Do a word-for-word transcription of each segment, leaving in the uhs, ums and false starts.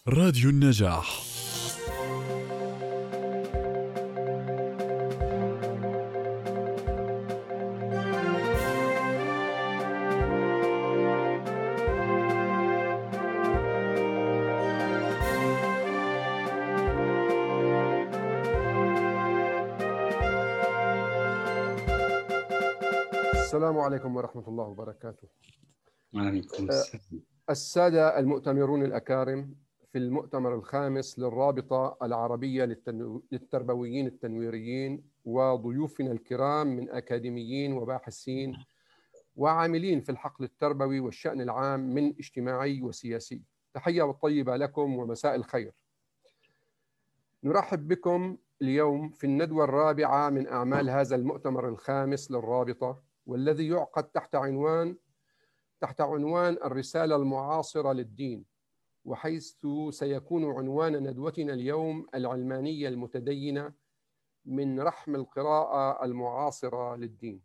راديو النجاح. السلام عليكم ورحمة الله وبركاته. وعليكم السلام. السادة المؤتمرون الأكارم، في المؤتمر الخامس للرابطة العربية للتنو... للتربويين التنويريين، وضيوفنا الكرام من أكاديميين وباحثين وعاملين في الحقل التربوي والشأن العام من اجتماعي وسياسي، تحية والطيبة لكم ومساء الخير. نرحب بكم اليوم في الندوة الرابعة من أعمال هذا المؤتمر الخامس للرابطة، والذي يعقد تحت عنوان تحت عنوان الرسالة المعاصرة للدين، وحيث سيكون عنوان ندوتنا اليوم العلمانية المتدينة من رحم القراءة المعاصرة للدين.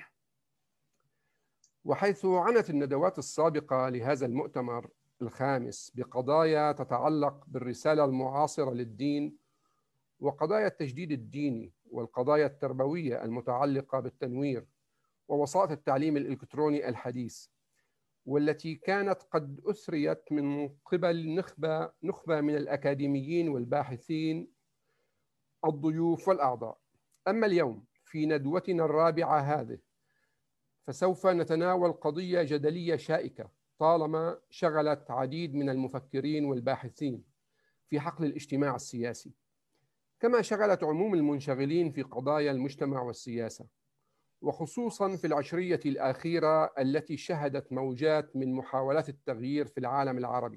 وحيث عنت الندوات السابقة لهذا المؤتمر الخامس بقضايا تتعلق بالرسالة المعاصرة للدين وقضايا التجديد الديني والقضايا التربوية المتعلقة بالتنوير ووسائط التعليم الإلكتروني الحديث، والتي كانت قد أثريت من قبل نخبة نخبة من الأكاديميين والباحثين الضيوف والأعضاء. أما اليوم في ندوتنا الرابعة هذه فسوف نتناول قضية جدلية شائكة طالما شغلت عديد من المفكرين والباحثين في حقل الاجتماع السياسي، كما شغلت عموم المنشغلين في قضايا المجتمع والسياسة، وخصوصا في العشرية الأخيرة التي شهدت موجات من محاولات التغيير في العالم العربي.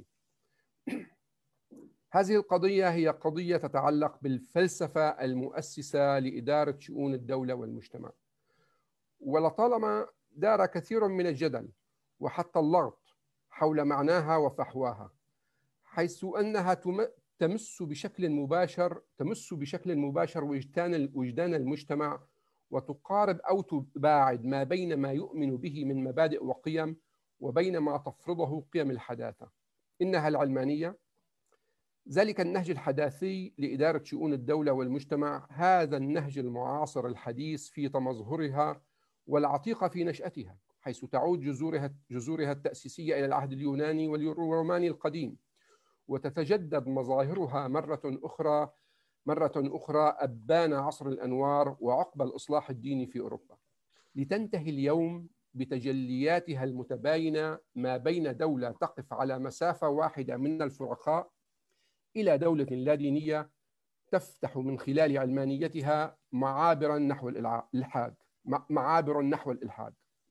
هذه القضية هي قضية تتعلق بالفلسفة المؤسسة لإدارة شؤون الدولة والمجتمع، ولطالما دار كثير من الجدل وحتى اللغط حول معناها وفحواها، حيث أنها تمس بشكل مباشر تمس بشكل مباشر وجدان وجدان المجتمع، وتقارب أو تباعد ما بين ما يؤمن به من مبادئ وقيم وبين ما تفرضه قيم الحداثة. إنها العلمانية، ذلك النهج الحداثي لإدارة شؤون الدولة والمجتمع، هذا النهج المعاصر الحديث في تمظهرها والعتيقة في نشأتها، حيث تعود جذورها جذورها التأسيسية إلى العهد اليوناني والروماني القديم، وتتجدد مظاهرها مرة أخرى مرة أخرى أبان عصر الأنوار وعقب الإصلاح الديني في أوروبا، لتنتهي اليوم بتجلياتها المتباينة ما بين دولة تقف على مسافة واحدة من الفرقاء إلى دولة لا دينية تفتح من خلال علمانيتها معابرا نحو الإلحاد معابر نحو الإلحاد.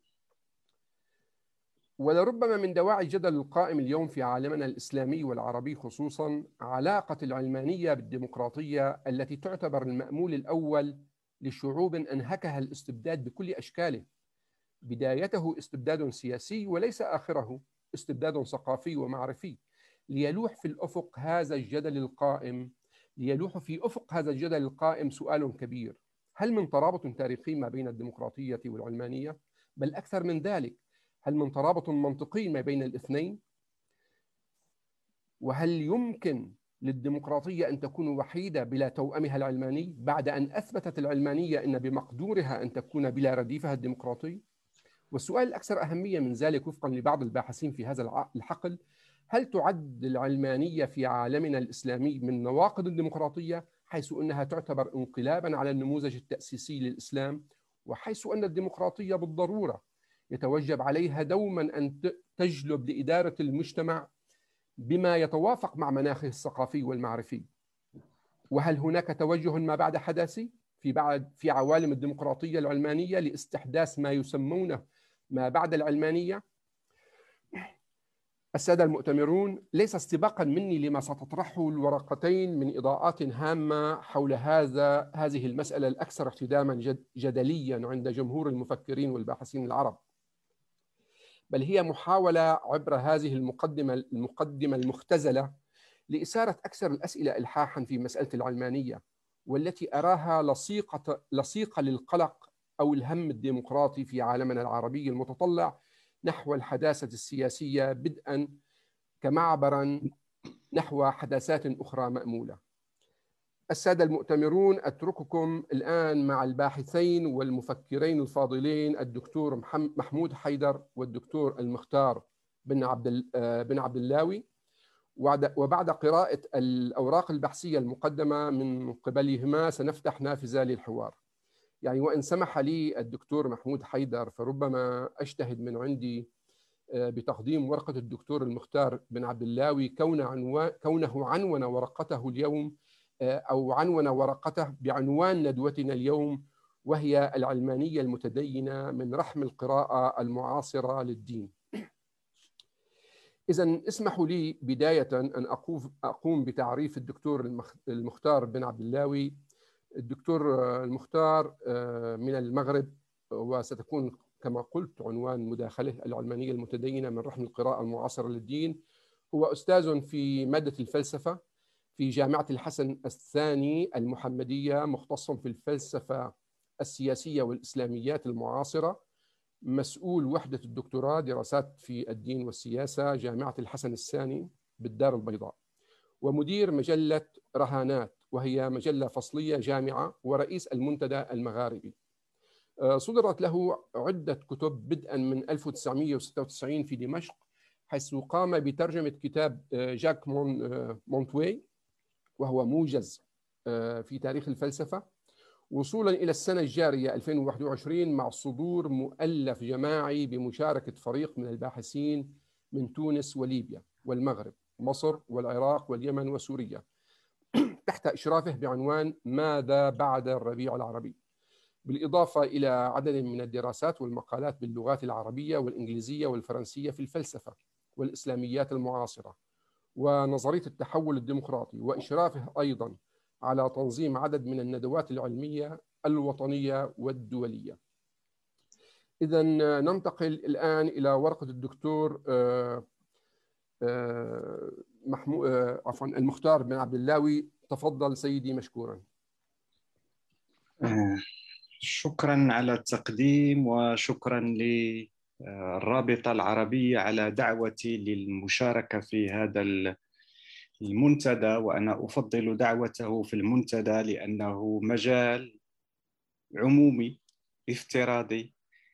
ولربما من دواعي الجدل القائم اليوم في عالمنا الإسلامي والعربي خصوصا علاقة العلمانية بالديمقراطية، التي تعتبر المأمول الأول لشعوب أنهكها الاستبداد بكل أشكاله، بدايته استبداد سياسي وليس آخره استبداد ثقافي ومعرفي. ليلوح في الأفق هذا الجدل القائم ليلوح في أفق هذا الجدل القائم سؤال كبير: هل من ترابط تاريخي ما بين الديمقراطية والعلمانية؟ بل أكثر من ذلك، هل من ترابط منطقي ما بين الاثنين؟ وهل يمكن للديمقراطية أن تكون وحيدة بلا توأمها العلماني، بعد أن أثبتت العلمانية أن بمقدورها أن تكون بلا رديفها الديمقراطي؟ والسؤال الأكثر أهمية من ذلك وفقا لبعض الباحثين في هذا الحقل: هل تعد العلمانية في عالمنا الإسلامي من نواقض الديمقراطية، حيث أنها تعتبر انقلابا على النموذج التأسيسي للإسلام، وحيث أن الديمقراطية بالضرورة يتوجب عليها دوما أن تجلب لإدارة المجتمع بما يتوافق مع مناخه الثقافي والمعرفي؟ وهل هناك توجه ما بعد حداثي في بعد في عوالم الديمقراطية العلمانية لاستحداث ما يسمونه ما بعد العلمانية؟ السادة المؤتمرون، ليس استباقا مني لما ستطرحه الورقتين من إضاءات هامة حول هذا هذه المسألة الأكثر احتداما جد جدليا عند جمهور المفكرين والباحثين العرب، بل هي محاولة عبر هذه المقدمة المقدمة المختزلة لإثارة أكثر الأسئلة إلحاحا في مسألة العلمانية، والتي أراها لصيقة لصيقة للقلق أو الهم الديمقراطي في عالمنا العربي المتطلع نحو الحداثة السياسية، بدءا كمعبرا نحو حداثات أخرى مأمولة. السادة المؤتمرون، أترككم الآن مع الباحثين والمفكرين الفاضلين الدكتور محمود حيدر والدكتور المختار بن عبد بن عبد اللاوي، وبعد قراءة الأوراق البحثية المقدمة من قبلهما سنفتح نافذة للحوار. يعني وإن سمح لي الدكتور محمود حيدر فربما أجتهد من عندي بتقديم ورقة الدكتور المختار بن عبد اللاوي كونه عنون ورقته اليوم أو عنون ورقته بعنوان ندوتنا اليوم، وهي العلمانية المتدينة من رحم القراءة المعاصرة للدين. إذن اسمحوا لي بداية أن أقوم بتعريف الدكتور المختار بن عبد اللاوي. الدكتور المختار من المغرب، وستكون كما قلت عنوان مداخله العلمانية المتدينة من رحم القراءة المعاصرة للدين. هو أستاذ في مادة الفلسفة في جامعة الحسن الثاني المحمدية، مختص في الفلسفة السياسية والإسلاميات المعاصرة، مسؤول وحدة الدكتوراه دراسات في الدين والسياسة جامعة الحسن الثاني بالدار البيضاء، ومدير مجلة رهانات وهي مجلة فصلية جامعة، ورئيس المنتدى المغاربي. صدرت له عدة كتب بدءا من ألف وتسعمئة وستة وتسعين في دمشق، حيث قام بترجمة كتاب جاك مونتوي وهو موجز في تاريخ الفلسفة، وصولا إلى السنة الجارية ألفين وواحد وعشرين مع صدور مؤلف جماعي بمشاركة فريق من الباحثين من تونس وليبيا والمغرب ومصر والعراق واليمن وسوريا تحت إشرافه بعنوان ماذا بعد الربيع العربي، بالإضافة إلى عدد من الدراسات والمقالات باللغات العربية والإنجليزية والفرنسية في الفلسفة والإسلاميات المعاصرة ونظرية التحول الديمقراطي، وإشرافه أيضا على تنظيم عدد من الندوات العلمية الوطنية والدولية. إذن ننتقل الآن إلى ورقة الدكتور محمود عفوا المختار بن عبد اللاوي. تفضل سيدي مشكورا. شكرا على التقديم، وشكرا للرابطة العربية على دعوتي للمشاركة في هذا المنتدى، وأنا أفضل دعوته في المنتدى لأنه مجال عمومي افتراضي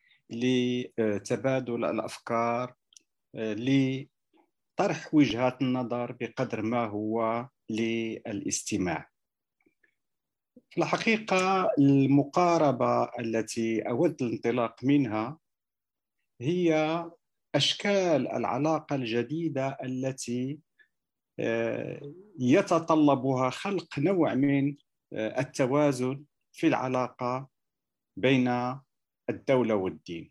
لتبادل الأفكار، لطرح وجهات النظر بقدر ما هو للاستماع. في الحقيقة المقاربة التي أود الانطلاق منها هي أشكال العلاقة الجديدة التي يتطلبها خلق نوع من التوازن في العلاقة بين الدولة والدين.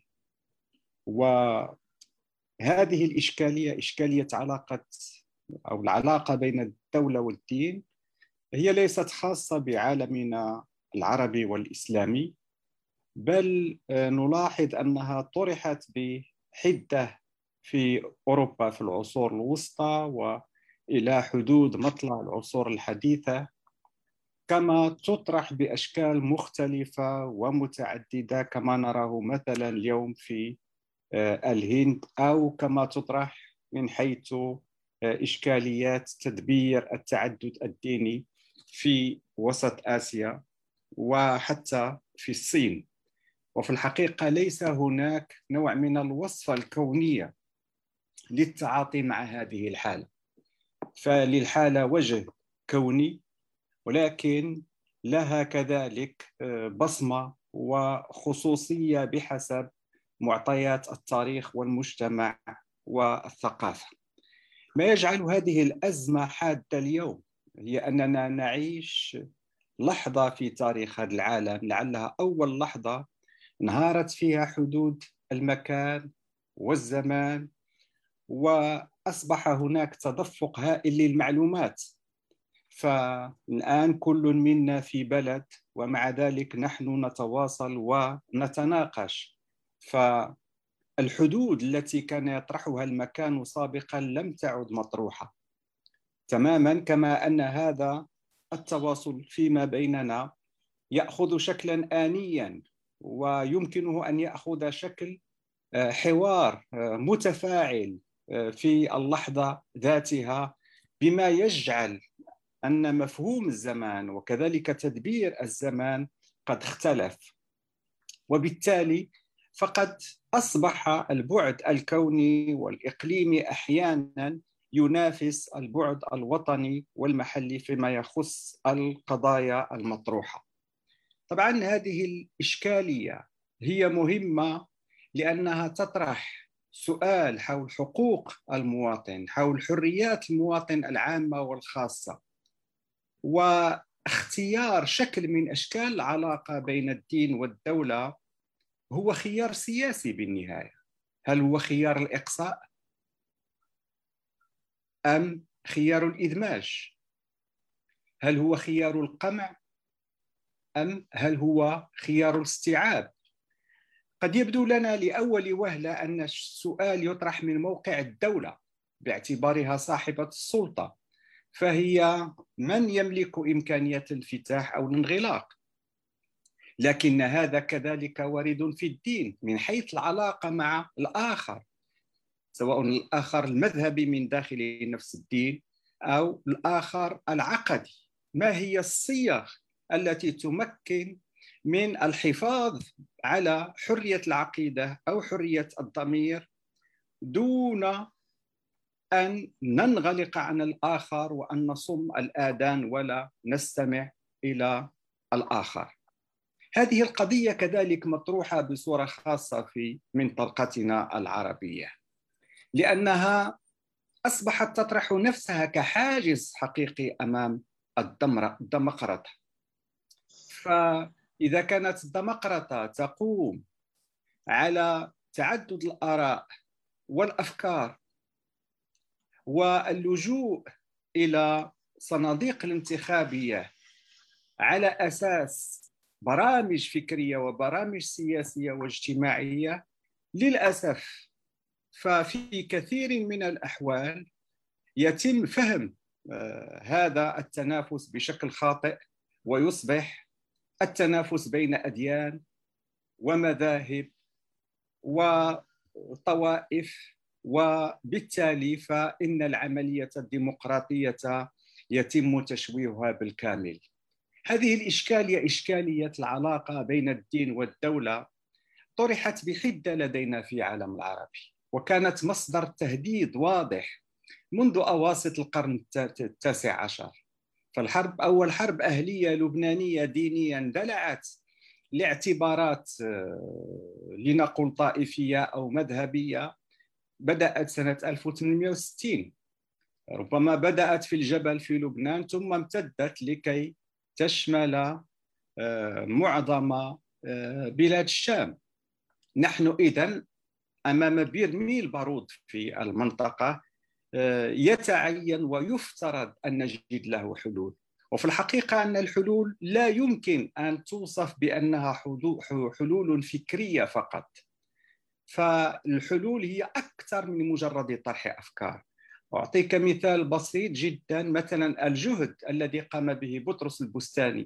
وهذه الإشكالية إشكالية علاقة أو العلاقة بين الدولة والدين هي ليست خاصة بعالمنا العربي والإسلامي، بل نلاحظ أنها طرحت بحدة في أوروبا في العصور الوسطى وإلى حدود مطلع العصور الحديثة، كما تطرح بأشكال مختلفة ومتعددة كما نراه مثلا اليوم في الهند، أو كما تطرح من حيث إشكاليات تدبير التعدد الديني في وسط آسيا وحتى في الصين. وفي الحقيقة ليس هناك نوع من الوصفة الكونية للتعاطي مع هذه الحالة، فللحالة وجه كوني، ولكن لها كذلك بصمة وخصوصية بحسب معطيات التاريخ والمجتمع والثقافة. ما يجعل هذه الأزمة حادة اليوم هي أننا نعيش لحظة في تاريخ هذا العالم، لعلها أول لحظة انهارت فيها حدود المكان والزمان، وأصبح هناك تدفق هائل للمعلومات. فالآن كل منا في بلد، ومع ذلك نحن نتواصل ونتناقش. فالحدود التي كان يطرحها المكان سابقا لم تعد مطروحة تماما، كما أن هذا التواصل فيما بيننا يأخذ شكلا آنيا، ويمكنه أن يأخذ شكل حوار متفاعل في اللحظة ذاتها بما يجعل أن مفهوم الزمان وكذلك تدبير الزمان قد اختلف، وبالتالي فقد أصبح البعد الكوني والإقليمي أحيانا ينافس البعد الوطني والمحلي فيما يخص القضايا المطروحة. طبعا هذه الإشكالية هي مهمة لأنها تطرح سؤال حول حقوق المواطن، حول حريات المواطن العامة والخاصة، واختيار شكل من أشكال العلاقة بين الدين والدولة هو خيار سياسي بالنهاية. هل هو خيار الإقصاء أم خيار الإدماج؟ هل هو خيار القمع أم هل هو خيار الاستيعاب؟ قد يبدو لنا لأول وهلة أن السؤال يطرح من موقع الدولة باعتبارها صاحبة السلطة، فهي من يملك إمكانية الانفتاح أو الانغلاق. لكن هذا كذلك وارد في الدين من حيث العلاقة مع الآخر، سواء الآخر المذهبي من داخل نفس الدين أو الآخر العقدي. ما هي الصيغ التي تمكن من الحفاظ على حرية العقيدة أو حرية الضمير دون أن ننغلق عن الآخر وأن نصم الآذان ولا نستمع إلى الآخر؟ هذه القضية كذلك مطروحة بصورة خاصة في منطقتنا العربية، لأنها أصبحت تطرح نفسها كحاجز حقيقي أمام الديمقراطية. فإذا كانت الديمقراطية تقوم على تعدد الآراء والأفكار واللجوء إلى صناديق الانتخابية على أساس برامج فكرية وبرامج سياسية واجتماعية، للأسف ففي كثير من الأحوال يتم فهم هذا التنافس بشكل خاطئ، ويصبح التنافس بين أديان ومذاهب وطوائف، وبالتالي فإن العملية الديمقراطية يتم تشويهها بالكامل. هذه الإشكالية إشكالية العلاقة بين الدين والدولة طرحت بحدة لدينا في العالم العربي، وكانت مصدر تهديد واضح منذ أواسط القرن التاسع عشر. فالحرب أول حرب أهلية لبنانية دينيا اندلعت لاعتبارات لنقل طائفية أو مذهبية بدأت سنة ألف وثمانمئة وستين، ربما بدأت في الجبل في لبنان ثم امتدت لكي تشمل معظم بلاد الشام. نحن إذن أمام برميل بارود في المنطقة يتعين ويفترض أن نجد له حلول، وفي الحقيقة أن الحلول لا يمكن أن توصف بأنها حلول فكرية فقط، فالحلول هي أكثر من مجرد طرح أفكار. أعطيك مثال بسيط جدا، مثلا الجهد الذي قام به بطرس البستاني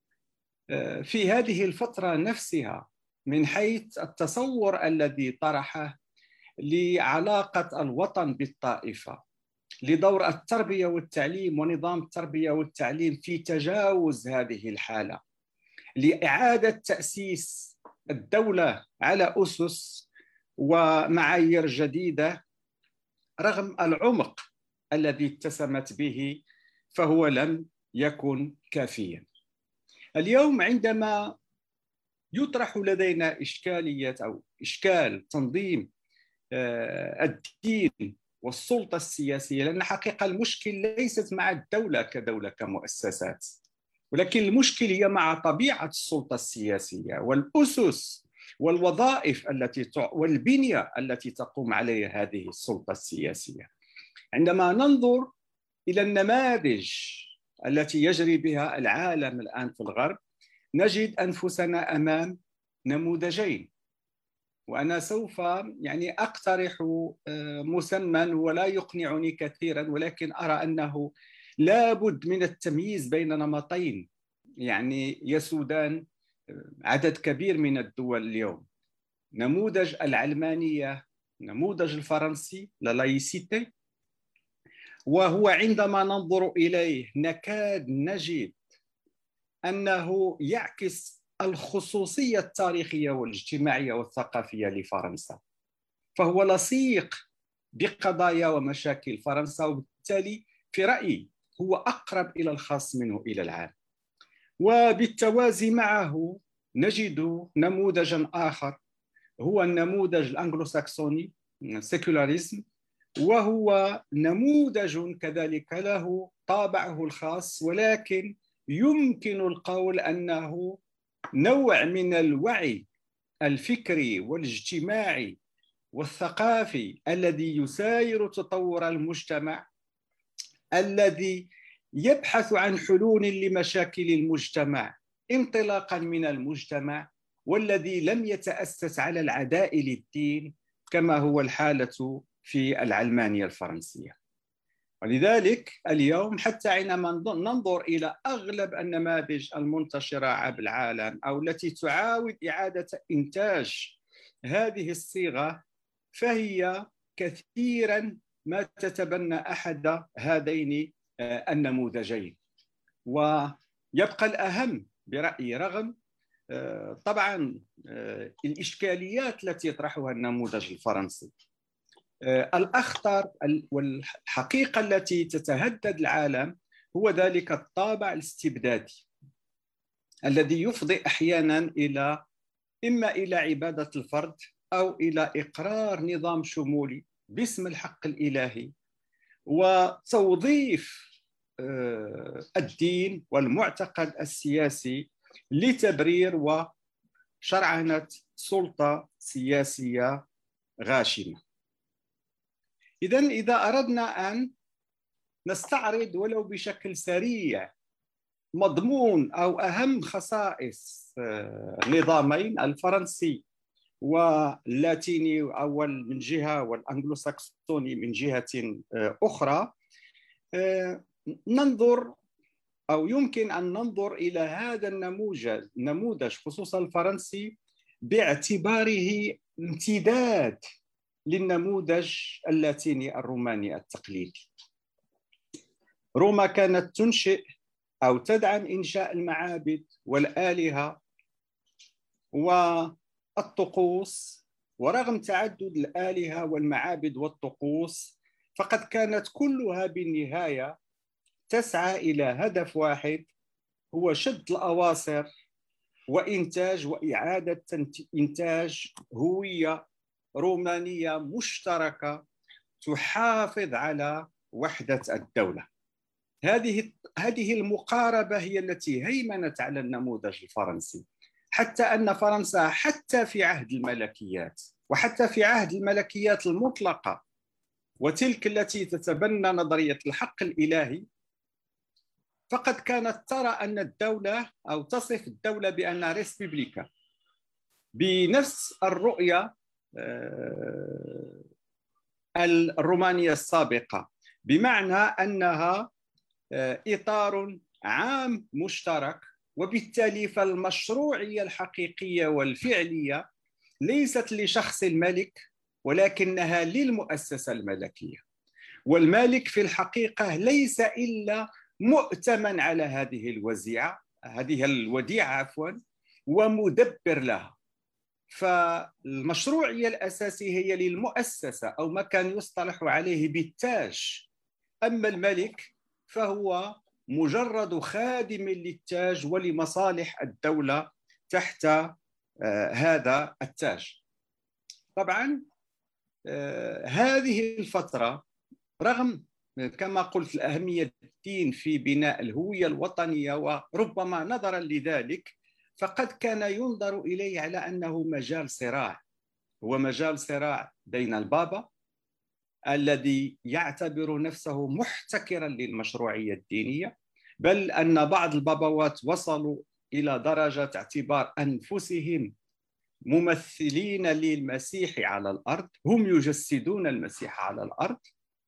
في هذه الفترة نفسها من حيث التصور الذي طرحه لعلاقة الوطن بالطائفة، لدور التربية والتعليم ونظام التربية والتعليم في تجاوز هذه الحالة، لإعادة تأسيس الدولة على أسس ومعايير جديدة رغم العمق الذي اتسمت به، فهو لم يكن كافيا. اليوم عندما يطرح لدينا إشكالية أو إشكال تنظيم الدين والسلطة السياسية، لأن حقيقة المشكل ليست مع الدولة كدولة كمؤسسات، ولكن المشكل هي مع طبيعة السلطة السياسية والأسس والوظائف التي والبنية التي تقوم عليها هذه السلطة السياسية. عندما ننظر إلى النماذج التي يجري بها العالم الآن في الغرب نجد أنفسنا أمام نموذجين، وأنا سوف يعني أقترح مسمى ولا يقنعني كثيرا، ولكن أرى أنه لابد من التمييز بين نمطين يعني يسودان عدد كبير من الدول اليوم: نموذج العلمانية، نموذج الفرنسي لا لايسيتي، وهو عندما ننظر إليه نكاد نجد أنه يعكس الخصوصية التاريخية والاجتماعية والثقافية لفرنسا، فهو لصيق بقضايا ومشاكل فرنسا، وبالتالي في رأيي هو أقرب إلى الخاص منه إلى العام. وبالتوازي معه نجد نموذجا آخر هو النموذج الأنجلوساكسوني سيكولاريزم، وهو نموذج كذلك له طابعه الخاص، ولكن يمكن القول أنه نوع من الوعي الفكري والاجتماعي والثقافي الذي يساير تطور المجتمع، الذي يبحث عن حلول لمشاكل المجتمع انطلاقا من المجتمع، والذي لم يتأسس على العداء للدين كما هو الحالة في العلمانية الفرنسية. ولذلك اليوم حتى عندما ننظر إلى أغلب النماذج المنتشرة عبر العالم أو التي تعاود إعادة إنتاج هذه الصيغة، فهي كثيرا ما تتبنى أحد هذين النموذجين. ويبقى الأهم برأيي رغم طبعا الإشكاليات التي يطرحها النموذج الفرنسي، الأخطر والحقيقة التي تتهدد العالم هو ذلك الطابع الاستبدادي الذي يفضي أحيانا إلى إما إلى عبادة الفرد أو إلى إقرار نظام شمولي باسم الحق الإلهي، وتوظيف الدين والمعتقد السياسي لتبرير وشرعنة سلطة سياسية غاشمة. إذن إذا أردنا أن نستعرض ولو بشكل سريع مضمون أو أهم خصائص نظامين، الفرنسي واللاتيني أول من جهة والأنجلوساكسوني من جهة أخرى، ننظر أو يمكن أن ننظر إلى هذا النموذج نموذج خصوصا الفرنسي باعتباره امتداد للنموذج اللاتيني الروماني التقليدي. روما كانت تنشئ أو تدعم إنشاء المعابد والآلهة والطقوس، ورغم تعدد الآلهة والمعابد والطقوس فقد كانت كلها بالنهاية تسعى إلى هدف واحد، هو شد الأواصر وإنتاج وإعادة إنتاج هوية رومانية مشتركة تحافظ على وحدة الدولة. هذه هذه المقاربة هي التي هيمنت على النموذج الفرنسي، حتى أن فرنسا حتى في عهد الملكيات وحتى في عهد الملكيات المطلقة وتلك التي تتبنى نظرية الحق الإلهي، فقد كانت ترى أن الدولة أو تصف الدولة بأنها ريسبوبليكا بنفس الرؤية الرومانية السابقة، بمعنى أنها إطار عام مشترك، وبالتالي فالمشروعية الحقيقية والفعلية ليست لشخص الملك ولكنها للمؤسسة الملكية، والمالك في الحقيقة ليس إلا مؤتمن على هذه الوزيعة هذه الوديعة عفوا ومدبر لها. فالمشروعية الأساسية هي للمؤسسة أو ما كان يصطلح عليه بالتاج، أما الملك فهو مجرد خادم للتاج ولمصالح الدولة تحت هذا التاج. طبعا هذه الفترة رغم كما قلت الأهمية الدين في بناء الهوية الوطنية وربما نظرا لذلك، فقد كان ينظر إليه على أنه مجال صراع، هو مجال صراع بين البابا الذي يعتبر نفسه محتكرا للمشروعية الدينية، بل أن بعض البابوات وصلوا إلى درجة اعتبار أنفسهم ممثلين للمسيح على الأرض، هم يجسدون المسيح على الأرض.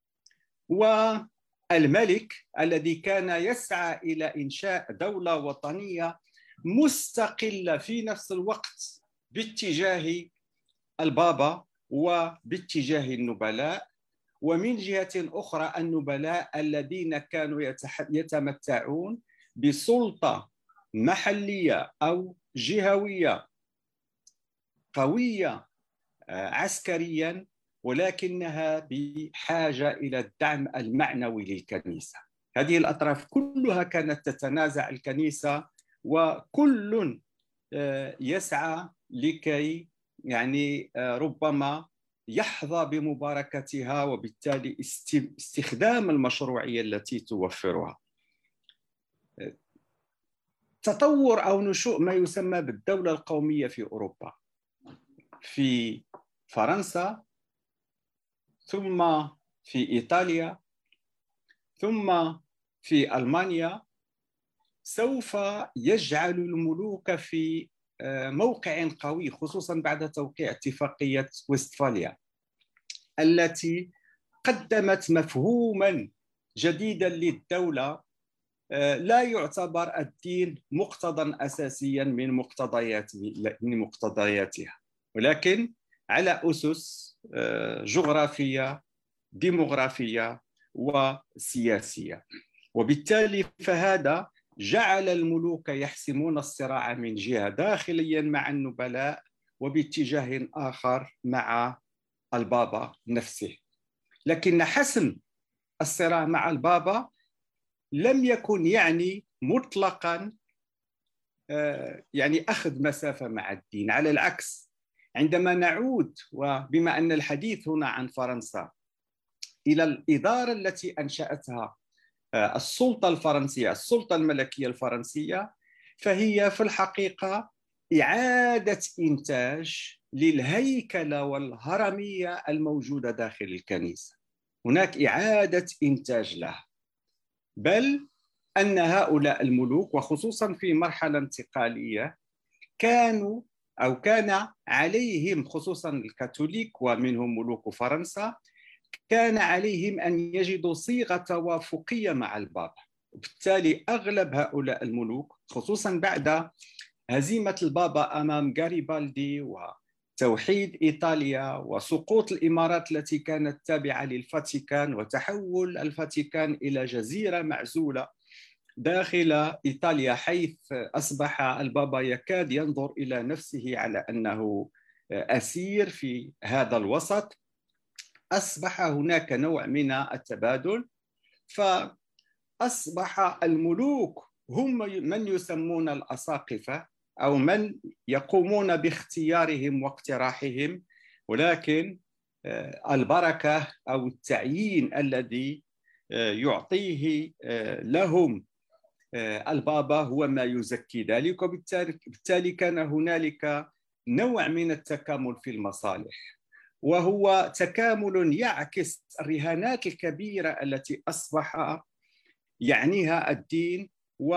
والملك الذي كان يسعى إلى إنشاء دولة وطنية مستقلة في نفس الوقت باتجاه البابا وباتجاه النبلاء، ومن جهة أخرى النبلاء الذين كانوا يتمتعون بسلطة محلية أو جهوية قوية عسكريا، ولكنها بحاجة إلى الدعم المعنوي للكنيسة. هذه الأطراف كلها كانت تتنازع الكنيسة، وكل يسعى لكي يعني ربما يحظى بمباركتها، وبالتالي استخدام المشروعية التي توفرها. تطور أو نشوء ما يسمى بالدولة القومية في أوروبا، في فرنسا، ثم في إيطاليا، ثم في ألمانيا، سوف يجعل الملوك في موقع قوي، خصوصا بعد توقيع اتفاقية وستفاليا التي قدمت مفهوما جديدا للدولة، لا يعتبر الدين مقتضى أساسيا من مقتضيات من مقتضياتها، ولكن على أسس جغرافية ديموغرافية وسياسية. وبالتالي فهذا جعل الملوك يحسمون الصراع من جهة داخليا مع النبلاء، وباتجاه آخر مع البابا نفسه. لكن حسم الصراع مع البابا لم يكن يعني مطلقا يعني أخذ مسافة مع الدين، على العكس. عندما نعود، وبما أن الحديث هنا عن فرنسا، إلى الإدارة التي أنشأتها السلطة الفرنسية، السلطة الملكية الفرنسية، فهي في الحقيقة إعادة إنتاج للهيكلة والهرمية الموجودة داخل الكنيسة. هناك إعادة إنتاج لها، بل أن هؤلاء الملوك وخصوصا في مرحلة انتقالية كانوا أو كان عليهم، خصوصا الكاثوليك ومنهم ملوك فرنسا، كان عليهم أن يجدوا صيغة توافقية مع البابا. وبالتالي أغلب هؤلاء الملوك، خصوصا بعد هزيمة البابا أمام غاريبالدي وتوحيد إيطاليا وسقوط الإمارات التي كانت تابعة للفاتيكان وتحول الفاتيكان إلى جزيرة معزولة داخل إيطاليا، حيث أصبح البابا يكاد ينظر إلى نفسه على أنه أسير في هذا الوسط، أصبح هناك نوع من التبادل. فأصبح الملوك هم من يسمون الأساقفة، أو من يقومون باختيارهم واقتراحهم، ولكن البركة أو التعيين الذي يعطيه لهم البابا هو ما يزكي ذلك. وبالتالي كان هنالك نوع من التكامل في المصالح، وهو تكامل يعكس الرهانات الكبيرة التي أصبح يعنيها الدين،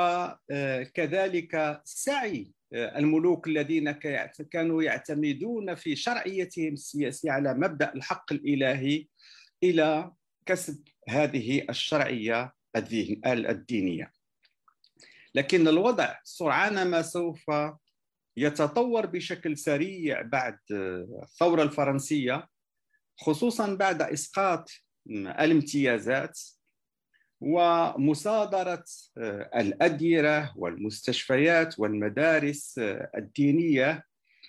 وكذلك سعي الملوك الذين كانوا يعتمدون في شرعيتهم السياسية على مبدأ الحق الإلهي إلى كسب هذه الشرعية الدينية. لكن الوضع سرعان ما سوف يتطور بشكل سريع بعد الثورة الفرنسية، خصوصا بعد إسقاط الامتيازات ومصادرة الأديرة والمستشفيات والمدارس الدينية،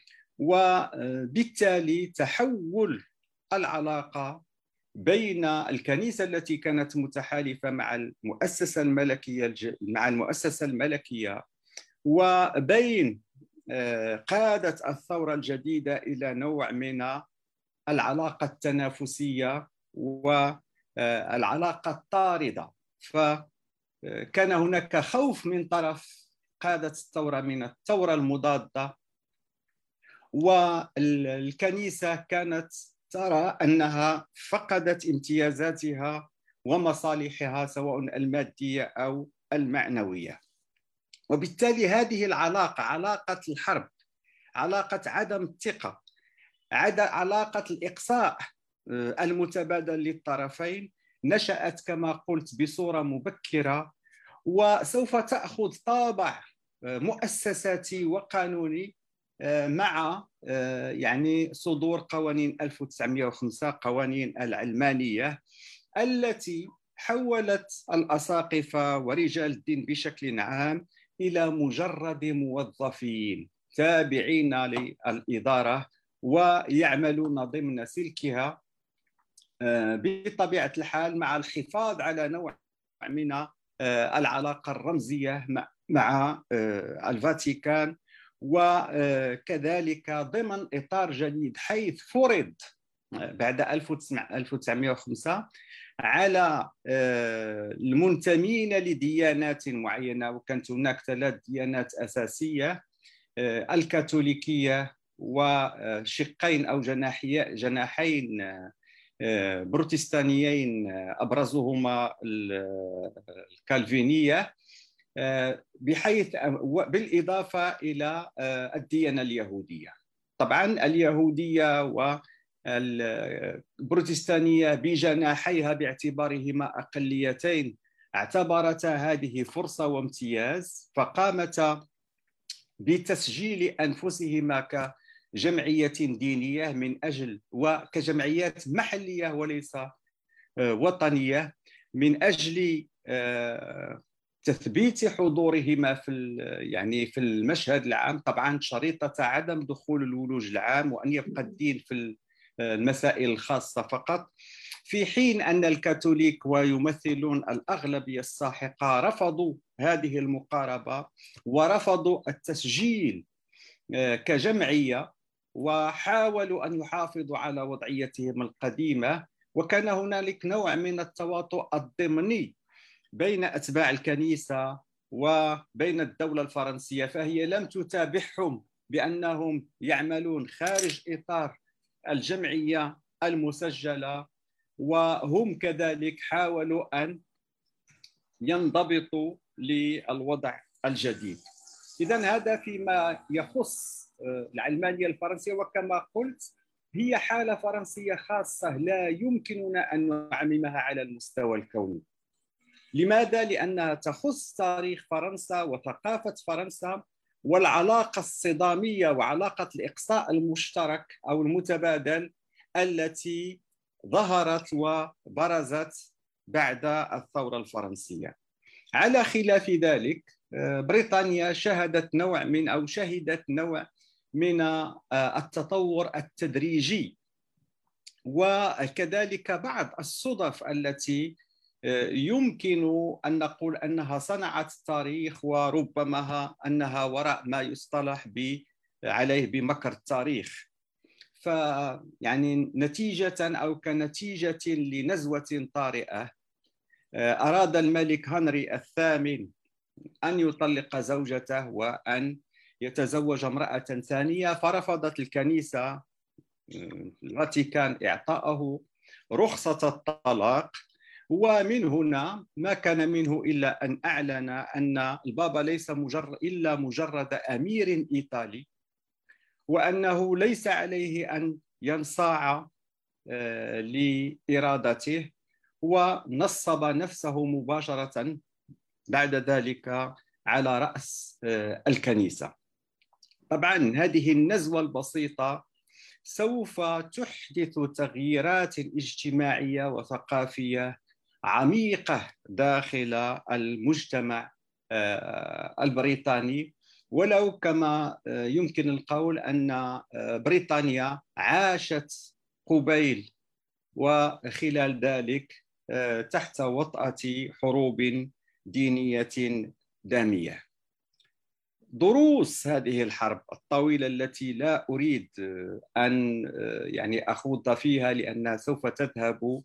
وبالتالي تحول العلاقة بين الكنيسة التي كانت متحالفة مع المؤسسة الملكية مع المؤسسة الملكية وبين قادة الثورة الجديدة إلى نوع من العلاقة التنافسية والعلاقة الطاردة. فكان هناك خوف من طرف قادة الثورة من الثورة المضادة، والكنيسة كانت ترى أنها فقدت امتيازاتها ومصالحها سواء المادية أو المعنوية. وبالتالي هذه العلاقة، علاقة الحرب، علاقة عدم الثقة، علاقة الإقصاء المتبادل للطرفين، نشأت كما قلت بصورة مبكرة، وسوف تأخذ طابع مؤسساتي وقانوني مع يعني صدور قوانين ألف وتسعمئة وخمسة، قوانين العلمانية التي حولت الأساقفة ورجال الدين بشكل عام إلى مجرد موظفين تابعين للإدارة ويعملون ضمن سلكها بطبيعة الحال مع الحفاظ على نوع من العلاقة الرمزية مع الفاتيكان، وكذلك ضمن إطار جديد حيث فرض بعد ألف وتسعمئة وخمسة على المنتمين لديانات معينة، وكانت هناك ثلاث ديانات أساسية: الكاثوليكية وشقين أو جناحين بروتستانيين أبرزهما الكالفينية، بحيث بالإضافة إلى الديانة اليهودية. طبعا اليهودية والبروتستانية بجناحيها باعتبارهما أقليتين اعتبرتا هذه فرصة وامتياز، فقامتا بتسجيل أنفسهما كجمعية دينية من أجل وكجمعيات محلية وليس وطنية من أجل تثبيت حضورهما في يعني في المشهد العام، طبعا شريطة عدم دخول الولوج العام وأن يبقى الدين في المسائل الخاصة فقط، في حين أن الكاثوليك ويمثلون الأغلبية الساحقة رفضوا هذه المقاربة ورفضوا التسجيل كجمعية وحاولوا أن يحافظوا على وضعيتهم القديمة. وكان هنالك نوع من التواطؤ الضمني بين أتباع الكنيسة وبين الدولة الفرنسية، فهي لم تتابعهم بأنهم يعملون خارج إطار الجمعية المسجلة، وهم كذلك حاولوا أن ينضبطوا للوضع الجديد. إذن هذا فيما يخص العلمانية الفرنسية، وكما قلت هي حالة فرنسية خاصة لا يمكننا أن نعممها على المستوى الكوني. لماذا؟ لأنها تخص تاريخ فرنسا وثقافة فرنسا والعلاقة الصدامية وعلاقة الإقصاء المشترك أو المتبادل التي ظهرت وبرزت بعد الثورة الفرنسية. على خلاف ذلك بريطانيا شهدت نوع من أو شهدت نوع من التطور التدريجي، وكذلك بعض الصدف التي يمكن أن نقول أنها صنعت التاريخ، وربما أنها وراء ما يصطلح عليه بمكر التاريخ. فيعني نتيجة أو كنتيجة لنزوة طارئة أراد الملك هنري الثامن أن يطلق زوجته وأن يتزوج امرأة ثانية، فرفضت الكنيسة الفاتيكان إعطاءه رخصة الطلاق. ومن هنا ما كان منه إلا أن أعلن أن البابا ليس مجرد إلا مجرد أمير إيطالي، وأنه ليس عليه أن ينصاع لإرادته، ونصب نفسه مباشرة بعد ذلك على رأس الكنيسة. طبعا هذه النزوة البسيطة سوف تحدث تغييرات اجتماعية وثقافية عميقة داخل المجتمع البريطاني، ولو كما يمكن القول أن بريطانيا عاشت قبيل وخلال ذلك تحت وطأة حروب دينية دامية. دروس هذه الحرب الطويلة التي لا أريد أن يعني أخوض فيها لأنها سوف تذهب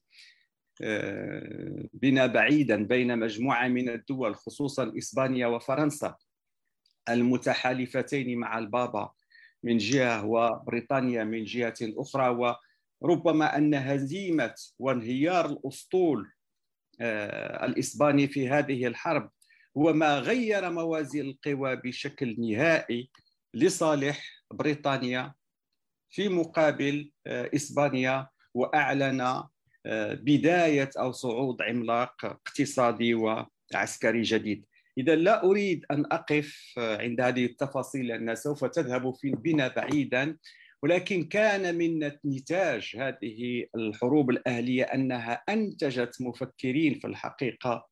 بنا بعيدا بين مجموعة من الدول خصوصا إسبانيا وفرنسا المتحالفتين مع البابا من جهة وبريطانيا من جهة أخرى، وربما أن هزيمة وانهيار الأسطول الإسباني في هذه الحرب هو ما غير موازين القوى بشكل نهائي لصالح بريطانيا في مقابل إسبانيا، وأعلن بداية أو صعود عملاق اقتصادي وعسكري جديد. إذا لا أريد أن أقف عند هذه التفاصيل لأنها سوف تذهب في البناء بعيدا، ولكن كان من نتاج هذه الحروب الأهلية أنها أنتجت مفكرين في الحقيقة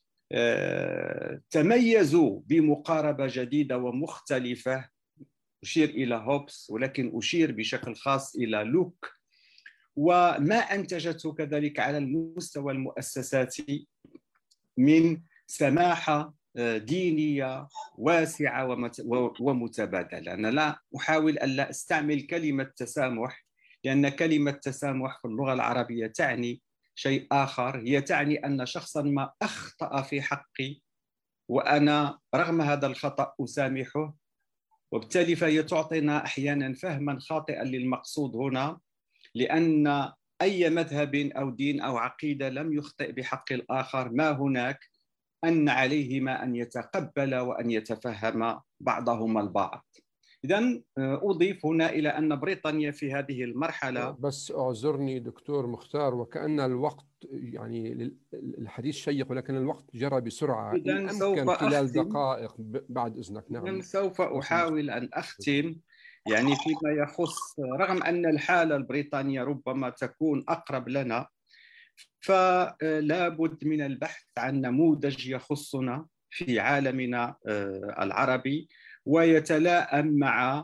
تميزوا بمقاربة جديدة ومختلفة. أشير إلى هوبس ولكن أشير بشكل خاص إلى لوك، وما أنتجته كذلك على المستوى المؤسساتي من سماحة دينية واسعة ومتبادلة. أنا لا أحاول أن لا أستعمل كلمة تسامح، لأن كلمة تسامح في اللغة العربية تعني شيء آخر. هي تعني أن شخصا ما أخطأ في حقي وأنا رغم هذا الخطأ أسامحه، وبالتالي فهي تعطينا أحيانا فهما خاطئا للمقصود هنا، لأن أي مذهب أو دين أو عقيدة لم يخطئ بحق الآخر، ما هناك أن عليهما أن يتقبل وأن يتفهم بعضهما البعض. إذن أضيف هنا إلى أن بريطانيا في هذه المرحلة، بس أعذرني دكتور مختار، وكأن الوقت يعني الحديث شيق ولكن الوقت جرى بسرعة. إذن سوف خلال أختم دقائق بعد إذنك. نعم. إذن سوف أحاول أن أختم يعني فيما يخص، رغم أن الحالة البريطانية ربما تكون أقرب لنا، فلا بد من البحث عن نموذج يخصنا في عالمنا العربي ويتلائم مع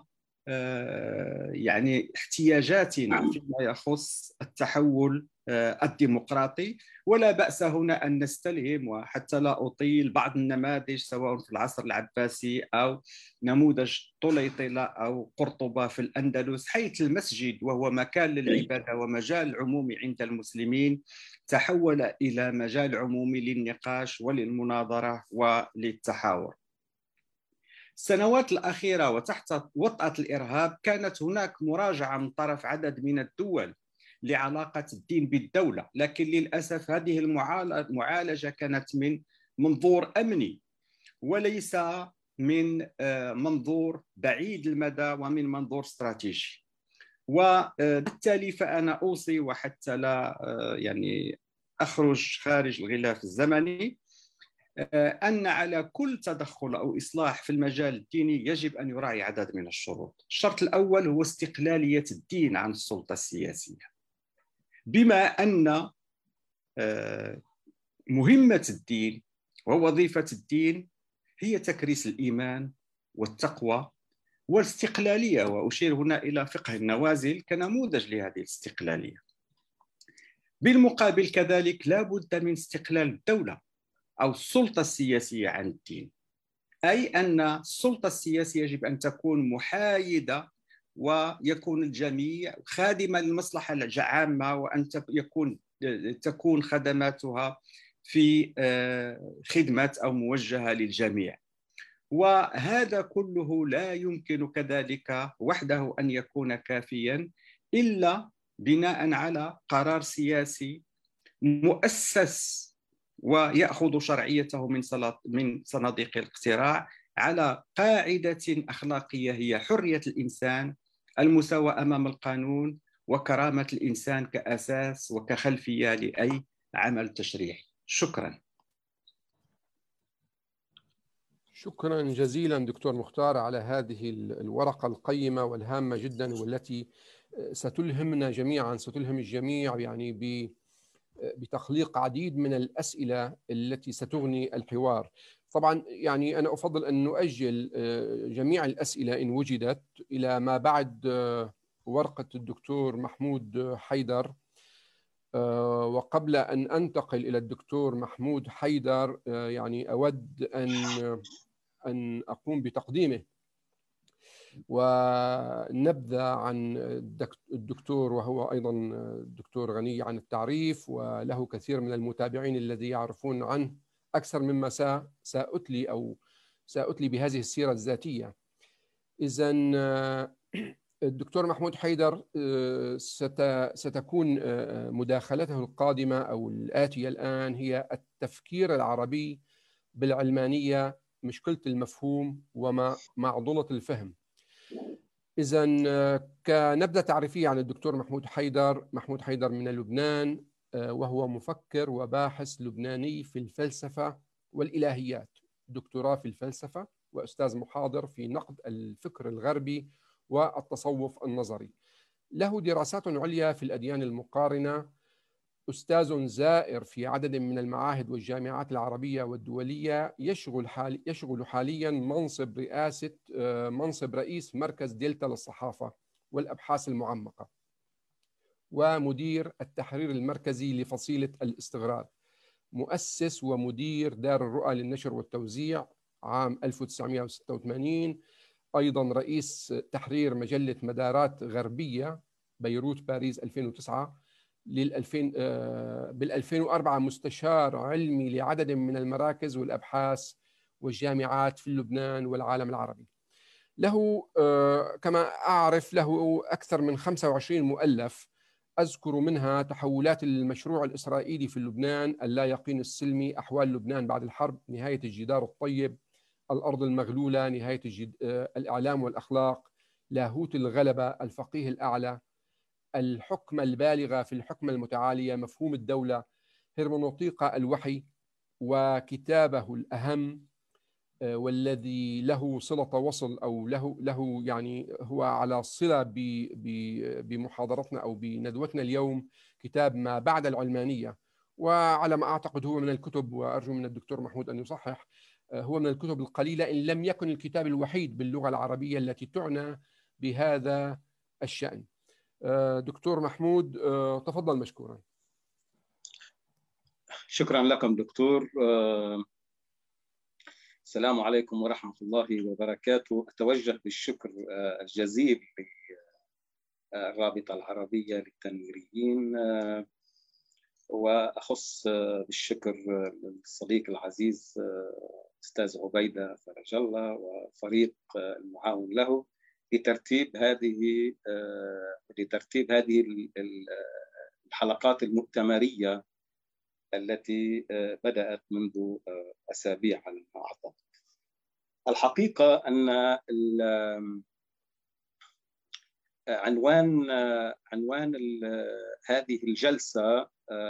يعني احتياجاتنا فيما يخص التحول الديمقراطي. ولا بأس هنا أن نستلهم، وحتى لا أطيل، بعض النماذج سواء في العصر العباسي أو نموذج طليطلة أو قرطبة في الأندلس، حيث المسجد وهو مكان للعبادة ومجال عمومي عند المسلمين تحول إلى مجال عمومي للنقاش وللمناظرة وللتحاور. السنوات الأخيرة وتحت وطأة الإرهاب كانت هناك مراجعة من طرف عدد من الدول لعلاقة الدين بالدولة، لكن للأسف هذه المعالجة كانت من منظور أمني وليس من منظور بعيد المدى ومن منظور استراتيجي. وبالتالي فأنا أوصي، وحتى لا يعني أخرج خارج الغلاف الزمني، أن على كل تدخل أو إصلاح في المجال الديني يجب أن يراعي عدد من الشروط. الشرط الأول هو استقلالية الدين عن السلطة السياسية، بما أن مهمة الدين ووظيفة الدين هي تكريس الإيمان والتقوى والاستقلالية، وأشير هنا إلى فقه النوازل كنموذج لهذه الاستقلالية. بالمقابل كذلك لا بد من استقلال الدولة أو السلطة السياسية عن الدين، أي أن السلطة السياسية يجب أن تكون محايدة ويكون الجميع خادما للمصلحة العامة، وأن يكون تكون خدماتها في خدمة أو موجهة للجميع. وهذا كله لا يمكن كذلك وحده أن يكون كافيا إلا بناء على قرار سياسي مؤسس ويأخذ شرعيته من من صناديق الاقتراع على قاعدة أخلاقية هي حرية الإنسان، المساواة أمام القانون، وكرامة الإنسان كأساس وكخلفية لأي عمل تشريعي. شكرا. شكرا جزيلا دكتور مختار على هذه الورقة القيمة والهامة جدا، والتي ستلهمنا جميعا، ستلهم الجميع يعني ب بتخليق عديد من الأسئلة التي ستغني الحوار. طبعا يعني أنا أفضل أن نؤجل جميع الأسئلة إن وجدت إلى ما بعد ورقة الدكتور محمود حيدر. وقبل أن أنتقل إلى الدكتور محمود حيدر يعني أود أن أن أقوم بتقديمه ونبذة عن الدكتور، وهو أيضا الدكتور غني عن التعريف وله كثير من المتابعين الذي يعرفون عنه أكثر مما سأتلي أو سأتلي بهذه السيرة الذاتية. إذن الدكتور محمود حيدر ستكون مداخلته القادمة أو الآتية الآن هي التفكير العربي بالعلمانية، مشكلة المفهوم ومعضلة الفهم. إذن كنبذة تعريفية عن الدكتور محمود حيدر. محمود حيدر من لبنان، وهو مفكر وباحث لبناني في الفلسفة والإلهيات، دكتوراه في الفلسفة وأستاذ محاضر في نقد الفكر الغربي والتصوف النظري. له دراسات عليا في الأديان المقارنة، أستاذ زائر في عدد من المعاهد والجامعات العربية والدولية، يشغل حال يشغل حاليا منصب رئاسة منصب رئيس مركز دلتا للصحافة والأبحاث المعمقة، ومدير التحرير المركزي لفصيلة الاستغراب، مؤسس ومدير دار الرؤى للنشر والتوزيع عام ألف وتسعمئة وستة وثمانين، أيضا رئيس تحرير مجلة مدارات غربية بيروت باريس ألفين وتسعة، للألفين بال ألفين وأربعة مستشار علمي لعدد من المراكز والأبحاث والجامعات في لبنان والعالم العربي. له كما أعرف له أكثر من خمسة وعشرين مؤلف، أذكر منها تحولات المشروع الإسرائيلي في لبنان، اللا يقين السلمي، أحوال لبنان بعد الحرب، نهاية الجدار الطيب، الأرض المغلولة، نهاية الجد... الإعلام والأخلاق، لاهوت الغلبة، الفقيه الأعلى، الحكمة البالغة في الحكمة المتعالية، مفهوم الدولة، هرمنوطيقة الوحي، وكتابه الأهم والذي له صلة وصل أو له له يعني هو على صلة بمحاضرتنا أو بندوتنا اليوم، كتاب ما بعد العلمانية. وعلى ما أعتقد هو من الكتب، وأرجو من الدكتور محمود أن يصحح، هو من الكتب القليلة إن لم يكن الكتاب الوحيد باللغة العربية التي تعنى بهذا الشأن. دكتور محمود، تفضل مشكورا. شكرا لكم دكتور. السلام عليكم ورحمة الله وبركاته. أتوجه بالشكر الجزيل للرابطة العربية للتنويريين، وأخص بالشكر للصديق العزيز أستاذ عبيدة فرج الله وفريق المعاون له لترتيب هذه لترتيب هذه الحلقات المؤتمرية التي بدأت منذ أسابيع على ما أعتقد. الحقيقة أن عنوان عنوان هذه الجلسة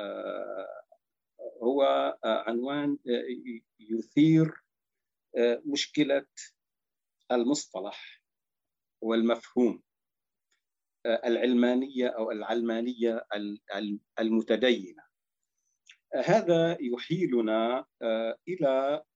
هو عنوان يثير مشكلة المصطلح والمفهوم العلمانية أو العلمانية المتدينة. هذا يحيلنا إلى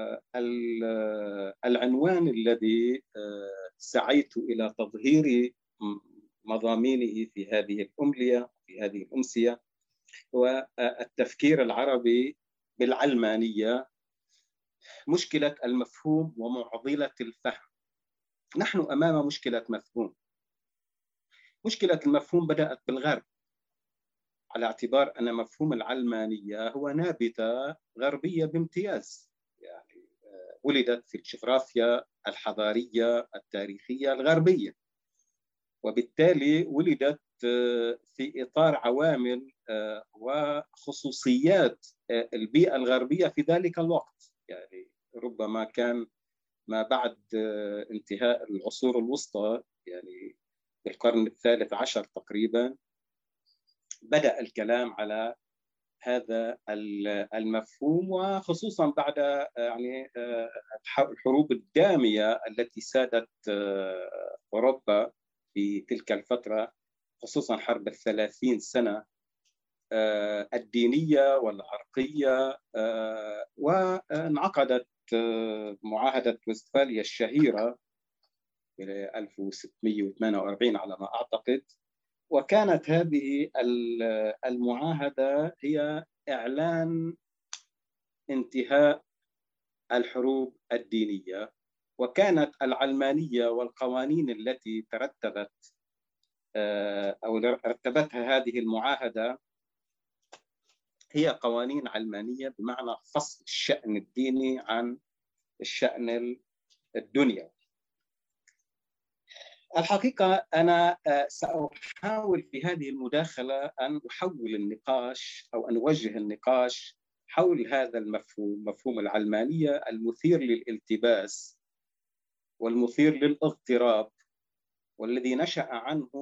العنوان الذي سعيت إلى تظهير مضامينه في هذه الأملية في هذه الأمسية، والتفكير العربي بالعلمانية، مشكلة المفهوم ومعضلة الفهم. نحن أمام مشكلة مفهوم. مشكلة المفهوم بدأت بالغرب، على اعتبار أن مفهوم العلمانية هو نابتة غربية بامتياز، يعني ولدت في الجغرافيا الحضارية التاريخية الغربية، وبالتالي ولدت في إطار عوامل وخصوصيات البيئة الغربية في ذلك الوقت. يعني ربما كان ما بعد انتهاء العصور الوسطى، يعني في القرن الثالث عشر تقريبا، بدأ الكلام على هذا المفهوم، وخصوصا بعد يعني الحروب الدامية التي سادت أوروبا في تلك الفترة، خصوصا حرب الثلاثين سنة الدينية والعرقية، وانعقدت معاهدة وستفاليا الشهيرة في ألف وستمئة وثمانية وأربعين على ما أعتقد. وكانت هذه المعاهدة هي إعلان انتهاء الحروب الدينية، وكانت العلمانية والقوانين التي ترتبت أو رتبتها هذه المعاهدة هي قوانين علمانية، بمعنى فصل الشأن الديني عن الشأن الدنيوي. الحقيقة أنا سأحاول في هذه المداخلة أن أحول النقاش أو أن أوجه النقاش حول هذا المفهوم، مفهوم العلمانية المثير للالتباس والمثير للاضطراب، والذي نشأ عنه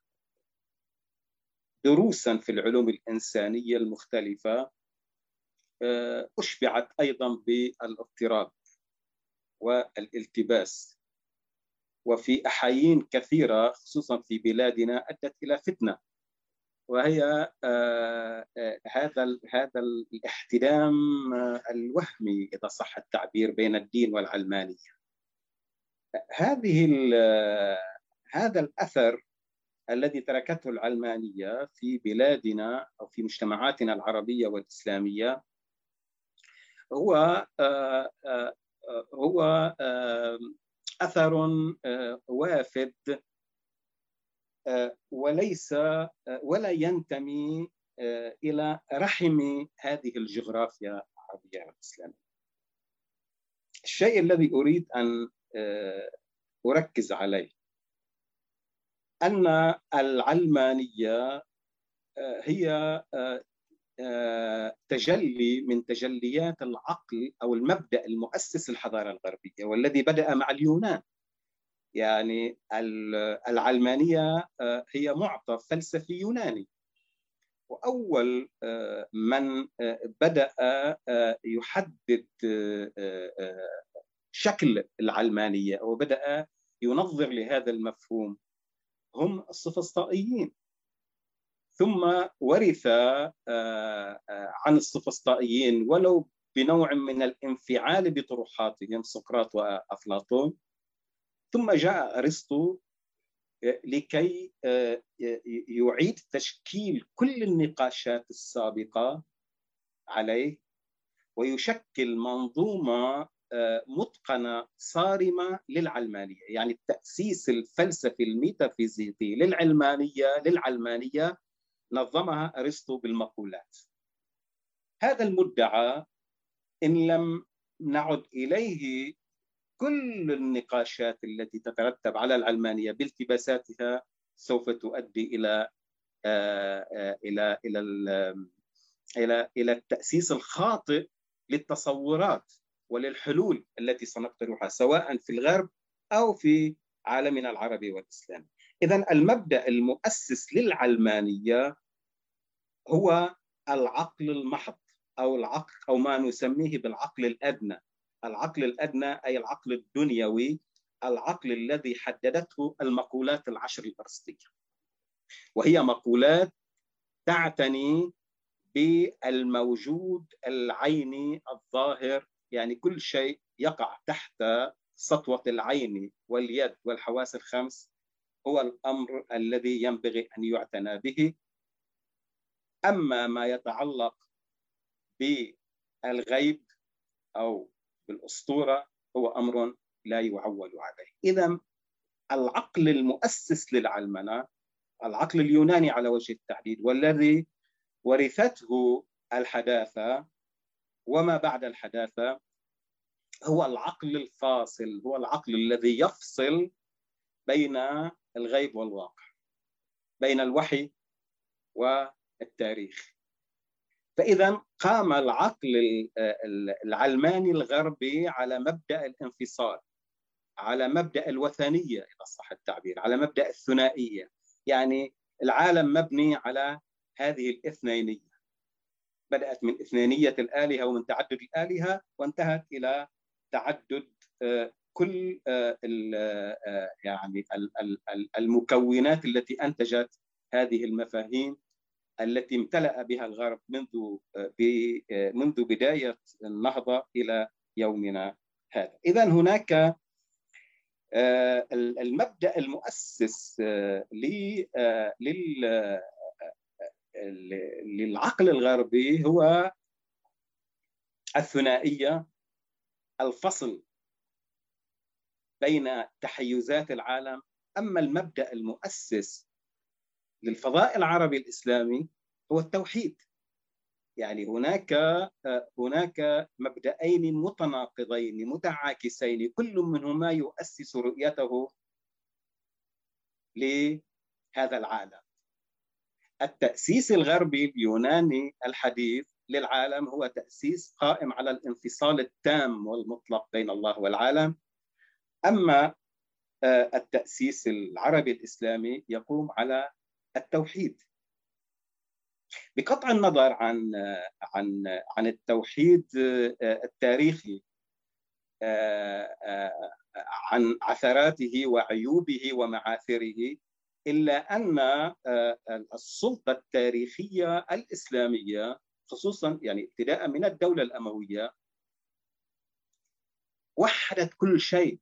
دروساً في العلوم الإنسانية المختلفة، أشبعت أيضا بالاضطراب والالتباس، وفي أحايين كثيرة خصوصا في بلادنا أدت إلى فتنة، وهي هذا هذا الاحتدام الوهمي إذا صح التعبير بين الدين والعلمانية. هذه هذا الأثر الذي تركته العلمانية في بلادنا أو في مجتمعاتنا العربية والإسلامية هو هو أثر وافد وليس ولا ينتمي إلى رحم هذه الجغرافيا العربية والإسلامية. الشيء الذي أريد أن أركز عليه أن العلمانية هي تجلي من تجليات العقل أو المبدأ المؤسس للحضارة الغربية، والذي بدأ مع اليونان. يعني العلمانية هي معطى فلسفي يوناني، وأول من بدأ يحدد شكل العلمانية وبدأ ينظر لهذا المفهوم هم السوفسطائيين، ثم ورث عن السوفسطائيين ولو بنوع من الانفعال بطروحاتهم سقراط وأفلاطون، ثم جاء أرسطو لكي يعيد تشكيل كل النقاشات السابقة عليه ويشكل منظومة متقنة صارمة للعلمانية. يعني التأسيس الفلسفي الميتافيزيقي للعلمانية للعلمانية نظمها أرسطو بالمقولات. هذا المدعى إن لم نعد إليه كل النقاشات التي تترتب على العلمانية بالتباساتها سوف تؤدي إلى إلى إلى إلى إلى التأسيس الخاطئ للتصورات وللحلول التي سنقترحها سواء في الغرب أو في عالمنا العربي والإسلامي. إذن المبدأ المؤسس للعلمانية هو العقل المحض أو العقل أو ما نسميه بالعقل الأدنى. العقل الأدنى أي العقل الدنيوي، العقل الذي حددته المقولات العشر الأرسطية، وهي مقولات تعتني بالموجود العيني الظاهر، يعني كل شيء يقع تحت سطوة العين واليد والحواس الخمس هو الأمر الذي ينبغي أن يعتنى به. أما ما يتعلق بالغيب أو بالأسطورة هو أمر لا يعول عليه. إذن العقل المؤسس للعلمنة العقل اليوناني على وجه التحديد، والذي ورثته الحداثة وما بعد الحداثة، هو العقل الفاصل، هو العقل الذي يفصل بين الغيب والواقع، بين الوحي والتاريخ. فإذا قام العقل العلماني الغربي على مبدأ الانفصال، على مبدأ الوثنية إذا صح التعبير، على مبدأ الثنائية. يعني العالم مبني على هذه الاثنينية، بدأت من اثنينية الآلهة ومن تعدد الآلهة وانتهت إلى تعدد كل يعني المكونات التي أنتجت هذه المفاهيم التي امتلأ بها الغرب منذ منذ بداية النهضة إلى يومنا هذا. إذن هناك المبدأ المؤسس للعقل الغربي هو الثنائية، الفصل بين تحيزات العالم. أما المبدأ المؤسس للفضاء العربي الإسلامي هو التوحيد. يعني هناك هناك مبدأين متناقضين متعاكسين، كل منهما يؤسس رؤيته لهذا العالم. التأسيس الغربي اليوناني الحديث للعالم هو تأسيس قائم على الانفصال التام والمطلق بين الله والعالم. أما التأسيس العربي الإسلامي يقوم على التوحيد. بقطع النظر عن عن عن التوحيد التاريخي، عن عثراته وعيوبه ومعاثره، إلا أن السلطة التاريخية الإسلامية خصوصا يعني ابتداء من الدولة الأموية وحدت كل شيء،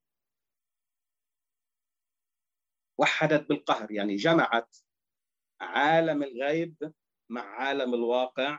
وحدت بالقهر، يعني جمعت عالم الغيب مع عالم الواقع،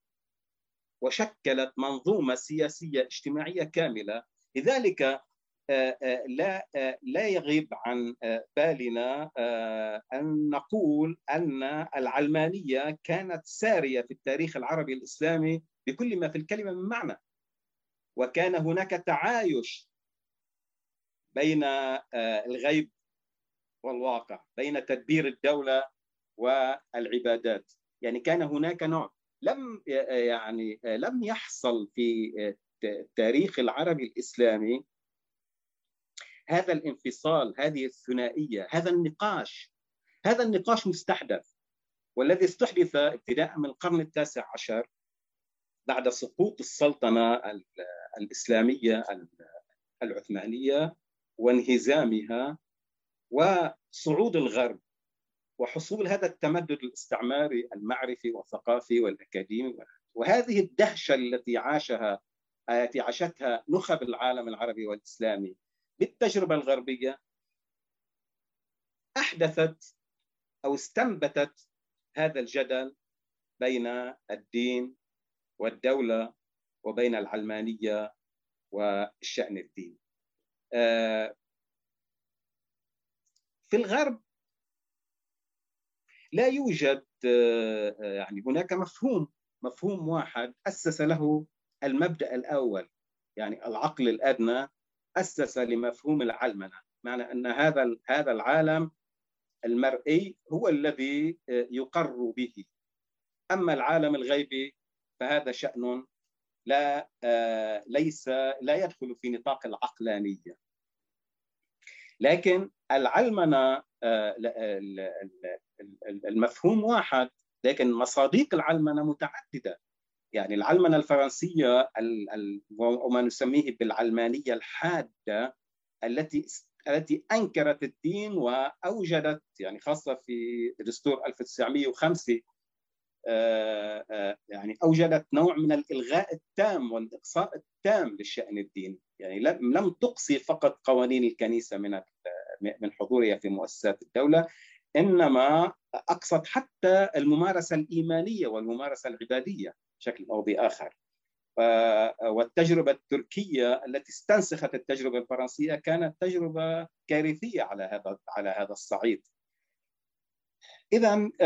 وشكلت منظومة سياسية اجتماعية كاملة. لذلك لا لا يغيب عن بالنا أن نقول أن العلمانية كانت سارية في التاريخ العربي الإسلامي بكل ما في الكلمة من معنى، وكان هناك تعايش بين الغيب والواقع، بين تدبير الدولة والعبادات. يعني كان هناك نوع لم يعني لم يحصل في التاريخ العربي الإسلامي هذا الانفصال، هذه الثنائية، هذا النقاش. هذا النقاش مستحدث، والذي استحدث ابتداء من القرن التاسع عشر بعد سقوط السلطنة الإسلامية العثمانية وانهزامها وصعود الغرب وحصول هذا التمدد الاستعماري المعرفي والثقافي والأكاديمي. وهذه الدهشة التي عاشها التي عاشتها نخب العالم العربي والإسلامي بالتجربة الغربية أحدثت أو استنبتت هذا الجدل بين الدين والدولة وبين العلمانية والشأن الديني. في الغرب لا يوجد يعني هناك مفهوم مفهوم واحد أسس له المبدأ الأول، يعني العقل الأدنى أسس لمفهوم العلمنة، معنى أن هذا هذا العالم المرئي هو الذي يقر به، أما العالم الغيبي فهذا شأن لا ليس لا يدخل في نطاق العقلانية. لكن العلمنة المفهوم واحد، لكن مصادق العلمنة متعددة. يعني العلمنة الفرنسية وما نسميه بالعلمانية الحادة التي التي أنكرت الدين وأوجدت، يعني خاصة في دستور ألف وتسعمئة وخمسة يعني أوجدت نوع من الإلغاء التام والإقصاء التام للشأن الديني. يعني لم تقصي فقط قوانين الكنيسة من من حضورها في مؤسسات الدولة، إنما أقصت حتى الممارسة الإيمانية والممارسة العبادية بشكل أو بآخر. والتجربة التركية التي استنسخت التجربة الفرنسية كانت تجربة كارثية على هذا على هذا الصعيد. إذن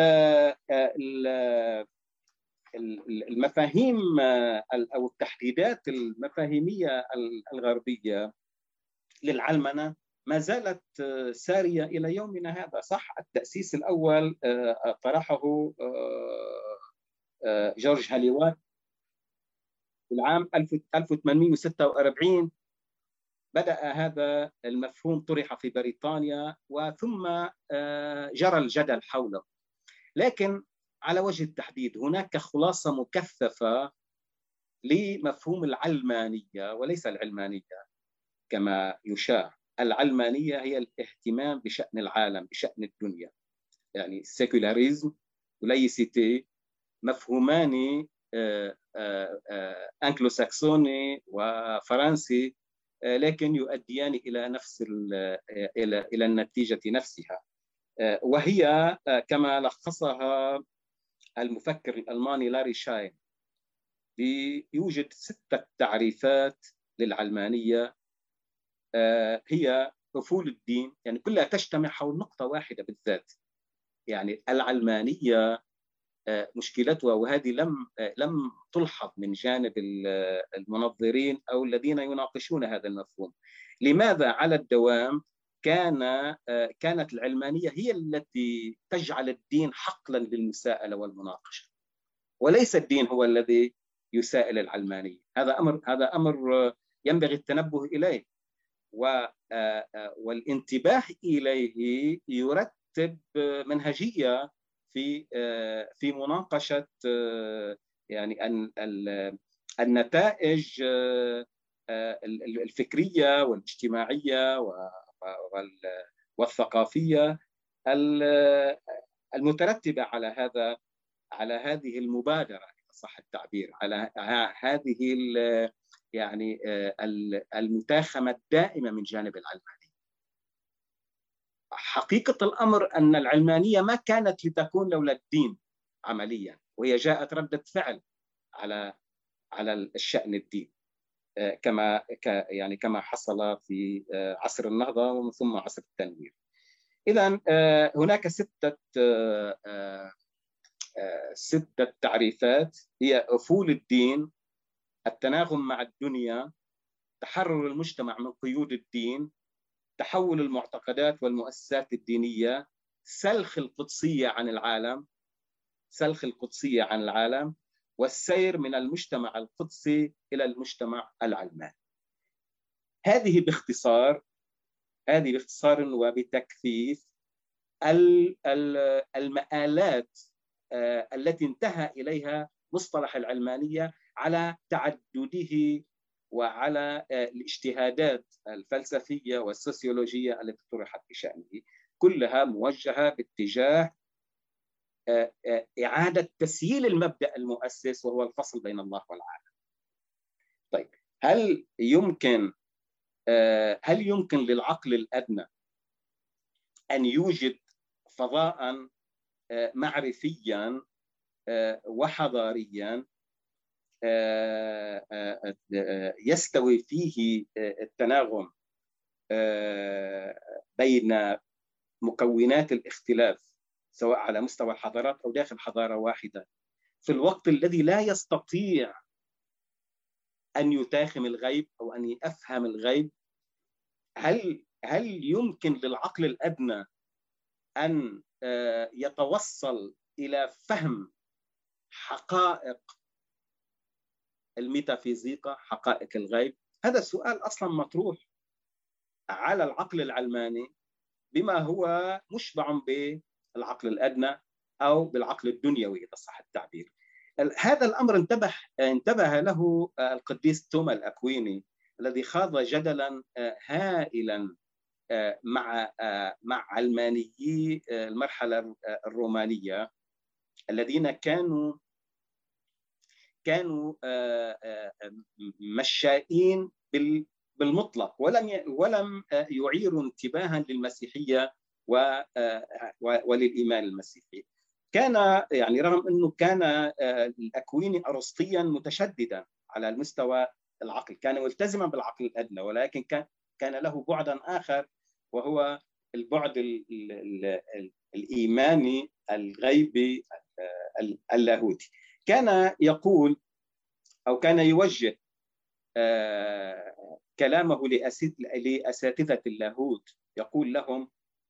المفاهيم أو التحديدات المفاهيمية الغربية للعلمنة ما زالت سارية إلى يومنا هذا. صح، التأسيس الأول طرحه جورج هاليوات في العام ألف وثمانمئة وستة وأربعين. بدأ هذا المفهوم طرح في بريطانيا وثم جرى الجدل حوله. لكن على وجه التحديد هناك خلاصة مكثفة لمفهوم العلمانية وليس العلمانية كما يشاع. العلمانية هي الاهتمام بشأن العالم، بشأن الدنيا. يعني السيكولاريزم وليسيتي مفهومان أنكلو ساكسوني وفرنسي، لكن يؤديان إلى نفس إلى إلى النتيجة نفسها، وهي كما لخصها المفكر الألماني لاري شاين. يوجد ستة تعريفات للعلمانية، هي أصول الدين، يعني كلها تجتمع حول نقطة واحدة بالذات. يعني العلمانية مشكلتها، وهذه لم لم تلحظ من جانب المنظرين أو الذين يناقشون هذا المفهوم، لماذا على الدوام كان كانت العلمانية هي التي تجعل الدين حقلا للمساءلة والمناقشة، وليس الدين هو الذي يسائل العلمانية. هذا أمر هذا أمر ينبغي التنبه إليه والانتباه إليه، يرتب منهجية في في مناقشة يعني النتائج الفكرية والاجتماعية والثقافية المترتبة على هذا على هذه المبادرة إن صح التعبير، على هذه يعني المتاخمة الدائمة من جانب العلمانية. حقيقة الأمر أن العلمانية ما كانت لتكون لولا الدين عمليا، وهي جاءت ردة فعل على على الشأن الدين كما يعني كما حصل في عصر النهضة ومن ثم عصر التنوير. إذن هناك ستة ستة تعريفات هي أفول الدين، التناغم مع الدنيا، تحرر المجتمع من قيود الدين، تحول المعتقدات والمؤسسات الدينية، سلخ القدسية عن العالم سلخ القدسية عن العالم والسير من المجتمع القدسي إلى المجتمع العلماني. هذه باختصار هذه باختصار وبتكثيف المآلات التي انتهى إليها مصطلح العلمانية على تعدده وعلى الاجتهادات الفلسفية والسوسيولوجية التي طرحت بشأنه، كلها موجهة باتجاه إعادة تسييل المبدأ المؤسس وهو الفصل بين الله والعالم. طيب، هل يمكن هل يمكن للعقل الأدنى أن يوجد فضاء معرفيا وحضاريا يستوي فيه التناغم بين مكونات الاختلاف سواء على مستوى الحضارات أو داخل حضارة واحدة في الوقت الذي لا يستطيع أن يتاخم الغيب أو أن يفهم الغيب؟ هل هل يمكن للعقل الأدنى أن يتوصل إلى فهم حقائق الميتافيزيقا، حقائق الغيب؟ هذا السؤال أصلا مطروح على العقل العلماني بما هو مشبع بالعقل الأدنى أو بالعقل الدنيوي إذا صح التعبير. هذا الأمر انتبه انتبه له القديس توما الأكويني الذي خاض جدلا هائلا مع مع علمانيي المرحلة الرومانية الذين كانوا كانوا مشائين بالمطلق ولم ولم يعيروا انتباها للمسيحية وللإيمان المسيحي. كان يعني رغم أنه كان الأكويني أرسطيا متشددا على المستوى العقل، كان ملتزما بالعقل الأدنى، ولكن كان كان له بعدا آخر وهو البعد ال ال ال الإيماني الغيبي اللاهوتي. كان يقول أو كان يوجه كلامه لأساتذة اللاهوت، يقول لهم: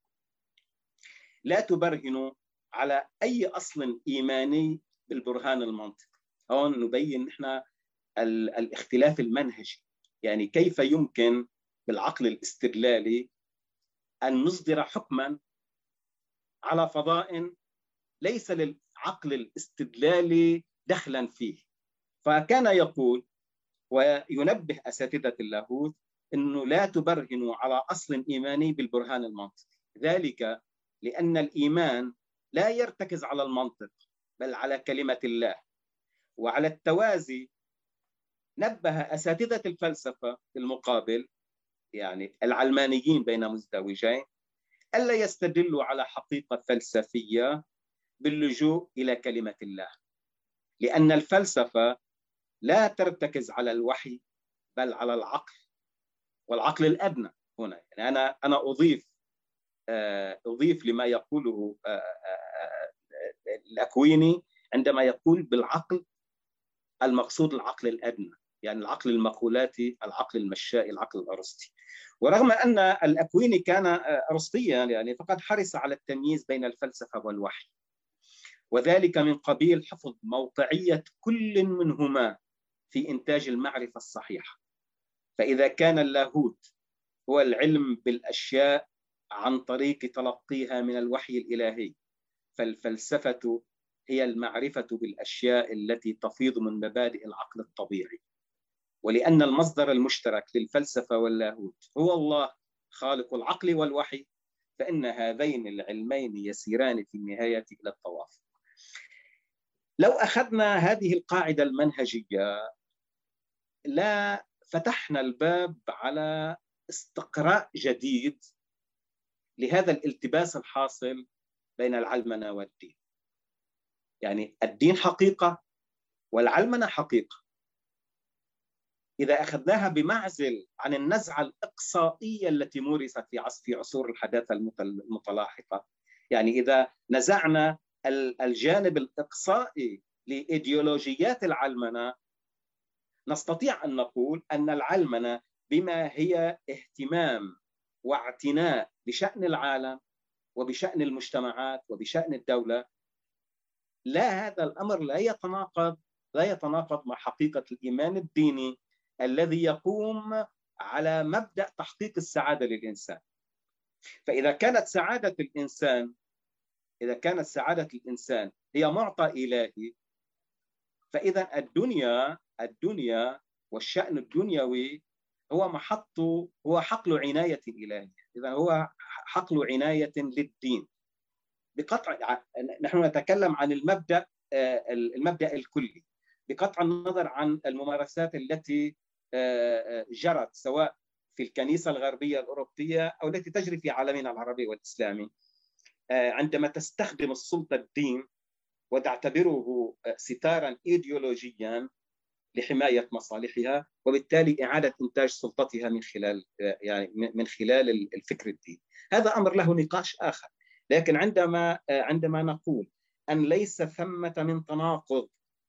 لا تبرهنوا على أي أصل إيماني بالبرهان المنطقي. هون نبين إحنا الاختلاف المنهجي، يعني كيف يمكن بالعقل الاستدلالي أن نصدر حكما على فضاء ليس للعقل الاستدلالي دخلا فيه. فكان يقول وينبه أساتذة اللاهوت أنه لا تبرهنوا على أصل إيماني بالبرهان المنطقي، ذلك لأن الإيمان لا يرتكز على المنطق بل على كلمة الله. وعلى التوازي نبه أساتذة الفلسفة في المقابل، يعني العلمانيين بين مزدوجين، ألا يستدلوا على حقيقة فلسفية باللجوء إلى كلمة الله، لأن الفلسفة لا ترتكز على الوحي بل على العقل، والعقل الأدنى هنا. يعني أنا أنا أضيف أضيف لما يقوله الأكويني عندما يقول بالعقل المقصود العقل الأدنى، يعني العقل المقولاتي، العقل المشائي، العقل الأرسطي. ورغم أن الأكويني كان أرسطيا يعني فقد حرص على التمييز بين الفلسفة والوحي، وذلك من قبيل حفظ موقعية كل منهما في إنتاج المعرفة الصحيحة. فإذا كان اللاهوت هو العلم بالأشياء عن طريق تلقيها من الوحي الإلهي، فالفلسفة هي المعرفة بالأشياء التي تفيض من مبادئ العقل الطبيعي. ولأن المصدر المشترك للفلسفة واللاهوت هو الله خالق العقل والوحي، فإن هذين العلمين يسيران في النهاية إلى التوافق. لو أخذنا هذه القاعدة المنهجية لا فتحنا الباب على استقراء جديد لهذا الالتباس الحاصل بين العلمنة والدين. يعني الدين حقيقة والعلمنة حقيقة. إذا أخذناها بمعزل عن النزعة الإقصائية التي مورست في في عصور الحداثة المتلاحقة، يعني إذا نزعنا الجانب الإقصائي لإيديولوجيات العلمنة، نستطيع أن نقول أن العلمنة بما هي اهتمام واعتناء بشأن العالم وبشأن المجتمعات وبشأن الدولة، لا، هذا الأمر لا يتناقض لا يتناقض مع حقيقة الإيمان الديني الذي يقوم على مبدأ تحقيق السعادة للإنسان. فإذا كانت سعادة الإنسان إذا كانت سعادة الإنسان هي معطى إلهي، فإذا الدنيا الدنيا والشأن الدنيوي هو محط هو حقل عناية إلهية. إذا هو حقل عناية للدين بقطع. نحن نتكلم عن المبدأ المبدأ الكلي بقطع النظر عن الممارسات التي جرت سواء في الكنيسة الغربية الأوروبية أو التي تجري في عالمنا العربي والإسلامي، عندما تستخدم السلطة الدين وتعتبره ستارا إيديولوجيا لحماية مصالحها، وبالتالي إعادة إنتاج سلطتها من خلال يعني من خلال الفكر الديني. هذا أمر له نقاش آخر. لكن عندما عندما نقول أن ليس ثمة من تناقض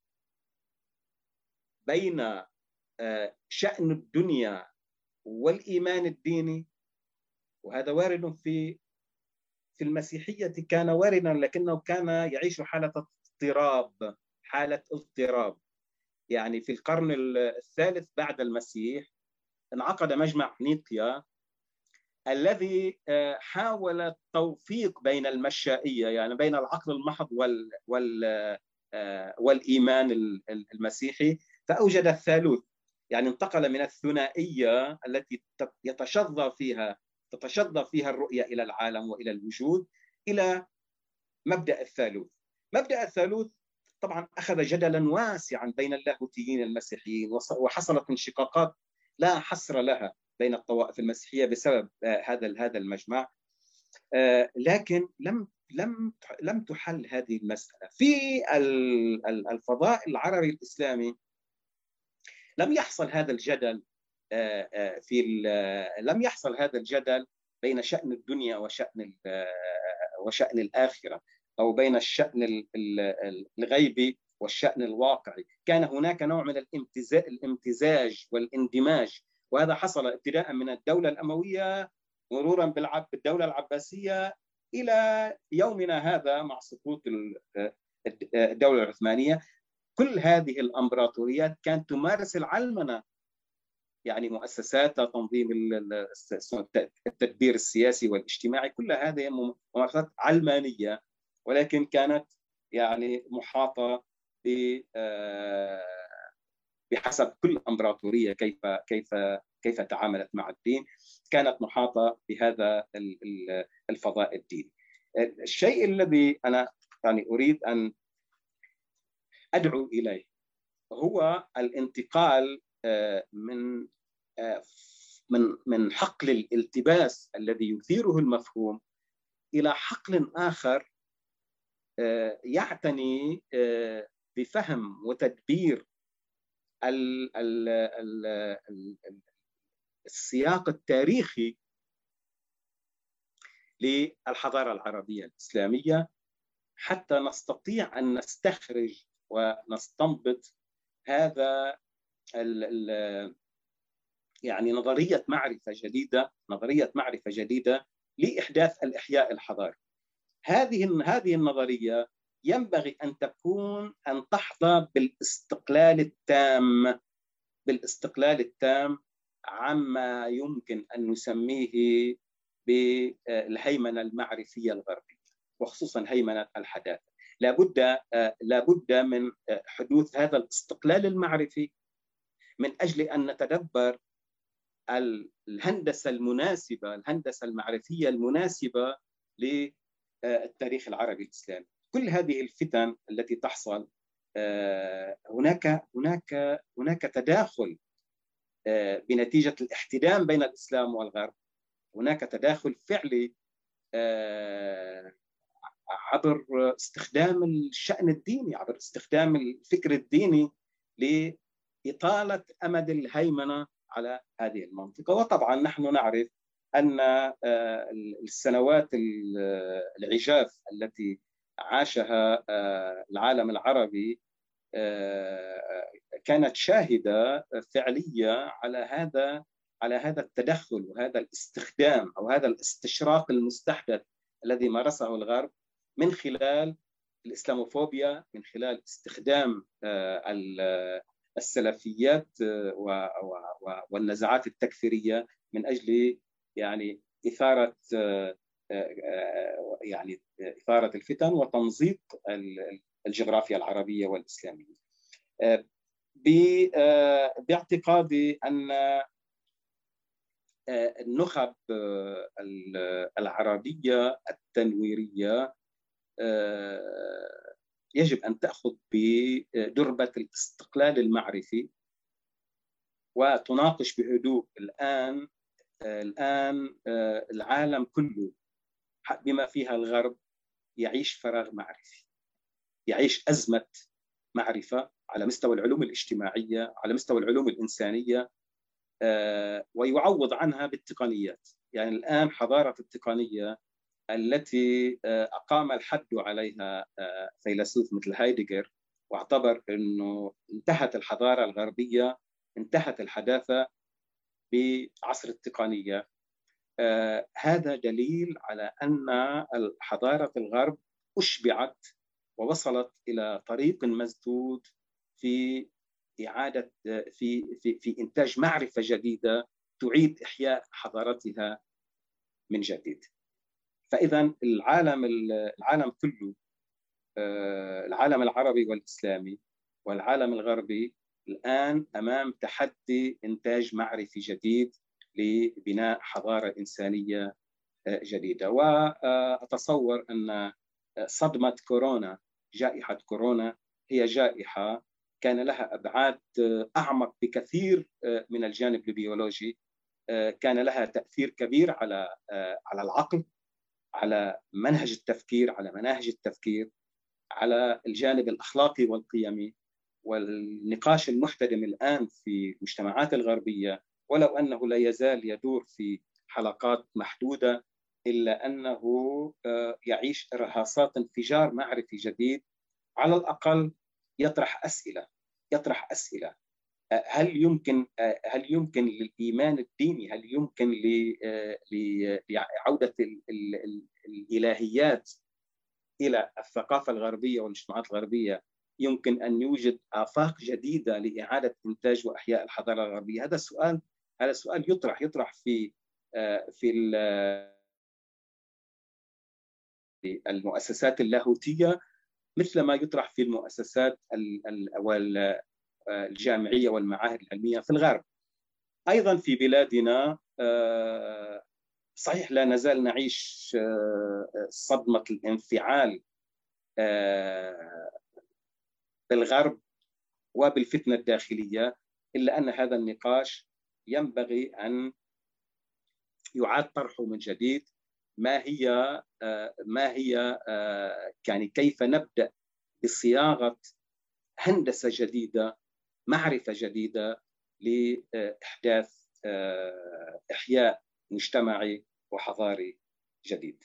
بين شأن الدنيا والإيمان الديني، وهذا وارد في في المسيحية، كان واردا لكنه كان يعيش حالة اضطراب حالة اضطراب يعني في القرن الثالث بعد المسيح انعقد مجمع نيقيا الذي حاول التوفيق بين المشائية، يعني بين العقل المحض وال وال والإيمان المسيحي، فأوجد الثالوث. يعني انتقل من الثنائية التي يتشظى فيها تتشظى فيها الرؤية إلى العالم وإلى الوجود إلى مبدأ الثالوث. مبدأ الثالوث طبعا أخذ جدلا واسعا بين اللاهوتيين المسيحيين، وحصلت انشقاقات لا حصر لها بين الطوائف المسيحية بسبب هذا هذا المجمع. لكن لم لم لم تحل هذه المسألة في الفضاء العربي الإسلامي. لم يحصل هذا الجدل في لم يحصل هذا الجدل بين شأن الدنيا وشأن وشأن الآخرة، أو بين الشأن الغيبي والشأن الواقعي. كان هناك نوع من الامتزاج والاندماج، وهذا حصل ابتداء من الدولة الأموية مرورا بالدولة العباسية إلى يومنا هذا مع سقوط الدولة العثمانية. كل هذه الامبراطوريات كانت تمارس العلمنة، يعني مؤسسات تنظيم التدبير السياسي والاجتماعي، كل هذه ممارسات علمانية، ولكن كانت يعني محاطة بحسب كل امبراطورية كيف كيف كيف تعاملت مع الدين، كانت محاطة بهذا الفضاء الديني. الشيء الذي أنا يعني أريد أن أدعو إليه هو الانتقال من من من حقل الالتباس الذي يثيره المفهوم إلى حقل آخر يعتني بفهم وتدبير السياق التاريخي للحضارة العربية الإسلامية، حتى نستطيع أن نستخرج ونستنبط هذا ال ال يعني نظرية معرفة جديدة نظرية معرفة جديدة لإحداث الإحياء الحضاري. هذه هذه النظرية ينبغي أن تكون أن تحظى بالاستقلال التام بالاستقلال التام عما يمكن أن نسميه بالهيمنة المعرفية الغربية. وخصوصا هيمنة الحداثة. لابد لابد من حدوث هذا الاستقلال المعرفي من أجل أن نتدبر الهندسة المناسبة، الهندسة المعرفية المناسبة للتاريخ العربي الإسلامي. كل هذه الفتن التي تحصل، هناك هناك هناك تداخل بنتيجة الاحتدام بين الإسلام والغرب، هناك تداخل فعلي عبر استخدام الشأن الديني، عبر استخدام الفكر الديني لإطالة أمد الهيمنة على هذه المنطقة. وطبعا نحن نعرف أن السنوات العجاف التي عاشها العالم العربي كانت شاهدة فعلية على هذا على هذا التدخل وهذا الاستخدام أو هذا الاستشراق المستحدث الذي مارسه الغرب من خلال الإسلاموفوبيا، من خلال استخدام السلفيات والنزعات التكفيرية من أجل يعني إثارة يعني إثارة الفتن وتمزيق الجغرافيا العربية والإسلامية. باعتقادي أن النخب العربية التنويرية يجب أن تأخذ بدربة الاستقلال المعرفي وتناقش بهدوء. الآن الآن العالم كله بما فيها الغرب يعيش فراغ معرفي، يعيش أزمة معرفة على مستوى العلوم الاجتماعية، على مستوى العلوم الإنسانية، ويعوض عنها بالتقنيات. يعني الآن حضارة التقنية التي أقام الحد عليها فيلسوف مثل هايدغر واعتبر أنه انتهت الحضارة الغربية، انتهت الحداثة بعصر التقنية، هذا دليل على أن حضارة الغرب أشبعت ووصلت إلى طريق مسدود في إعادة في في في إنتاج معرفة جديدة تعيد إحياء حضارتها من جديد. فإذا العالم العالم كله، العالم العربي والإسلامي والعالم الغربي الآن أمام تحدي إنتاج معرفي جديد لبناء حضارة إنسانية جديدة. وأتصور أن صدمة كورونا، جائحة كورونا، هي جائحة كان لها أبعاد أعمق بكثير من الجانب البيولوجي، كان لها تأثير كبير على على العقل، على منهج التفكير، على مناهج التفكير، على الجانب الأخلاقي والقيمي. والنقاش المحتدم الآن في المجتمعات الغربية ولو أنه لا يزال يدور في حلقات محدودة إلا أنه يعيش إرهاصات انفجار معرفي جديد، على الأقل يطرح أسئلة يطرح أسئلة هل يمكن هل يمكن للإيمان الديني، هل يمكن لعودة الإلهيات إلى الثقافة الغربية والمجتمعات الغربية، يمكن أن يوجد آفاق جديدة لإعادة إنتاج وإحياء الحضارة الغربية؟ هذا السؤال هذا السؤال يطرح يطرح في في المؤسسات اللاهوتية مثل ما يطرح في المؤسسات الجامعية والمعاهد العلمية في الغرب. أيضا في بلادنا صحيح لا نزال نعيش صدمة الانفعال بالغرب وبالفتنة الداخلية، إلا أن هذا النقاش ينبغي أن يعاد طرحه من جديد. ما هي ما هي يعني كيف نبدأ بصياغة هندسة جديدة، معرفة جديدة لإحداث إحياء مجتمعي وحضاري جديد.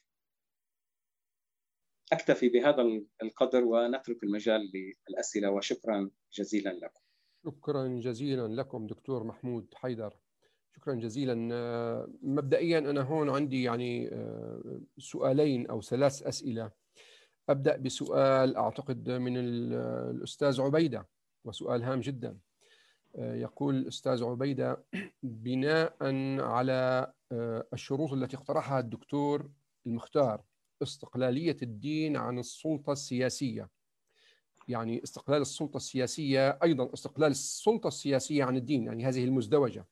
أكتفي بهذا القدر ونترك المجال للأسئلة، وشكرا جزيلا لكم. شكرا جزيلا لكم دكتور محمود حيدر، شكرا جزيلا. مبدئيا أنا هون عندي يعني سؤالين أو ثلاث أسئلة. أبدأ بسؤال أعتقد من الأستاذ عبيدة، وسؤال هام جدا. يقول الأستاذ عبيدة: بناء على الشروط التي اقترحها الدكتور المختار استقلالية الدين عن السلطة السياسية. يعني استقلال السلطة السياسية أيضا استقلال السلطة السياسية عن الدين، يعني هذه المزدوجة.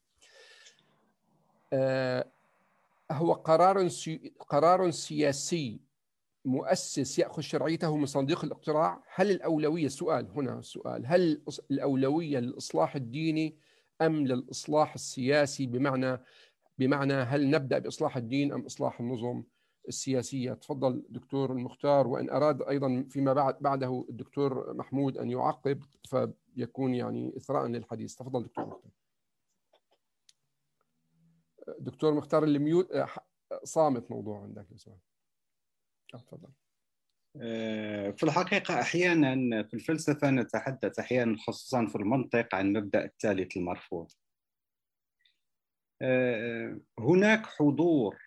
آه هو قرار سي قرار سياسي مؤسس يأخذ شرعيته من صندوق الاقتراع. هل الأولوية، السؤال هنا السؤال هل الأولوية للإصلاح الديني أم للإصلاح السياسي؟ بمعنى بمعنى هل نبدأ بإصلاح الدين أم إصلاح النظم السياسية؟ تفضل دكتور المختار، وإن أراد أيضا فيما بعد بعده الدكتور محمود أن يعقب فيكون يعني إثراء للحديث. تفضل دكتور مختار. دكتور مختار اللي ميوت صامت موضوع عندك السؤال. تفضل. في الحقيقة أحيانا في الفلسفة نتحدث أحيانا خصوصا في المنطق عن مبدأ الثالث المرفوض. هناك حضور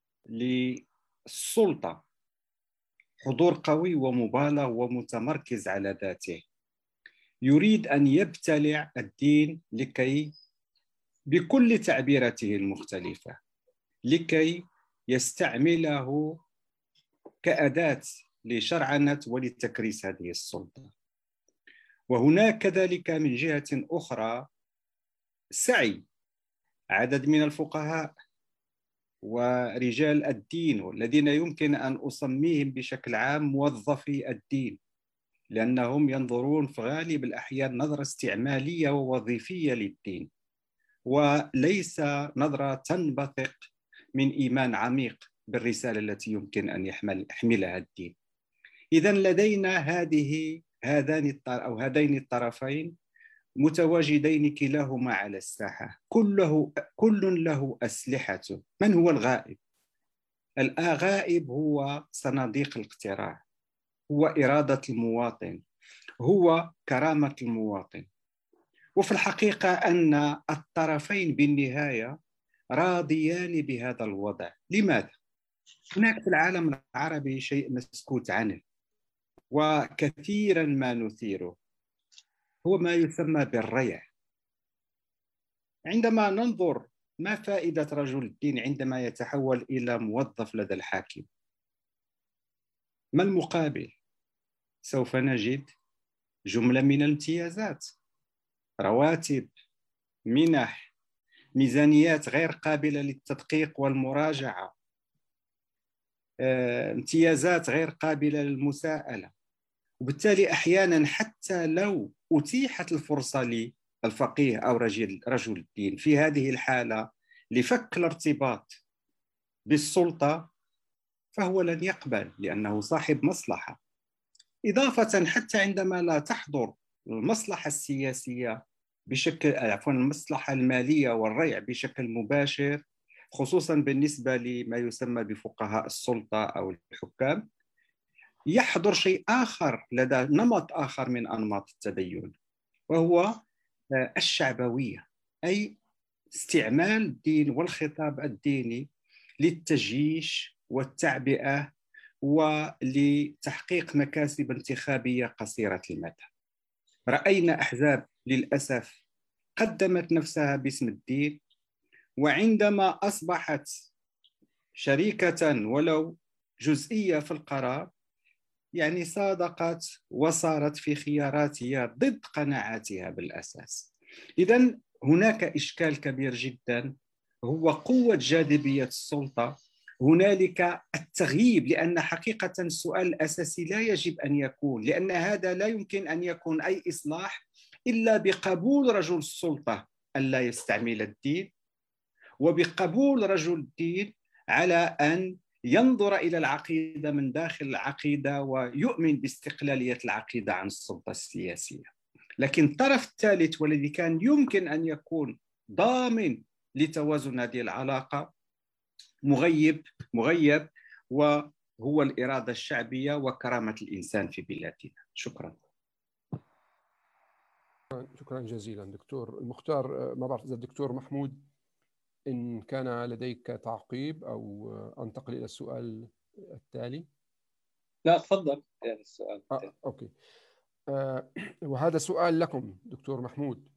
للسلطة، حضور قوي ومبالغ ومتمركز على ذاته، يريد أن يبتلع الدين لكي بكل تعبيراته المختلفة لكي يستعمله كأداة لشرعنة ولتكريس هذه السلطة. وهناك كذلك من جهة أخرى سعي عدد من الفقهاء ورجال الدين الذين يمكن أن أسميهم بشكل عام موظفي الدين، لأنهم ينظرون في غالب الأحيان نظرة استعمالية ووظيفية للدين، وليس نظرة تنبثق من إيمان عميق بالرسالة التي يمكن أن يحمل يحملها الدين. إذن لدينا هذه هذان أو هذين الطرفين متواجدين كلاهما على الساحة، كله كل له أسلحته. من هو الغائب؟ الغائب هو صناديق الاقتراع، هو إرادة المواطن، هو كرامة المواطن. وفي الحقيقة أن الطرفين بالنهاية راضيان بهذا الوضع. لماذا؟ هناك في العالم العربي شيء مسكوت عنه وكثيرا ما نثيره، هو ما يسمى بالريع. عندما ننظر ما فائدة رجل الدين عندما يتحول إلى موظف لدى الحاكم؟ ما المقابل؟ سوف نجد جملة من الامتيازات، رواتب، منح، ميزانيات غير قابلة للتدقيق والمراجعة، امتيازات غير قابلة للمساءلة. وبالتالي أحيانا حتى لو أتيحت الفرصة للفقيه أو رجل, رجل الدين في هذه الحالة لفك الارتباط بالسلطة فهو لن يقبل، لأنه صاحب مصلحة. إضافة حتى عندما لا تحضر المصلحة السياسية بشكل عفوا المصلحة المالية والريع بشكل مباشر، خصوصا بالنسبة لما يسمى بفقهاء السلطة أو الحكام، يحضر شيء آخر لدى نمط آخر من أنماط التدين، وهو الشعبوية، أي استعمال الدين والخطاب الديني للتجيش والتعبئة ولتحقيق مكاسب انتخابية قصيرة المدى. رأينا أحزاب للأسف قدمت نفسها باسم الدين، وعندما أصبحت شريكة ولو جزئية في القرار يعني صادقت وصارت في خياراتها ضد قناعاتها بالأساس. إذن هناك إشكال كبير جدا، هو قوة جاذبية السلطة. هنالك التغييب، لأن حقيقة السؤال الأساسي لا يجب أن يكون، لأن هذا لا يمكن أن يكون أي إصلاح إلا بقبول رجل السلطة ألا يستعمل الدين، وبقبول رجل الدين على أن ينظر إلى العقيدة من داخل العقيدة ويؤمن باستقلالية العقيدة عن السلطة السياسية. لكن الطرف الثالث والذي كان يمكن أن يكون ضامن لتوازن هذه العلاقة مغيب مغيب وهو الإرادة الشعبية وكرامة الإنسان في بلادنا. شكرا. شكرا جزيلا دكتور المختار. ما بعرف إذا الدكتور محمود إن كان لديك تعقيب أو أنتقل إلى السؤال التالي. لا تفضل يعني السؤال التالي. آه، أوكي. آه، وهذا سؤال لكم دكتور محمود.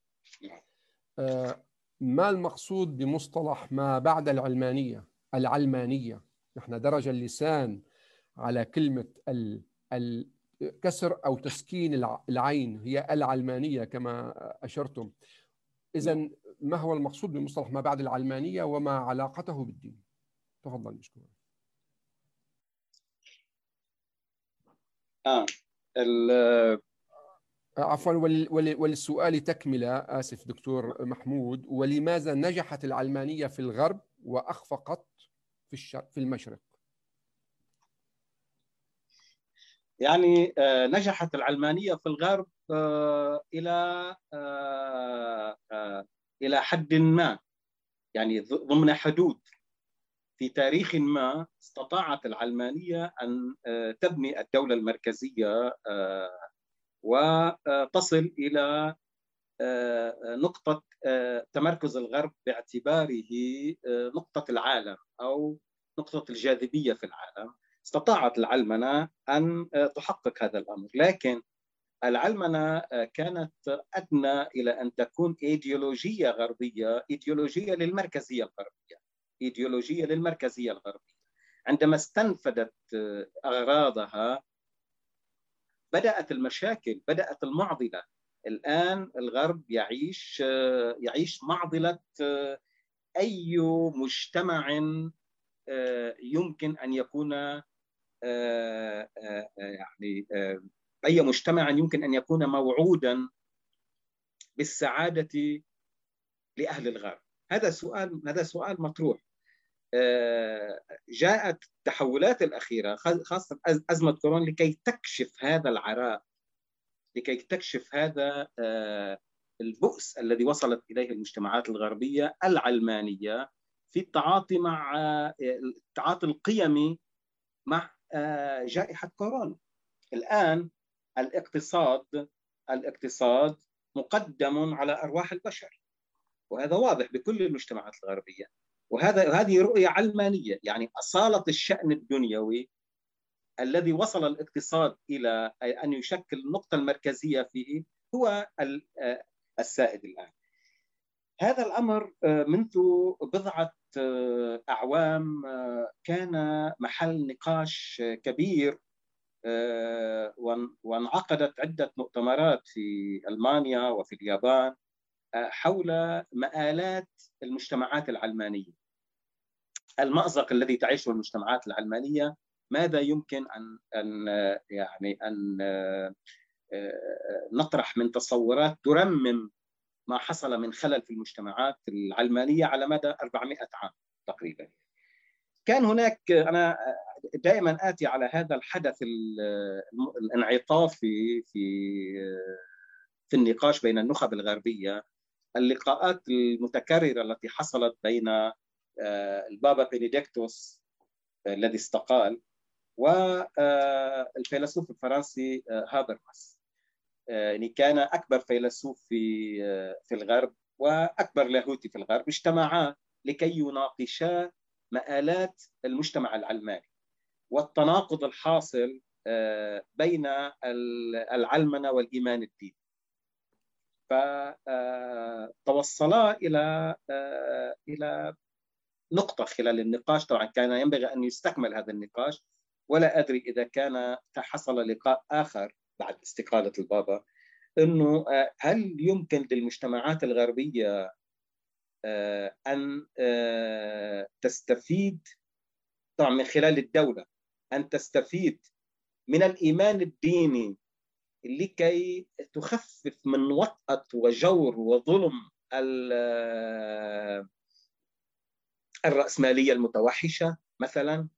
آه، ما المقصود بمصطلح ما بعد العلمانية؟ العلمانية، نحن درج اللسان على كلمة الكسر أو تسكين العين هي العلمانية كما أشرتم. إذن ما هو المقصود بمصطلح ما بعد العلمانية وما علاقته بالدين؟ تفضل مشكورا. آه عفوا، وللسؤال تكملة، آسف دكتور محمود، ولماذا نجحت العلمانية في الغرب وأخفقت في الشرق في المشرق؟ يعني نجحت العلمانية في الغرب إلى إلى حد ما، يعني ضمن حدود. في تاريخ ما استطاعت العلمانية أن تبني الدولة المركزية وتصل إلى نقطة تمركز الغرب باعتباره نقطة العالم أو نقطة الجاذبية في العالم. استطاعت العلمنة أن تحقق هذا الأمر، لكن العلمنة كانت أدنى إلى أن تكون إيديولوجية غربية، إيديولوجية للمركزية الغربية، إيديولوجية للمركزية الغربية. عندما استنفدت أغراضها بدأت المشاكل، بدأت المعضلة. الآن الغرب يعيش يعيش معضلة أي مجتمع يمكن أن يكون يعني أي مجتمع يمكن أن يكون موعودا بالسعادة لأهل الغرب. هذا سؤال هذا سؤال مطروح. جاءت التحولات الأخيرة خاصة أزمة كورونا لكي تكشف هذا العراء، لكي تكشف هذا البؤس الذي وصلت إليه المجتمعات الغربية العلمانية في التعاطي مع التعاطي القيمي مع جائحة كورونا. الآن الاقتصاد الاقتصاد مقدم على أرواح البشر، وهذا واضح بكل المجتمعات الغربية، وهذا هذه رؤية علمانية. يعني أصالة الشأن الدنيوي الذي وصل الاقتصاد إلى أن يشكل النقطة المركزية فيه هو السائد الآن. هذا الأمر منذ بضعة أعوام كان محل نقاش كبير، وانعقدت عدة مؤتمرات في ألمانيا وفي اليابان حول مآلات المجتمعات العلمانية، المأزق الذي تعيشه المجتمعات العلمانية. ماذا يمكن أن أن يعني أن نطرح من تصورات ترمم ما حصل من خلل في المجتمعات العلمانية على مدى أربعمائة عام تقريبا. كان هناك، أنا دائما آتي على هذا الحدث الانعطافي في في النقاش بين النخب الغربية، اللقاءات المتكررة التي حصلت بين البابا بنديكتوس الذي استقال والفيلسوف الفرنسي هابرماس. يعني كان أكبر فيلسوف في في الغرب وأكبر لاهوتي في الغرب، اجتمعا لكي يناقشا مآلات المجتمع العلماني والتناقض الحاصل بين العلمنة والإيمان الديني. فتوصلا إلى إلى نقطة خلال النقاش. طبعا كان ينبغي أن يستكمل هذا النقاش، ولا أدري إذا كان حصل لقاء آخر بعد استقالة البابا، أنه هل يمكن للمجتمعات الغربية أن تستفيد طبعا من خلال الدولة، أن تستفيد من الإيمان الديني لكي تخفف من وطأة وجور وظلم الرأسمالية المتوحشة مثلا.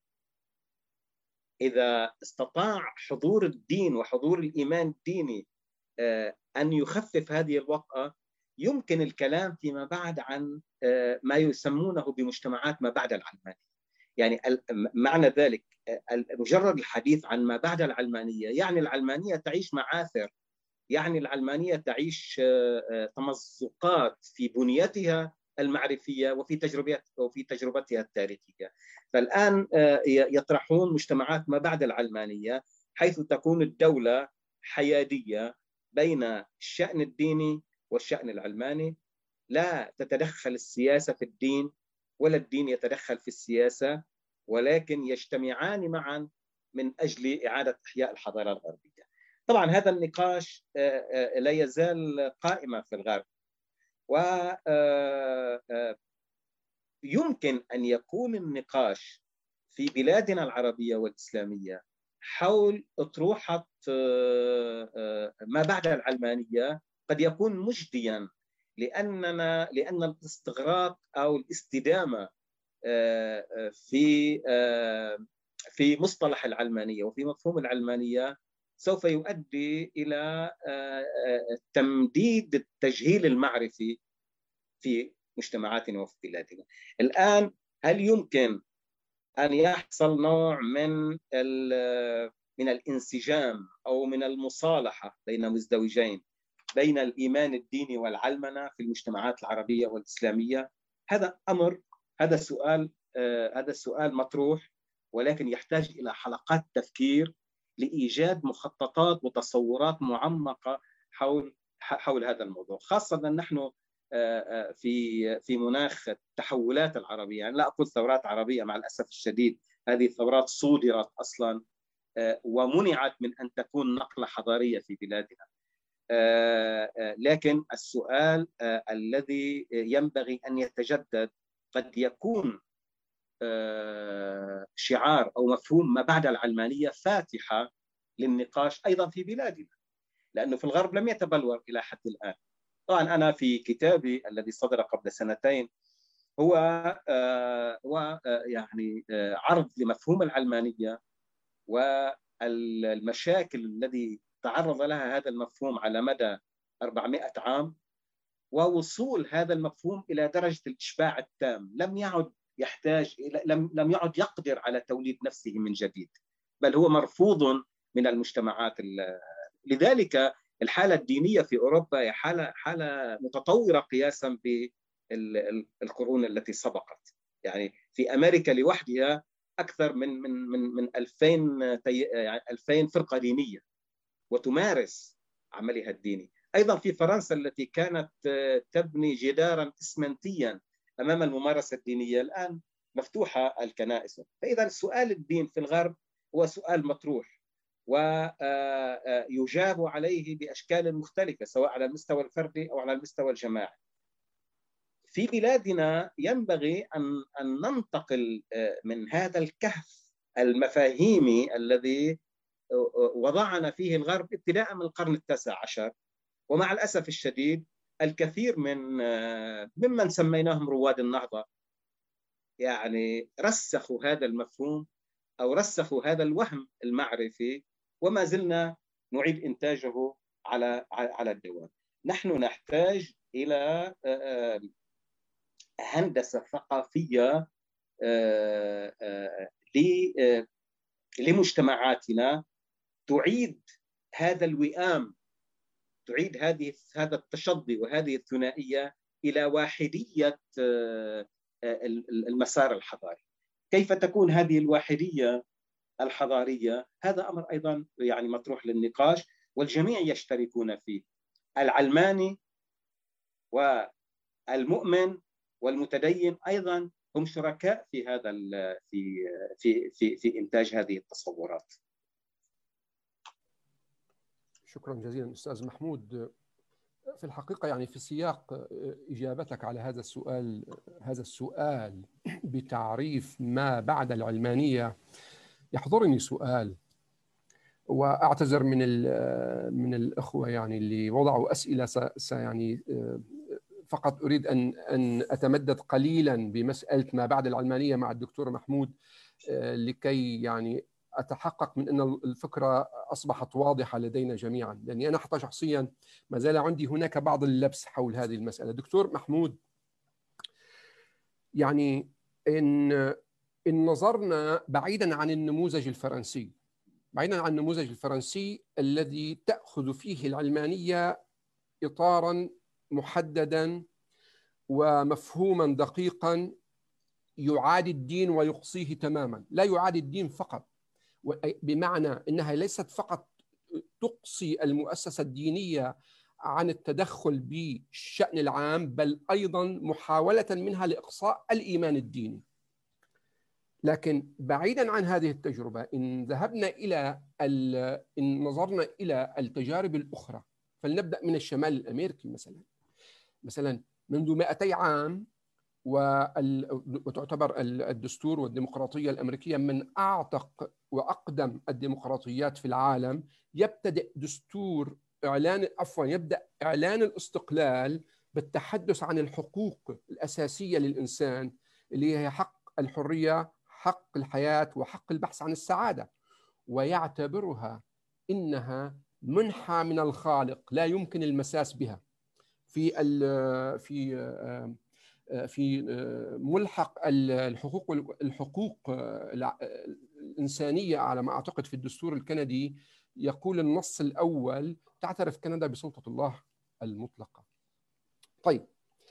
إذا استطاع حضور الدين وحضور الإيمان الديني أن يخفف هذه الوطأة، يمكن الكلام فيما بعد عن ما يسمونه بمجتمعات ما بعد العلمانية. يعني معنى ذلك مجرد الحديث عن ما بعد العلمانية يعني العلمانية تعيش معاثر، يعني العلمانية تعيش تمزقات في بنيتها المعرفية وفي تجربتها وفي تجربتها التاريخية. فالآن يطرحون مجتمعات ما بعد العلمانية حيث تكون الدولة حيادية بين الشأن الديني والشأن العلماني، لا تتدخل السياسة في الدين ولا الدين يتدخل في السياسة، ولكن يجتمعان معا من أجل إعادة إحياء الحضارة الغربية. طبعا هذا النقاش لا يزال قائما في الغرب، ويمكن أن يكون النقاش في بلادنا العربية والإسلامية حول أطروحة ما بعد العلمانية قد يكون مجديا، لأننا لأن الاستغراق أو الاستدامة في في مصطلح العلمانية وفي مفهوم العلمانية سوف يؤدي إلى تمديد التجهيل المعرفي في مجتمعاتنا وفي بلادنا. الآن هل يمكن أن يحصل نوع من من الانسجام أو من المصالحة بين مزدوجين بين الإيمان الديني والعلمنة في المجتمعات العربية والإسلامية؟ هذا أمر، هذا السؤال هذا السؤال مطروح، ولكن يحتاج إلى حلقات تفكير لإيجاد مخططات وتصورات معمقة حول حول هذا الموضوع، خاصة نحن في في مناخ التحولات العربية. يعني لا أقول ثورات عربية، مع الأسف الشديد هذه الثورات صودرت أصلا ومنعت من أن تكون نقلة حضارية في بلادنا. لكن السؤال الذي ينبغي أن يتجدد قد يكون شعار أو مفهوم ما بعد العلمانية فاتحة للنقاش أيضا في بلادنا، لأنه في الغرب لم يتبلور إلى حد الآن. طبعا أنا في كتابي الذي صدر قبل سنتين هو هو يعني عرض لمفهوم العلمانية والمشاكل الذي تعرض لها هذا المفهوم على مدى أربعمائة عام، ووصول هذا المفهوم إلى درجة الإشباع التام. لم يعد يحتاج إلى لم لم يعد يقدر على توليد نفسه من جديد، بل هو مرفوض من المجتمعات. لذلك الحالة الدينية في أوروبا هي حالة حالة متطورة قياسا بالقرون التي سبقت. يعني في أمريكا لوحدها أكثر من من من من ألفين يعني ألفين فرقة دينية وتمارس عملها الديني. أيضا في فرنسا التي كانت تبني جدارا إسمنتيا أمام الممارسة الدينية الآن مفتوحة الكنائس. فإذا سؤال الدين في الغرب هو سؤال مطروح ويجاب عليه بأشكال مختلفة، سواء على المستوى الفردي أو على المستوى الجماعي. في بلادنا ينبغي أن أن ننتقل من هذا الكهف المفاهيمي الذي وضعنا فيه الغرب ابتداء من القرن التاسع عشر، ومع الأسف الشديد الكثير من ممن سميناهم رواد النهضة يعني رسخوا هذا المفهوم أو رسخوا هذا الوهم المعرفي، وما زلنا نعيد إنتاجه على على الدوام. نحن نحتاج إلى هندسة ثقافية لمجتمعاتنا تعيد هذا الوئام، تعيد هذه هذا التشظي وهذه الثنائية إلى واحدية المسار الحضاري. كيف تكون هذه الواحدية الحضارية؟ هذا أمر أيضا يعني مطروح للنقاش والجميع يشتركون فيه. العلماني والمؤمن والمتدين أيضا هم شركاء في هذا في في في في إنتاج هذه التصورات. شكرا جزيلا أستاذ محمود. في الحقيقة يعني في سياق إجابتك على هذا السؤال هذا السؤال بتعريف ما بعد العلمانية يحضرني سؤال، وأعتذر من من الأخوة يعني اللي وضعوا أسئلة س يعني فقط أريد أن أن أتمدد قليلا بمسألة ما بعد العلمانية مع الدكتور محمود لكي يعني أتحقق من أن الفكرة أصبحت واضحة لدينا جميعا، لأني أنا حتى شخصيا ما زال عندي هناك بعض اللبس حول هذه المسألة. دكتور محمود، يعني إن إن نظرنا بعيدا عن النموذج الفرنسي بعيدا عن النموذج الفرنسي الذي تأخذ فيه العلمانية إطارا محددا ومفهوما دقيقا يعادي الدين ويقصيه تماما، لا يعادي الدين فقط، بمعنى أنها ليست فقط تقصي المؤسسة الدينية عن التدخل بالشأن العام، بل أيضا محاولة منها لإقصاء الإيمان الديني. لكن بعيدا عن هذه التجربة، إن ذهبنا إلى إن نظرنا إلى التجارب الأخرى، فلنبدأ من الشمال الأمريكي مثلا. مثلا منذ مئتي عام وتعتبر الدستور والديمقراطية الأمريكية من أعتق وأقدم الديمقراطيات في العالم. يبتدئ دستور إعلان عفوا يبدأ إعلان الاستقلال بالتحدث عن الحقوق الأساسية للإنسان، اللي هي حق الحرية، حق الحياة، وحق البحث عن السعادة، ويعتبرها إنها منحة من الخالق لا يمكن المساس بها. في في في ملحق الحقوق الحقوق الإنسانية على ما أعتقد في الدستور الكندي، يقول النص الأول: تعترف كندا بسلطة الله المطلقة. طيب،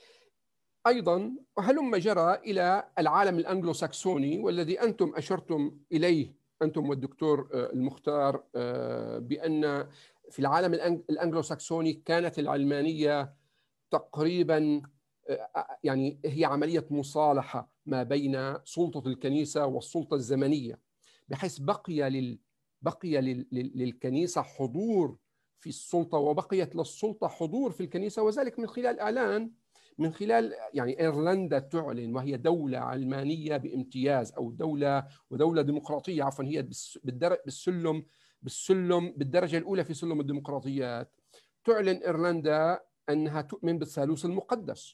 أيضا هلم جرى إلى العالم الأنجلو ساكسوني، والذي أنتم أشرتم إليه أنتم والدكتور المختار، بأن في العالم الأنجلو ساكسوني كانت العلمانية تقريبا يعني هي عملية مصالحة ما بين سلطة الكنيسة والسلطة الزمنية، بحيث بقي لل بقي لل... للكنيسة حضور في السلطة، وبقيت للسلطة حضور في الكنيسة، وذلك من خلال إعلان من خلال يعني إيرلندا تعلن، وهي دولة علمانية بامتياز، أو دولة ودولة ديمقراطية عفوا، هي بالسلم بالسلم بالدرجة الأولى في سلم الديمقراطيات. تعلن إيرلندا أنها تؤمن بالثالوث المقدس.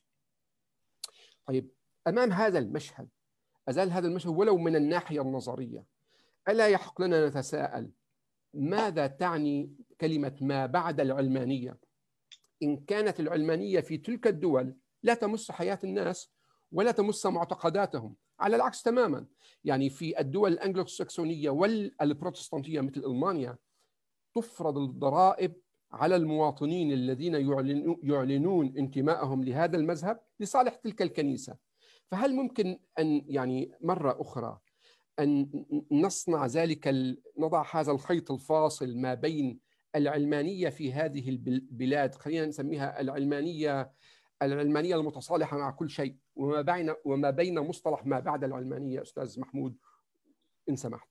طيب، أمام هذا المشهد، أزال هذا المشهد ولو من الناحية النظرية، ألا يحق لنا نتساءل ماذا تعني كلمة ما بعد العلمانية، إن كانت العلمانية في تلك الدول لا تمس حياة الناس ولا تمس معتقداتهم، على العكس تماما. يعني في الدول الأنجلو ساكسونية والبروتستانتية مثل ألمانيا تفرض الضرائب على المواطنين الذين يعلنون انتمائهم لهذا المذهب لصالح تلك الكنيسة. فهل ممكن أن يعني مرة أخرى أن نصنع ذلك، نضع هذا الخيط الفاصل ما بين العلمانية في هذه البلاد، خلينا نسميها العلمانية العلمانية المتصالحة مع كل شيء، وما بين وما بين مصطلح ما بعد العلمانية؟ أستاذ محمود إن سمحت.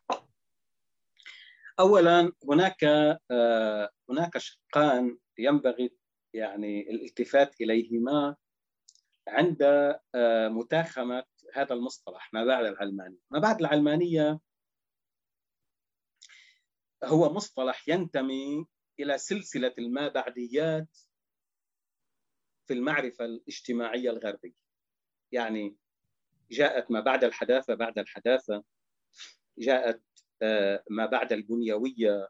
أولا، هناك هناك شقان ينبغي يعني الالتفات إليهما عند متاخمة هذا المصطلح ما بعد العلمانية. ما بعد العلمانية هو مصطلح ينتمي إلى سلسلة الما بعديات في المعرفة الاجتماعية الغربية. يعني جاءت ما بعد الحداثة بعد الحداثة، جاءت ما بعد البنيوية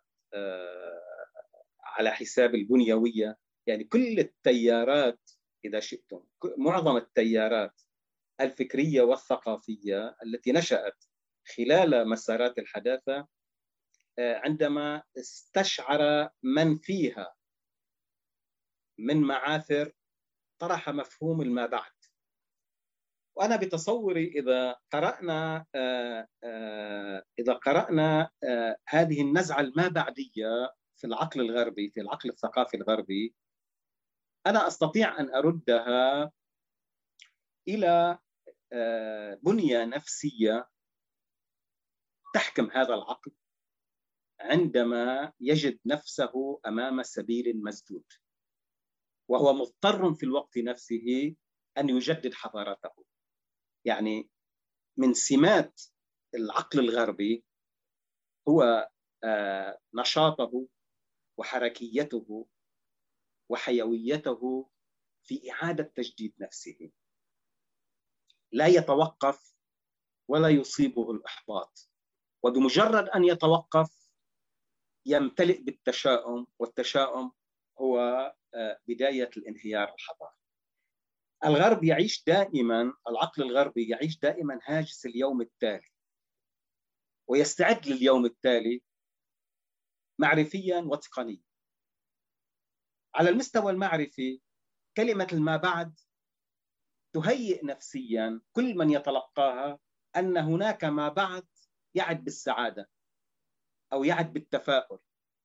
على حساب البنيوية. يعني كل التيارات إذا شئتم، معظم التيارات الفكرية والثقافية التي نشأت خلال مسارات الحداثة، عندما استشعر من فيها من معاثر طرح مفهوم الما بعد. وأنا بتصوري إذا قرأنا إذا قرأنا هذه النزعة الما بعدية في العقل الغربي، في العقل الثقافي الغربي، أنا أستطيع أن أردها إلى بنية نفسية تحكم هذا العقل عندما يجد نفسه أمام سبيل مسدود، وهو مضطر في الوقت نفسه أن يجدد حضارته. يعني من سمات العقل الغربي هو نشاطه وحركيته وحيويته في إعادة تجديد نفسه، لا يتوقف ولا يصيبه الإحباط، وبمجرد أن يتوقف يمتلئ بالتشاؤم، والتشاؤم هو بداية الانهيار الحضاري. الغرب يعيش دائما، العقل الغربي يعيش دائما هاجس اليوم التالي، ويستعد لليوم التالي معرفيا وتقنيا. على المستوى المعرفي كلمة الما بعد تهيئ نفسيا كل من يتلقاها أن هناك ما بعد يعد بالسعادة أو يعد بالتفاؤل.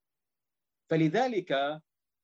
فلذلك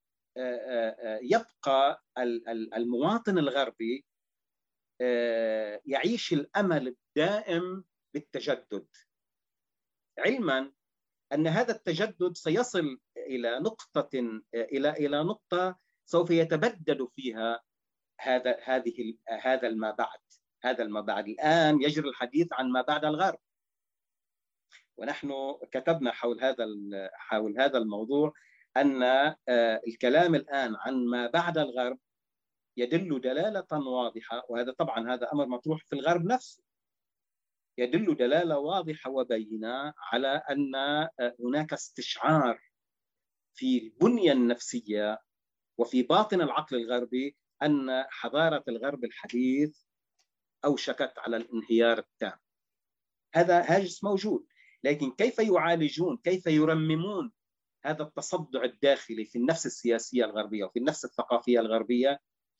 يبقى المواطن الغربي يعيش الأمل الدائم بالتجدد، علما أن هذا التجدد سيصل إلى نقطة إلى إلى نقطة سوف يتبدد فيها هذا هذه هذا الما بعد هذا الما بعد. الآن يجري الحديث عن ما بعد الغرب، ونحن كتبنا حول هذا حول هذا الموضوع أن الكلام الآن عن ما بعد الغرب يدل دلالة واضحة، وهذا طبعا هذا أمر مطروح في الغرب نفسه، يدل دلالة واضحة وبينة على أن هناك استشعار في البنية النفسية وفي باطن العقل الغربي أن حضارة الغرب الحديث أوشكت على الانهيار التام. هذا هاجس موجود، لكن كيف يعالجون، كيف يرممون هذا التصدع الداخلي في النفس السياسية الغربية وفي النفس الثقافية الغربية؟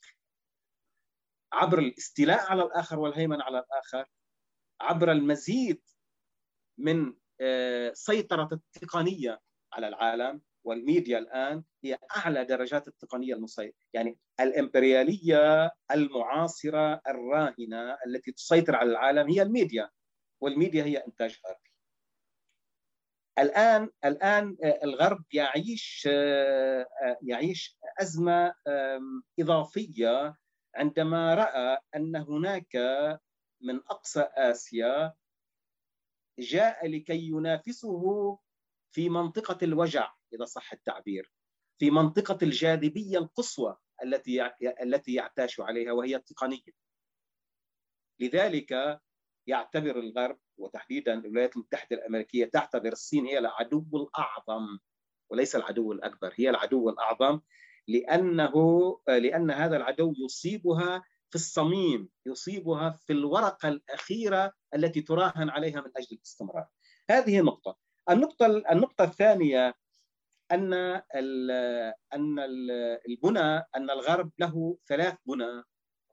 عبر الاستيلاء على الآخر والهيمنة على الآخر، عبر المزيد من سيطرة التقنية على العالم، والميديا الآن هي أعلى درجات التقنية المسيطرة، يعني الإمبريالية المعاصرة الراهنة التي تسيطر على العالم هي الميديا، والميديا هي إنتاج غربي. الآن الآن الغرب يعيش يعيش أزمة إضافية عندما رأى أن هناك من أقصى آسيا جاء لكي ينافسه في منطقة الوجع إذا صح التعبير، في منطقة الجاذبية القصوى التي التي يعتاش عليها وهي التقنية. لذلك يعتبر الغرب وتحديدا الولايات المتحدة الأمريكية تعتبر الصين هي العدو الأعظم وليس العدو الأكبر، هي العدو الأعظم، لأنه لأن هذا العدو يصيبها في الصميم، يصيبها في الورقة الأخيرة التي تراهن عليها من أجل الاستمرار. هذه نقطة. النقطة النقطة الثانية أن أن البنى أن الغرب له ثلاث بنى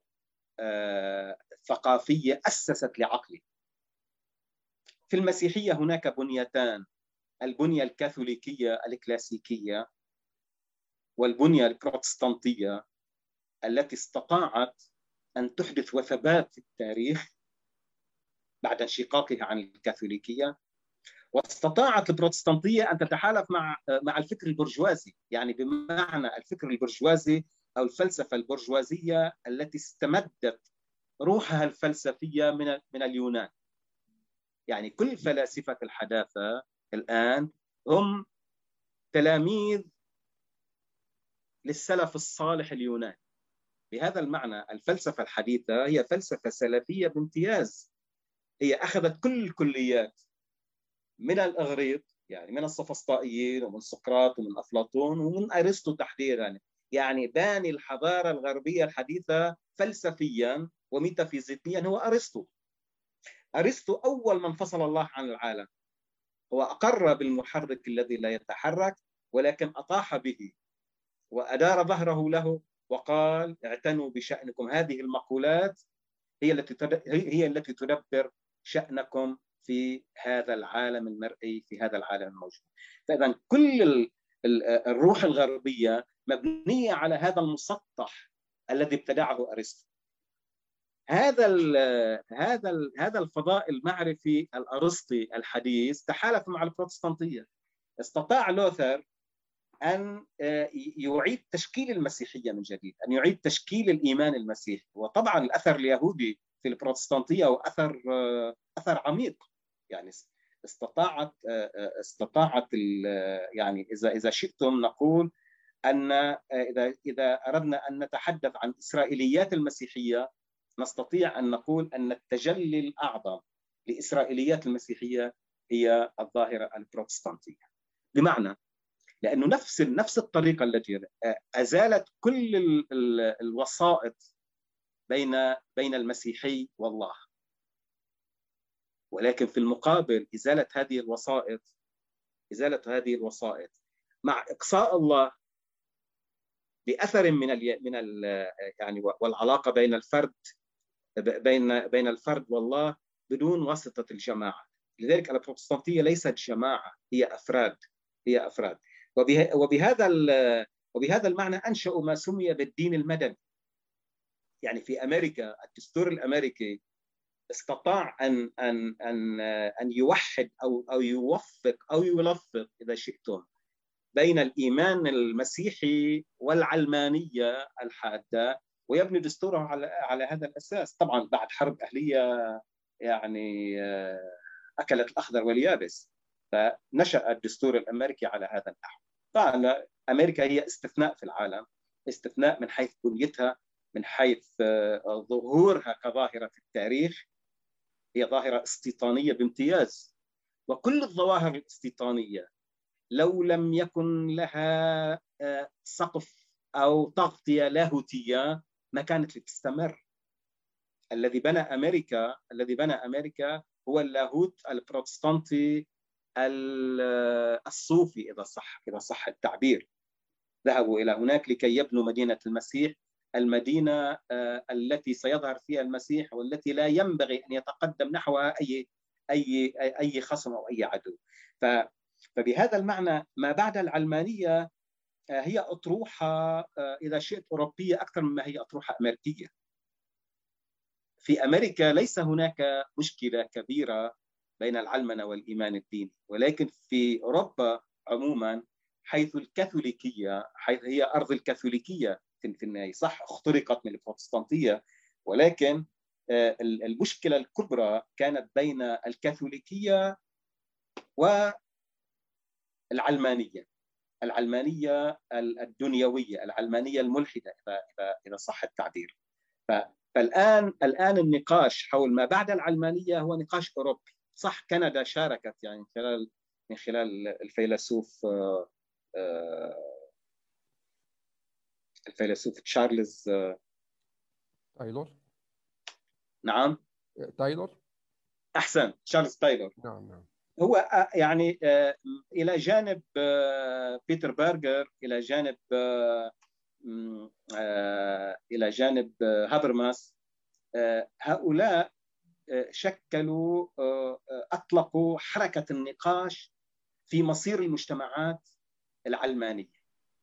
ثقافية أسست لعقله. في المسيحية هناك بنيتان، البنية الكاثوليكية الكلاسيكية والبنية البروتستانتية التي استطاعت أن تحدث وثبات في التاريخ بعد انشقاقها عن الكاثوليكية، واستطاعت البروتستانتية أن تتحالف مع مع الفكر البرجوازي، يعني بمعنى الفكر البرجوازي أو الفلسفة البرجوازية التي استمدت روحها الفلسفية من من اليونان. يعني كل فلاسفة الحداثة الآن هم تلاميذ للسلف الصالح اليوناني. بهذا المعنى الفلسفة الحديثة هي فلسفة سلفية بامتياز، هي أخذت كل الكليات من الإغريق، يعني من السفسطائيين ومن سقراط ومن أفلاطون ومن أرسطو تحديدا. يعني باني الحضارة الغربية الحديثة فلسفيا وميتافيزيقيا هو أرسطو. أرسطو أول من فصل الله عن العالم، هو أقر بالمحرك الذي لا يتحرك ولكن أطاح به وأدار ظهره له وقال اعتنوا بشأنكم. هذه المقولات هي التي هي التي تدبر شأنكم في هذا العالم المرئي، في هذا العالم الموجود. فإذا كل الروح الغربية مبنية على هذا المسطح الذي ابتدعه أرسطو. هذا ال هذا ال هذا الفضاء المعرفي الأرسطي الحديث تحالف مع البروتستانتية. استطاع لوثر أن يعيد تشكيل المسيحية من جديد، أن يعيد تشكيل الإيمان المسيحي. وطبعا الأثر اليهودي في البروتستانتية وأثر أثر عميق، يعني استطاعت استطاعت يعني إذا إذا شئتم نقول أن إذا إذا أردنا أن نتحدث عن إسرائيليات المسيحية نستطيع أن نقول أن التجلي الأعظم لإسرائيليات المسيحية هي الظاهرة البروتستانتية. بمعنى لأنه نفس نفس الطريقة التي أزالت كل الوسائط بين بين المسيحي والله، ولكن في المقابل إزالة هذه الوسائط إزالة هذه الوسائط مع إقصاء الله بأثر من ال من ال يعني والعلاقة بين الفرد بين بين الفرد والله بدون واسطة الجماعة. لذلك البروتستانتية ليست جماعة، هي أفراد هي أفراد وبهذا وبهذا المعنى أنشأوا ما سمي بالدين المدني. يعني في أمريكا الدستور الأمريكي استطاع ان ان ان ان يوحد او او يوفق او يلفق اذا شئتم بين الايمان المسيحي والعلمانيه الحاده، ويبني دستوره على على هذا الاساس. طبعا بعد حرب اهليه يعني اكلت الاخضر واليابس، فنشا الدستور الامريكي على هذا النحو. طبعا امريكا هي استثناء في العالم، استثناء من حيث بنيتها، من حيث ظهورها كظاهره في التاريخ. هي ظاهره استيطانيه بامتياز، وكل الظواهر الاستيطانيه لو لم يكن لها سقف او تغطيه لاهوتيه ما كانت لتستمر. الذي بنى امريكا الذي بنى امريكا هو اللاهوت البروتستانتي الصوفي، اذا صح اذا صح التعبير. ذهبوا الى هناك لكي يبنوا مدينه المسيح، المدينه التي سيظهر فيها المسيح والتي لا ينبغي ان يتقدم نحوها اي اي اي خصم او اي عدو. ف فبهذا المعنى ما بعد العلمانيه هي اطروحه اذا شئت اوروبيه اكثر مما هي اطروحه امريكيه. في امريكا ليس هناك مشكله كبيره بين العلمنه والايمان الديني، ولكن في اوروبا عموما حيث الكاثوليكيه، حيث هي ارض الكاثوليكيه في النهايه، صح اخترقت من البروتستانتيه، ولكن المشكله الكبرى كانت بين الكاثوليكيه والعلمانيه، العلمانيه الدنيويه، العلمانيه الملحده اذا اذا اذا صح التعبير. فالان الان النقاش حول ما بعد العلمانيه هو نقاش اوروبي. صح كندا شاركت يعني من خلال من خلال الفيلسوف الفيلسوف تشارلز تايلور. نعم تايلور احسن تشارلز تايلور. نعم نعم هو يعني الى جانب بيتر بيرغر، الى جانب الى جانب هابرماس، هؤلاء شكلوا اطلقوا حركه النقاش في مصير المجتمعات العلمانيه،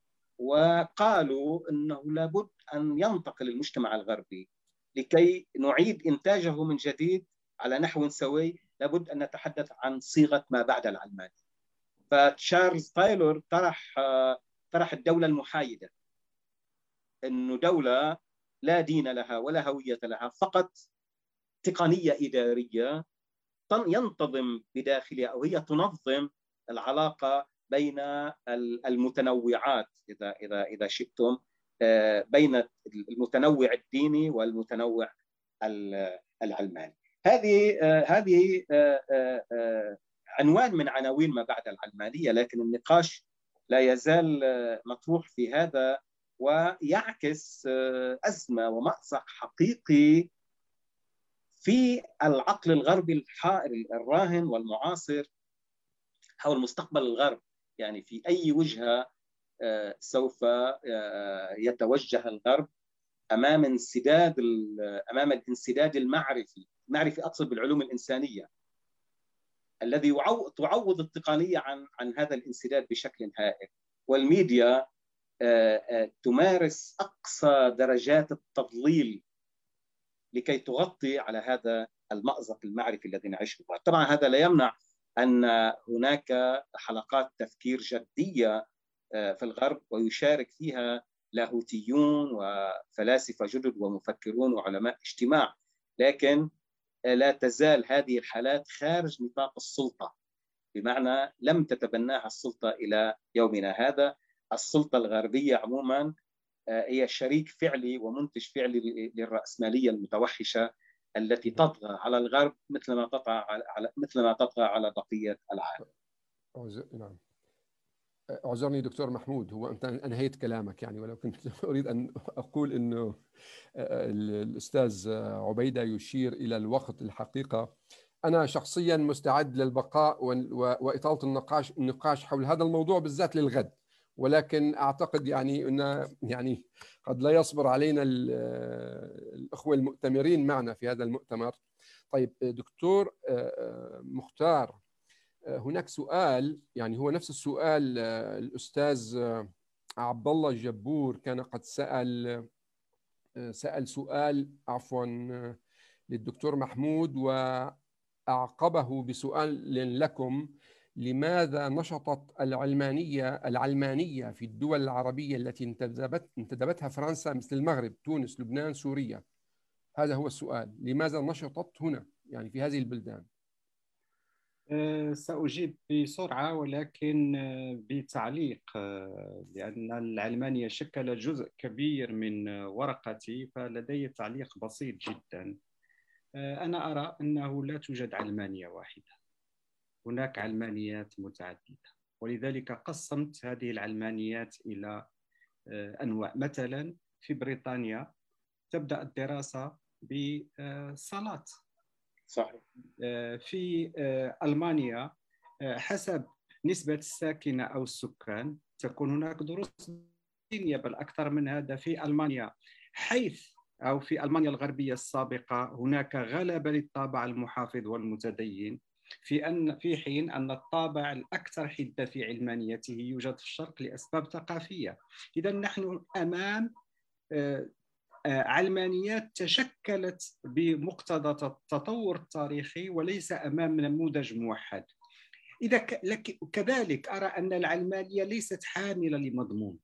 وقالوا انه لابد ان ينتقل المجتمع الغربي لكي نعيد انتاجه من جديد على نحو سوي، لابد ان نتحدث عن صيغه ما بعد العلمانيه. فتشارلز تايلور طرح طرح الدوله المحايده، انه دوله لا دين لها ولا هويه لها، فقط تقنيه اداريه ينتظم بداخلها او هي تنظم العلاقه بين المتنوعات اذا اذا اذا شئتم، بين المتنوع الديني والمتنوع العلماني. هذه هذه عنوان من عناوين ما بعد العلمانيه، لكن النقاش لا يزال مطروح في هذا، ويعكس ازمه ومأزق حقيقي في العقل الغربي الحائر الراهن والمعاصر حول مستقبل الغرب. يعني في أي وجهة سوف يتوجه الغرب أمام انسداد أمام الانسداد المعرفي، المعرفي أقصد بالعلوم الإنسانية، الذي تعوض التقنية عن عن هذا الانسداد بشكل هائل. والميديا تمارس أقصى درجات التضليل لكي تغطي على هذا المأزق المعرفي الذي نعيشه. طبعا هذا لا يمنع أن هناك حلقات تفكير جدية في الغرب ويشارك فيها لاهوتيون وفلاسفة جدد ومفكرون وعلماء اجتماع، لكن لا تزال هذه الحالات خارج نطاق السلطة، بمعنى لم تتبناها السلطة إلى يومنا هذا. السلطة الغربية عموما هي شريك فعلي ومنتج فعلي للرأسمالية المتوحشة التي تطغى على الغرب مثل ما تطغى على مثل ما تطغى على بقية العالم. نعم. اعذرني دكتور محمود، هو انت انهيت كلامك يعني، ولو كنت اريد ان اقول انه الاستاذ عبيدة يشير الى الوقت. الحقيقة انا شخصيا مستعد للبقاء واطالة النقاش النقاش حول هذا الموضوع بالذات للغد، ولكن اعتقد يعني ان يعني قد لا يصبر علينا الاخوه المؤتمرين معنا في هذا المؤتمر. طيب دكتور مختار، هناك سؤال يعني هو نفس السؤال الاستاذ عبد الله الجبور كان قد سأل سأل سؤال عفوا للدكتور محمود وأعقبه بسؤال لكم: لماذا نشطت العلمانية العلمانية في الدول العربية التي انتدبت انتدبتها فرنسا مثل المغرب، تونس، لبنان، سوريا؟ هذا هو السؤال، لماذا نشطت هنا يعني في هذه البلدان؟ سأجيب بسرعة ولكن بتعليق، لأن العلمانية شكل جزء كبير من ورقتي، فلدي تعليق بسيط جدا. أنا أرى أنه لا توجد علمانية واحدة، هناك علمانيات متعددة، ولذلك قسمت هذه العلمانيات إلى أنواع. مثلا في بريطانيا تبدأ الدراسة بالصلاة. صحيح. في ألمانيا حسب نسبة الساكنة أو السكان تكون هناك دروس دينية، بل أكثر من هذا. في ألمانيا حيث أو في ألمانيا الغربية السابقة هناك غلبة للطابع المحافظ والمتدين، في أن في حين أن الطابع الأكثر حدة في علمانيته يوجد في الشرق لأسباب ثقافية. إذا نحن أمام علمانيات تشكلت بمقتضى التطور التاريخي وليس أمام نموذج موحد. إذا كذلك أرى أن العلمانية ليست حاملة لمضمون.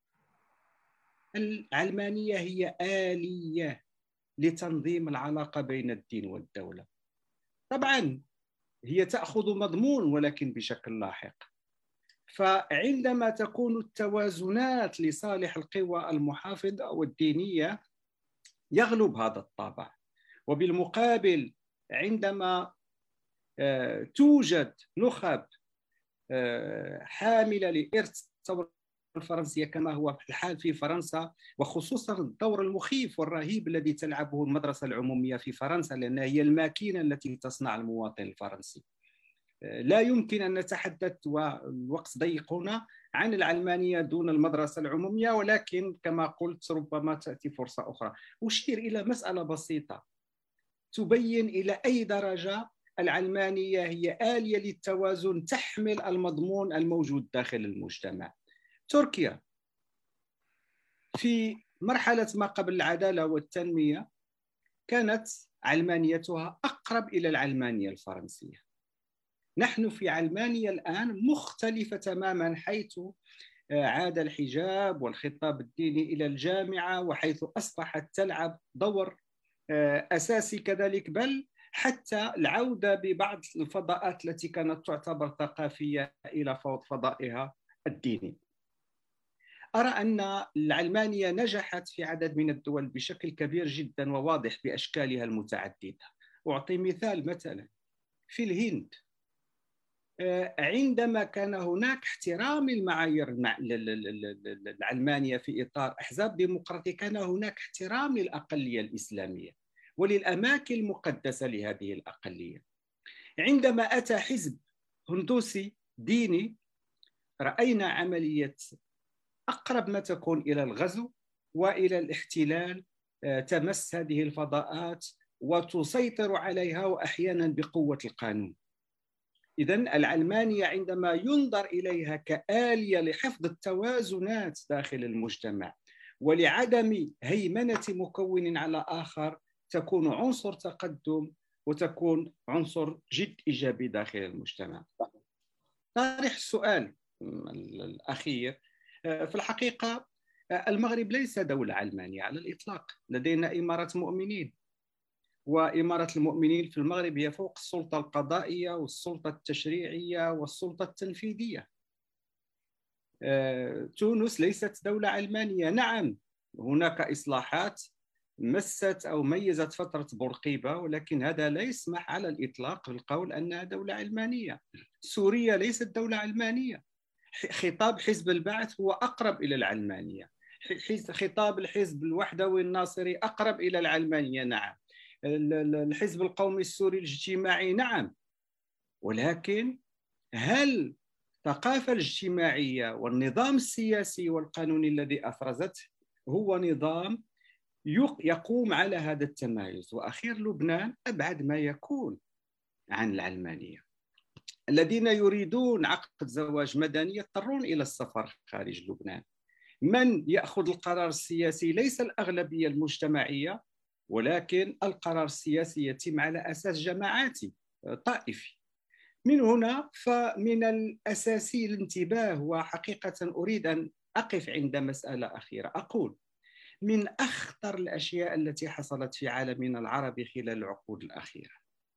العلمانية هي آلية لتنظيم العلاقة بين الدين والدولة. طبعا هي تأخذ مضمون ولكن بشكل لاحق. فعندما تكون التوازنات لصالح القوى المحافظة والدينية يغلب هذا الطابع، وبالمقابل عندما توجد نخب حاملة لإرث الثورة الفرنسية كما هو الحال في فرنسا، وخصوصا الدور المخيف والرهيب الذي تلعبه المدرسة العمومية في فرنسا، لأنها هي الماكينة التي تصنع المواطن الفرنسي. لا يمكن أن نتحدث والوقت ضيق هنا عن العلمانية دون المدرسة العمومية، ولكن كما قلت ربما تأتي فرصة أخرى. أشير إلى مسألة بسيطة تبين إلى أي درجة العلمانية هي آلية للتوازن تحمل المضمون الموجود داخل المجتمع. تركيا في مرحلة ما قبل العدالة والتنمية كانت علمانيتها أقرب إلى العلمانية الفرنسية. نحن في علمانيا الآن مختلفة تماما، حيث عاد الحجاب والخطاب الديني إلى الجامعة، وحيث أصبحت تلعب دور أساسي كذلك، بل حتى العودة ببعض الفضاءات التي كانت تعتبر ثقافية إلى فضائها الديني. أرى أن العلمانية نجحت في عدد من الدول بشكل كبير جدا وواضح بأشكالها المتعددة. أعطي مثال، مثلا في الهند عندما كان هناك احترام المعايير العلمانية في إطار أحزاب ديمقراطية، كان هناك احترام للأقلية الإسلامية وللأماكن المقدسة لهذه الأقلية. عندما أتى حزب هندوسي ديني رأينا عملية أقرب ما تكون إلى الغزو وإلى الاحتلال، تمس هذه الفضاءات وتسيطر عليها وأحيانا بقوة القانون. إذن العلمانية عندما ينظر إليها كآلية لحفظ التوازنات داخل المجتمع ولعدم هيمنة مكون على آخر تكون عنصر تقدم وتكون عنصر جد إيجابي داخل المجتمع. طرح السؤال الأخير، في الحقيقة المغرب ليس دولة علمانية على الإطلاق، لدينا إمارة مؤمنين، وإمارة المؤمنين في المغرب هي فوق السلطة القضائية والسلطة التشريعية والسلطة التنفيذية. تونس ليست دولة علمانية. نعم هناك إصلاحات مست أو ميزت فترة بورقيبة، ولكن هذا لا يسمح على الإطلاق بالقول أنها دولة علمانية. سوريا ليست دولة علمانية. خطاب حزب البعث هو أقرب إلى العلمانية. خطاب الحزب الوحدوي الناصري أقرب إلى العلمانية. نعم الحزب القومي السوري الاجتماعي نعم، ولكن هل الثقافة الاجتماعية والنظام السياسي والقانوني الذي أفرزته هو نظام يقوم على هذا التمايز؟ وأخير لبنان أبعد ما يكون عن العلمانية. الذين يريدون عقد زواج مدني يضطرون إلى السفر خارج لبنان. من يأخذ القرار السياسي ليس الأغلبية المجتمعية ولكن القرار السياسي يتم على أساس جماعاتي طائفي. من هنا فمن الأساسي الانتباه، وحقيقة أريد أن أقف عند مسألة أخيرة. أقول من أخطر الأشياء التي حصلت في عالمنا العربي خلال العقود الأخيرة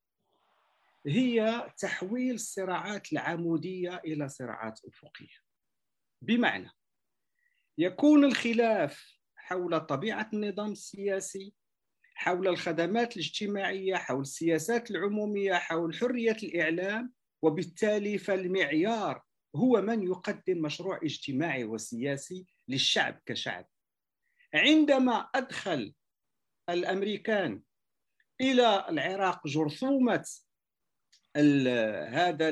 هي تحويل الصراعات العمودية إلى صراعات أفقية. بمعنى يكون الخلاف حول طبيعة النظام السياسي، حول الخدمات الاجتماعية، حول السياسات العمومية، حول حرية الإعلام، وبالتالي فالمعيار هو من يقدم مشروع اجتماعي وسياسي للشعب كشعب. عندما أدخل الأمريكان إلى العراق جرثومة هذا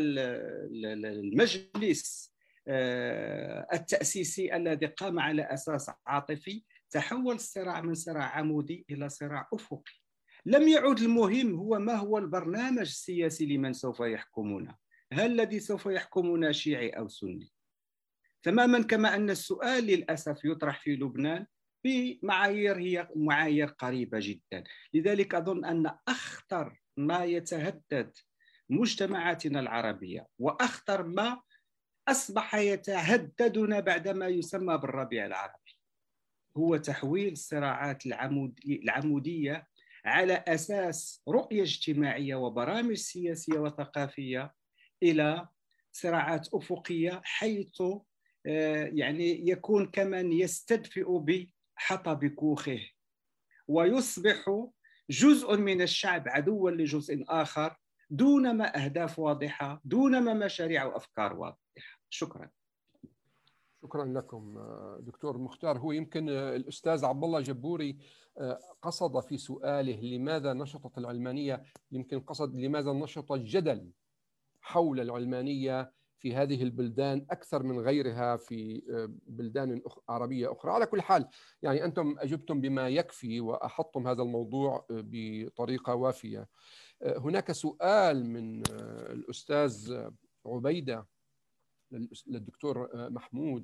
المجلس التأسيسي الذي قام على أساس عاطفي، تحول الصراع من صراع عمودي إلى صراع أفقي. لم يعد المهم هو ما هو البرنامج السياسي لمن سوف يحكمنا، هل الذي سوف يحكمنا شيعي أو سني؟ تماما كما أن السؤال للأسف يطرح في لبنان بمعايير هي معايير قريبة جدا. لذلك أظن أن أخطر ما يتهدد مجتمعاتنا العربية وأخطر ما أصبح يتهددنا بعدما يسمى بالربيع العربي هو تحويل الصراعات العمودية على أساس رؤية اجتماعية وبرامج سياسية وثقافية إلى صراعات أفقية، حيث يعني يكون كمن يستدفئ بحطب كوخه ويصبح جزء من الشعب عدوا لجزء آخر دون ما أهداف واضحة، دون ما مشاريع وأفكار واضحة. شكرا. شكرا لكم دكتور مختار. هو يمكن الأستاذ عبد الله جبوري قصد في سؤاله لماذا نشطت العلمانية، يمكن قصد لماذا نشط الجدل حول العلمانية في هذه البلدان أكثر من غيرها في بلدان عربية أخرى. على كل حال يعني أنتم أجبتم بما يكفي وأحطتم هذا الموضوع بطريقة وافية. هناك سؤال من الأستاذ عبيدة للدكتور محمود.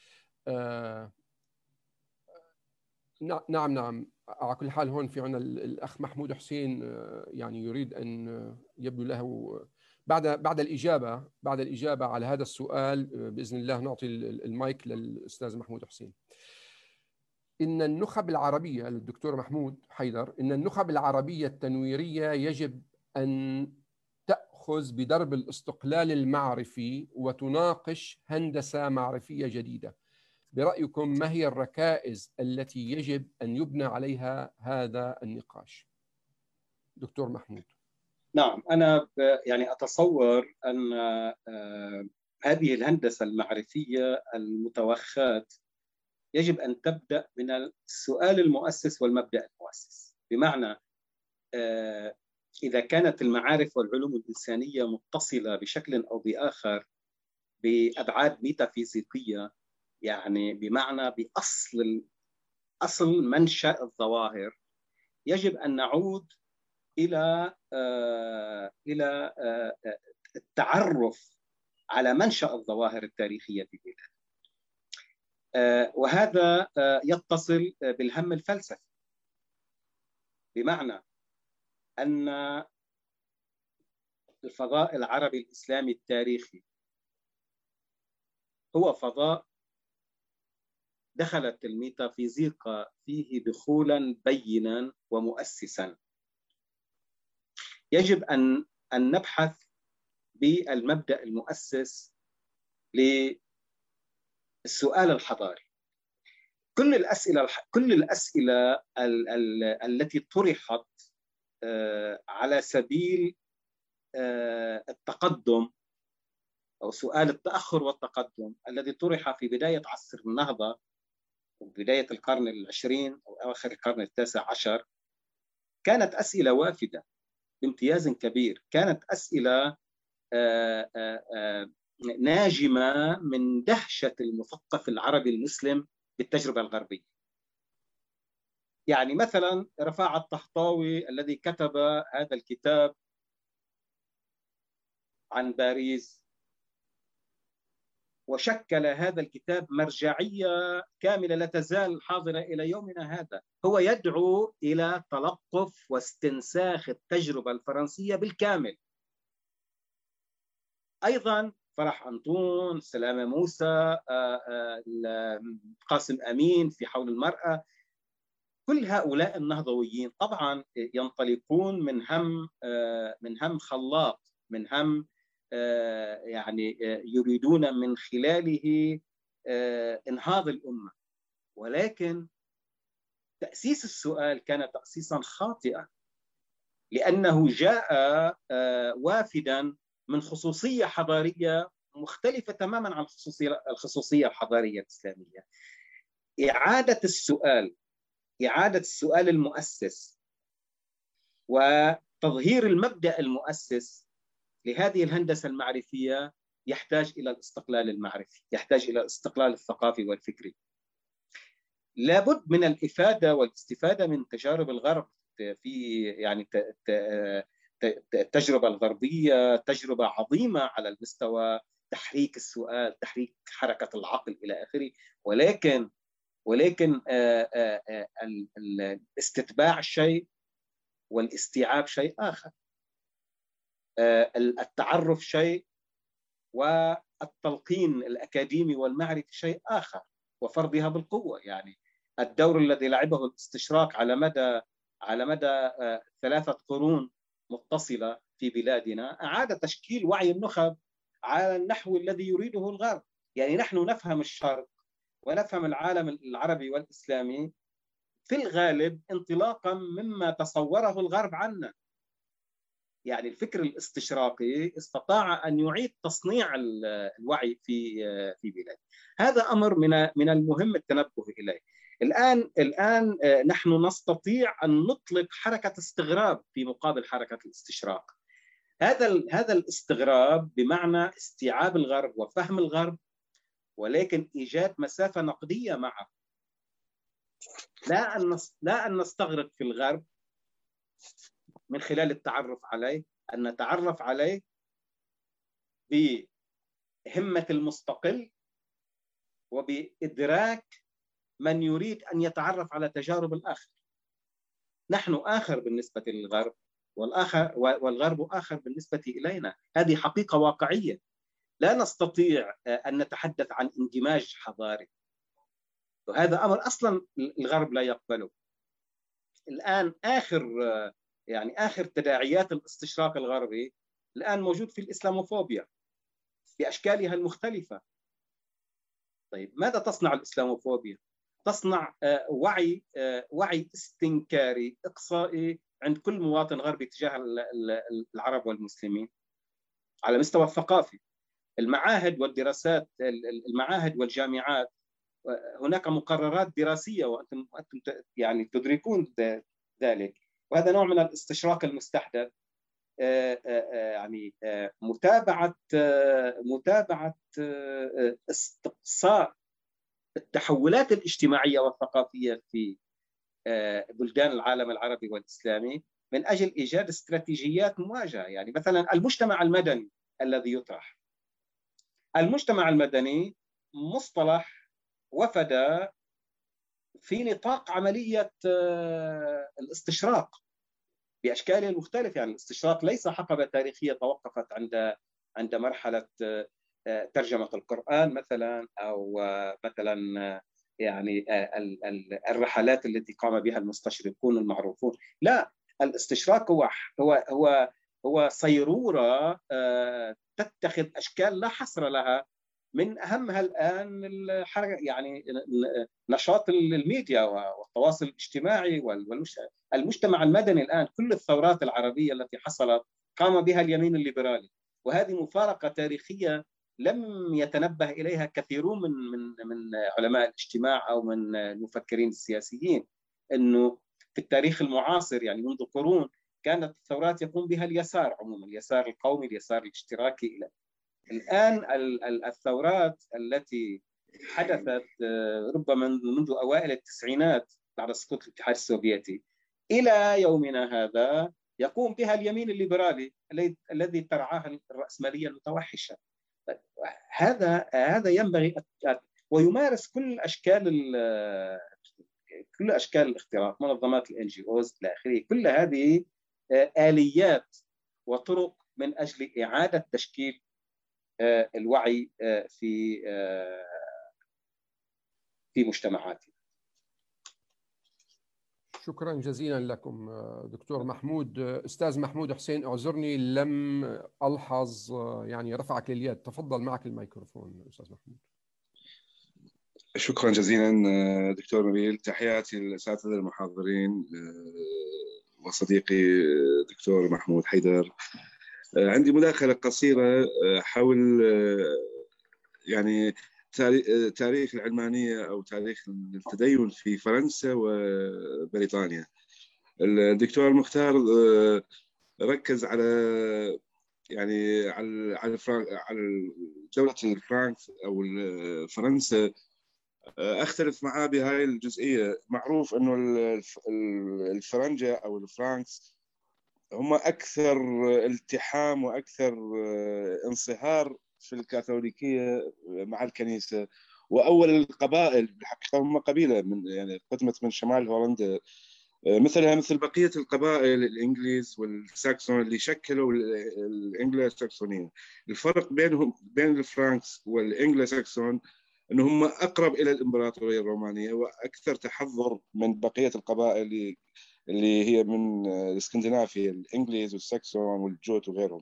نعم نعم على كل حال هون في عنا الأخ محمود حسين يعني يريد أن يبدو له بعد بعد الإجابة بعد الإجابة على هذا السؤال بإذن الله نعطي المايك للأستاذ محمود حسين. إن النخب العربية للدكتور محمود حيدر، إن النخب العربية التنويرية يجب أن تأخذ بدرب الاستقلال المعرفي وتناقش هندسة معرفية جديدة. برأيكم ما هي الركائز التي يجب أن يبنى عليها هذا النقاش؟ دكتور محمود. نعم، أنا يعني أتصور أن هذه الهندسة المعرفية المتوخاة يجب أن تبدأ من السؤال المؤسس والمبدأ المؤسس. بمعنى إذا كانت المعارف والعلوم الإنسانية متصلة بشكل أو بآخر بأبعاد ميتافيزيقية، يعني بمعنى بأصل أصل منشأ الظواهر، يجب أن نعود إلى إلى التعرف على منشأ الظواهر التاريخية في البلاد، وهذا يتصل بالهم الفلسفي. بمعنى أن الفضاء العربي الإسلامي التاريخي هو فضاء دخلت الميتافيزيقا فيه دخولا بينا ومؤسسا. يجب أن أن نبحث بالمبدأ المؤسس للسؤال الحضاري. كل الأسئلة كل الأسئلة ال ال التي طرحت على سبيل التقدم أو سؤال التأخر والتقدم الذي طرح في بداية عصر النهضة وبداية القرن العشرين أو أواخر القرن التاسع عشر، كانت أسئلة وافدة بامتياز كبير، كانت أسئلة ناجمة من دهشة المثقف العربي المسلم بالتجربة الغربية. يعني مثلا رفاعة الطهطاوي الذي كتب هذا الكتاب عن باريس وشكل هذا الكتاب مرجعية كاملة لا تزال حاضرة إلى يومنا هذا. هو يدعو إلى تلقف واستنساخ التجربة الفرنسية بالكامل. أيضا فرح أنطون، سلامة موسى، قاسم أمين في حول المرأة، كل هؤلاء النهضويين طبعا ينطلقون من هم من هم خلاق، من هم يعني يريدون من خلاله انهاض الأمة، ولكن تأسيس السؤال كان تأسيسا خاطئا، لأنه جاء وافدا من خصوصية حضارية مختلفة تماما عن الخصوصية الحضارية الإسلامية. إعادة السؤال، إعادة السؤال المؤسس وتظهير المبدأ المؤسس لهذه الهندسة المعرفية يحتاج إلى الاستقلال المعرفي، يحتاج إلى الاستقلال الثقافي والفكري. لابد من الإفادة والاستفادة من تجارب الغرب في يعني التجربة الغربية تجربة عظيمة على المستوى تحريك السؤال، تحريك حركة العقل إلى آخره، ولكن ولكن الاستتباع شيء والاستيعاب شيء آخر، التعرف شيء والتلقين الأكاديمي والمعرفي شيء آخر، وفرضها بالقوة. يعني الدور الذي لعبه الاستشراق على مدى على مدى ثلاثة قرون متصلة في بلادنا أعاد تشكيل وعي النخب على النحو الذي يريده الغرب. يعني نحن نفهم الشرق ونفهم العالم العربي والإسلامي في الغالب انطلاقا مما تصوره الغرب عنا. يعني الفكر الاستشراقي استطاع أن يعيد تصنيع الوعي في في بلاد. هذا أمر من من المهم التنبه إليه. الآن الآن نحن نستطيع أن نطلق حركة استغراب في مقابل حركة الاستشراق. هذا هذا الاستغراب بمعنى استيعاب الغرب وفهم الغرب، ولكن إيجاد مسافة نقدية معه. لا أن لا أن نستغرق في الغرب من خلال التعرف عليه، أن نتعرف عليه بهمة المستقل وبإدراك من يريد أن يتعرف على تجارب الآخر. نحن آخر بالنسبة للغرب، والآخر والغرب آخر بالنسبة إلينا. هذه حقيقة واقعية، لا نستطيع أن نتحدث عن اندماج حضاري، وهذا أمر أصلا الغرب لا يقبله. الآن آخر يعني آخر تداعيات الاستشراق الغربي الآن موجود في الإسلاموفوبيا بأشكالها المختلفة. طيب ماذا تصنع الإسلاموفوبيا؟ تصنع وعي وعي استنكاري إقصائي عند كل مواطن غربي تجاه العرب والمسلمين على مستوى الثقافي. المعاهد والدراسات، المعاهد والجامعات، هناك مقررات دراسية وأنتم يعني تدركون ذلك، وهذا نوع من الاستشراق المستحدث. يعني متابعة متابعة استقصاء التحولات الاجتماعية والثقافية في بلدان العالم العربي والإسلامي من أجل إيجاد استراتيجيات مواجهة. يعني مثلا المجتمع المدني الذي يطرح، المجتمع المدني مصطلح وفد في نطاق عملية الاستشراق بأشكاله المختلفة. يعني الاستشراق ليس حقبة تاريخية توقفت عند عند مرحلة ترجمة القرآن مثلا، أو مثلا يعني الرحلات التي قام بها المستشرقون المعروفون. لا، الاستشراق هو هو هو هو صيرورة تتخذ أشكال لا حصر لها، من أهمها الآن الحركة يعني نشاط الميديا والتواصل الاجتماعي والمجتمع المدني. الآن كل الثورات العربية التي حصلت قام بها اليمين الليبرالي، وهذه مفارقة تاريخية لم يتنبه إليها كثيرون من من من علماء الاجتماع أو من المفكرين السياسيين، أنه في التاريخ المعاصر يعني منذ قرون كانت الثورات يقوم بها اليسار عموما، اليسار القومي، اليسار الاشتراكي. إلى الآن الثورات التي حدثت ربما منذ أوائل التسعينات بعد سقوط الاتحاد السوفيتي إلى يومنا هذا يقوم بها اليمين الليبرالي الذي ترعاه الرأسمالية المتوحشة. هذا هذا ينبغي ويمارس كل اشكال كل اشكال الاختراق، منظمات الان جي اوز الى اخره، كل هذه اليات وطرق من اجل اعاده تشكيل الوعي في في مجتمعاتنا. شكرا جزيلا لكم دكتور محمود. استاذ محمود حسين، اعذرني لم الحظ يعني رفعك لليد، تفضل معك الميكروفون استاذ محمود. شكرا جزيلا دكتور نبيل، تحياتي للاساتذه المحاضرين وصديقي دكتور محمود حيدر. عندي مداخله قصيره حول يعني تاريخ العلمانيه او تاريخ التدين في فرنسا وبريطانيا. الدكتور مختار ركز على يعني على على على دوله الفرنك او فرنسا. اختلف معاه بهاي الجزئيه. معروف انه الفرنجه او الفرانكس هم اكثر التحام واكثر انصهار في الكاثوليكيه مع الكنيسه، واول القبائل بالحقيقه هم قبيله من يعني قدمت من شمال هولندا، مثلها مثل بقيه القبائل الانجليز والساكسون اللي شكلوا الانجلو ساكسونيه. الفرق بينهم بين الفرانكس والانجلو ساكسون انه هم اقرب الى الامبراطوريه الرومانيه واكثر تحضر من بقيه القبائل اللي هي من الاسكندنافيا، الانجليز والساكسون والجوت وغيرهم.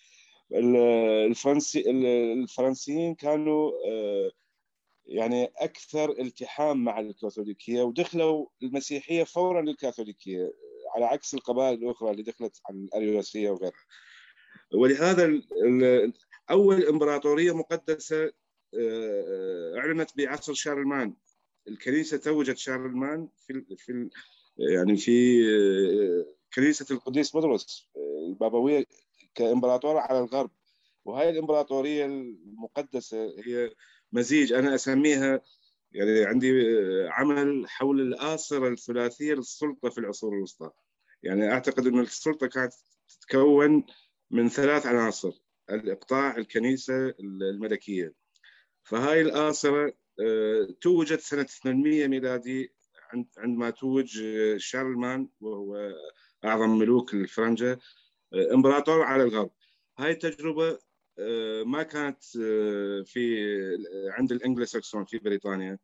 الفرنسي الفرنسيين كانوا يعني اكثر التحام مع الكاثوليكيه، ودخلوا المسيحيه فورا للكاثوليكيه على عكس القبائل الاخرى اللي دخلت على الاريوسيه وغيرها. ولهذا اول امبراطوريه مقدسه اعلنت بعصر شارلمان. الكنيسه توجت شارلمان في في يعني في كنيسه القديس بطرس البابويه كامبراطوره على الغرب. وهي الامبراطوريه المقدسه هي مزيج، انا اسميها يعني عندي عمل حول الآصرة الثلاثيه للسلطه في العصور الوسطى. يعني اعتقد ان السلطه كانت تتكون من ثلاث عناصر: الاقطاع، الكنيسه، الملكيه. فهاي الآصرة توجت سنة ثمانمئة ميلادي عندما توج شارلمان وهو أعظم ملوك الفرنجة إمبراطور على الغرب. هاي التجربة ما كانت في عند الإنجلو ساكسون في بريطانيا.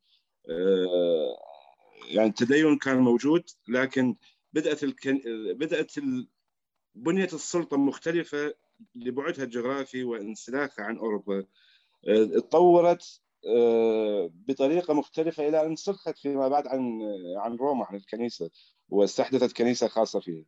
يعني التدين كان موجود، لكن بدأت الكن... بدأت بنية السلطة مختلفة لبعدها الجغرافي وانسلاخها عن أوروبا. اتطورت بطريقه مختلفه الى ان سلخت فيما بعد عن عن روما، عن الكنيسه، واستحدثت كنيسه خاصه فيها.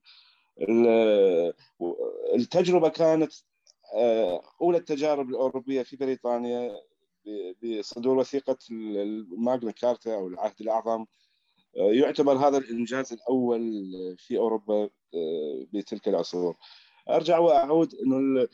التجربه كانت اولى التجارب الاوروبيه في بريطانيا بصدور وثيقه الماغنا كارتا او العهد الاعظم. يعتبر هذا الانجاز الاول في اوروبا بتلك العصور. ارجع واعود انه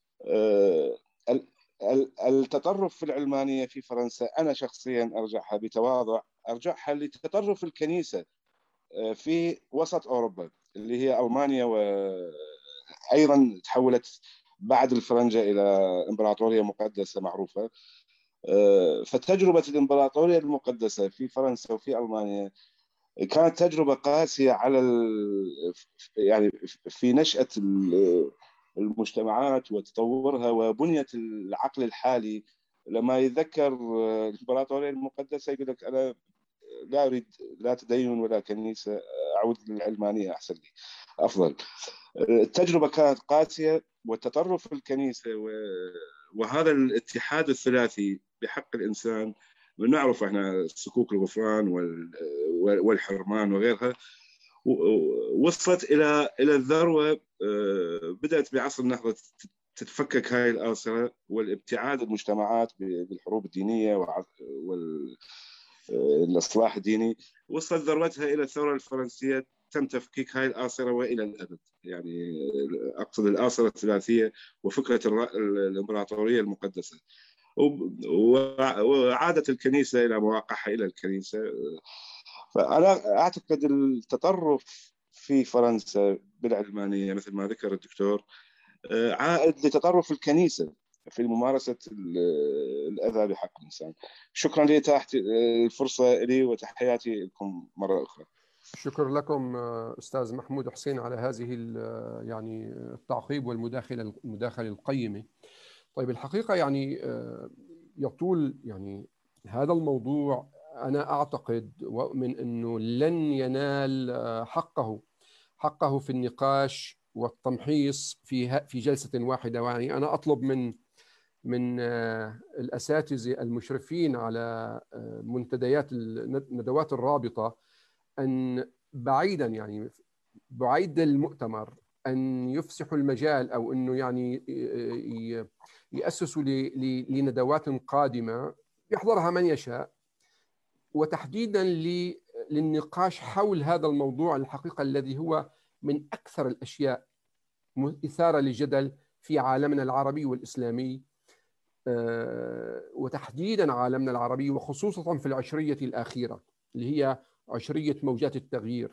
التطرف في العلمانية في فرنسا أنا شخصيا أرجعها بتواضع، أرجعها لتطرف الكنيسة في وسط أوروبا اللي هي ألمانيا، وأيضا تحولت بعد الفرنجة إلى إمبراطورية مقدسة معروفة. فتجربة الإمبراطورية المقدسة في فرنسا وفي ألمانيا كانت تجربة قاسية على يعني في نشأة المجتمعات وتطورها وبنية العقل الحالي. لما يتذكر الإمبراطورية المقدسة يقول لك أنا لا أريد لا تدين ولا كنيسة، أعود للعلمانية أحسن لي أفضل. التجربة كانت قاسية، والتطرف في الكنيسة وهذا الاتحاد الثلاثي بحق الإنسان، ونعرف احنا صكوك الغفران والحرمان وغيرها، وصلت الى الى الذروه. بدات بعصر النهضه تتفكك هاي الآصرة والابتعاد المجتمعات بالحروب الدينيه والاصلاح الديني. وصلت ذروتها الى الثوره الفرنسيه، تم تفكيك هاي الآصرة والى الابد. يعني اقصد الآصرة الثلاثيه وفكره الامبراطوريه المقدسه. وعادت الكنيسه الى مواقعها الى الكنيسه. فأنا أعتقد التطرف في فرنسا بالعلمانية مثل ما ذكر الدكتور عائد لتطرف الكنيسة. في ممارسة الأذى بحق الإنسان. شكرا لإتاحة الفرصة لي وتحياتي لكم مرة أخرى. شكرا لكم أستاذ محمود حسين على هذه يعني التعقيب والمداخلة المداخلة القيمة. طيب الحقيقة يعني يطول يعني هذا الموضوع، أنا أعتقد وأؤمن أنه لن ينال حقه حقه في النقاش والتمحيص في في جلسة واحدة. يعني أنا أطلب من من الأساتذة المشرفين على منتديات الندوات الرابطة أن بعيدا يعني بعيد المؤتمر أن يفسحوا المجال أو أنه يعني يأسسوا لندوات قادمة يحضرها من يشاء، وتحديدا للنقاش حول هذا الموضوع الحقيقة الذي هو من أكثر الأشياء إثارة للجدل في عالمنا العربي والإسلامي، وتحديدا عالمنا العربي وخصوصا في العشرية الأخيرة اللي هي عشرية موجات التغيير.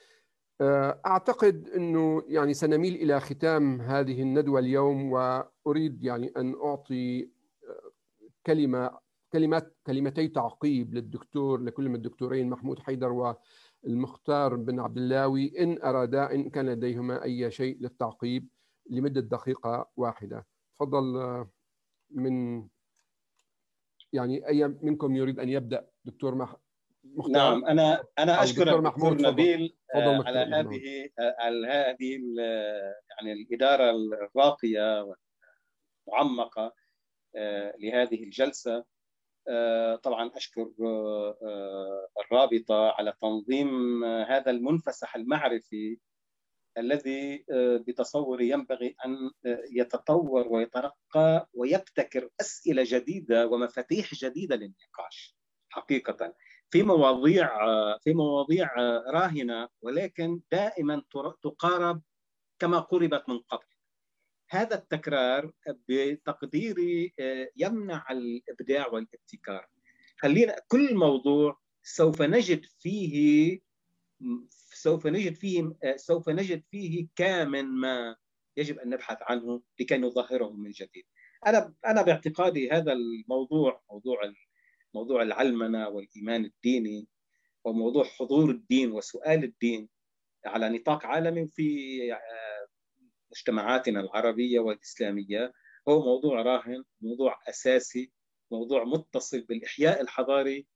أعتقد أنه يعني سنميل إلى ختام هذه الندوة اليوم، وأريد يعني أن أعطي كلمة كلمات كلمتي تعقيب للدكتور لكل من الدكتورين محمود حيدر والمختار بن عبد اللاوي إن أرادا، إن كان لديهما أي شيء للتعقيب لمدة دقيقة واحدة. تفضل من يعني أي منكم يريد أن يبدأ؟ دكتور مح... مختار. نعم، أنا أنا أشكرك دكتور دكتور محمود. نبيل فضل. على هذه على هذه يعني الإدارة الراقية والمعمقة لهذه الجلسة. طبعا أشكر الرابطة على تنظيم هذا المنفسح المعرفي الذي بتصوري ينبغي أن يتطور ويترقى ويبتكر أسئلة جديدة ومفاتيح جديدة للنقاش حقيقة في مواضيع في مواضيع راهنة، ولكن دائما تقارب كما قربت من قبل. هذا التكرار بتقديري يمنع الإبداع والابتكار. خلينا كل موضوع سوف نجد فيه سوف نجد فيه سوف نجد فيه كامن ما يجب أن نبحث عنه لكي نظهره من جديد. أنا أنا باعتقادي هذا الموضوع موضوع موضوع العلمنة والإيمان الديني وموضوع حضور الدين وسؤال الدين على نطاق عالمي في مجتمعاتنا العربية والإسلامية هو موضوع راهن، موضوع أساسي، موضوع متصل بالإحياء الحضاري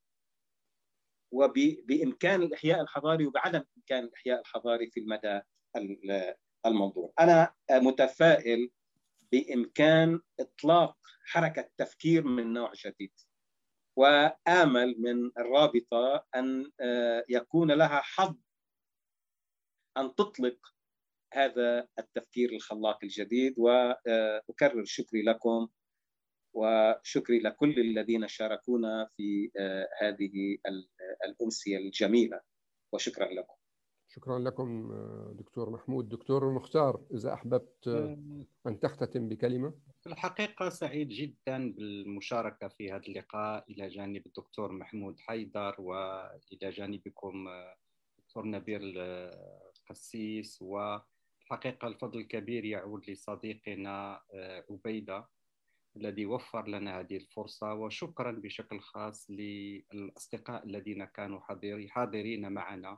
وبإمكان الإحياء الحضاري وبعدم إمكان الإحياء الحضاري في المدى المنظور. أنا متفائل بإمكان إطلاق حركة تفكير من نوع جديد، وآمل من الرابطة أن يكون لها حظ أن تطلق هذا التفكير الخلاق الجديد. وأكرر شكري لكم وشكري لكل الذين شاركونا في هذه الأمسية الجميلة، وشكرا لكم. شكرا لكم دكتور محمود. دكتور مختار، إذا أحببت أن تختتم بكلمة. في الحقيقة سعيد جدا بالمشاركة في هذا اللقاء إلى جانب الدكتور محمود حيدر وإلى جانبكم دكتور نبيل قسيس، والحقيقة الفضل الكبير يعود لصديقنا عبيدة الذي وفر لنا هذه الفرصة، وشكرا بشكل خاص للأصدقاء الذين كانوا حاضرين معنا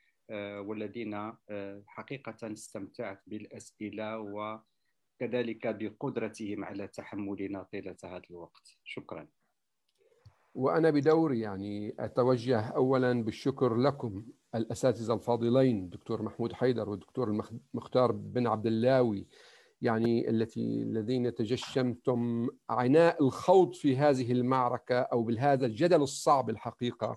والذين حقيقة استمتعت بالأسئلة وكذلك بقدرتهم على تحملنا طيلة هذا الوقت. شكرا. وأنا بدوري يعني أتوجه أولا بالشكر لكم الأساتذة الفاضلين الدكتور محمود حيدر والدكتور المختار بن عبد اللاوي، يعني التي الذين تجشمتم عناء الخوض في هذه المعركة أو بهذا الجدل الصعب الحقيقة،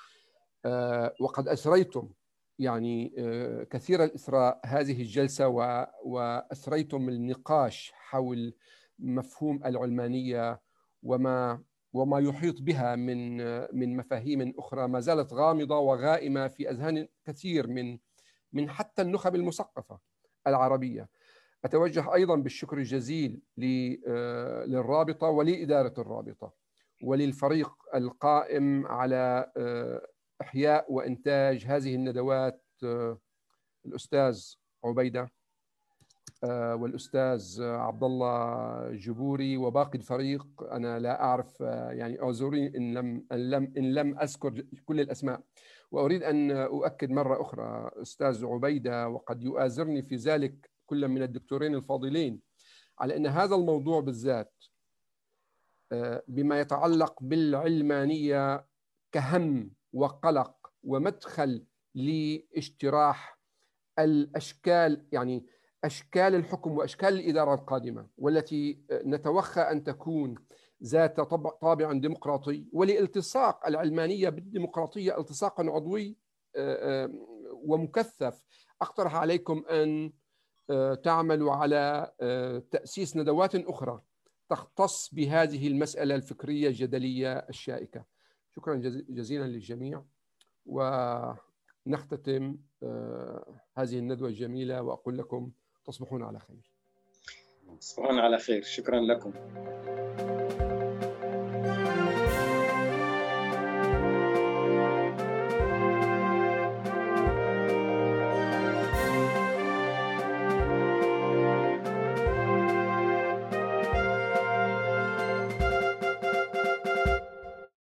وقد أسريتم يعني كثير الإسراء هذه الجلسة وأسريتم النقاش حول مفهوم العلمانية وما وما يحيط بها من من مفاهيم أخرى ما زالت غامضة وغائمة في أذهان كثير من من حتى النخب المثقفة العربية. أتوجه أيضا بالشكر الجزيل للرابطة ولإدارة الرابطة وللفريق القائم على إحياء وإنتاج هذه الندوات، الأستاذ عبيدة، والأستاذ عبد الله جبوري وباقي الفريق. أنا لا أعرف، يعني أعذروني إن لم إن لم إن لم أذكر كل الأسماء. وأريد أن أؤكد مرة أخرى أستاذ عبيدة، وقد يؤازرني في ذلك كل من الدكتورين الفاضلين، على أن هذا الموضوع بالذات بما يتعلق بالعلمانية كهم وقلق ومدخل لاجتراح الأشكال، يعني أشكال الحكم وأشكال الإدارة القادمة، والتي نتوخى أن تكون ذات طابع ديمقراطي، ولالتصاق العلمانية بالديمقراطية التصاقا عضوي ومكثف. أقترح عليكم أن تعملوا على تأسيس ندوات أخرى تختص بهذه المسألة الفكرية الجدلية الشائكة. شكرا جزيلا للجميع، ونختتم هذه الندوة الجميلة وأقول لكم تصبحون على خير. تصبحون على خير. شكرا لكم.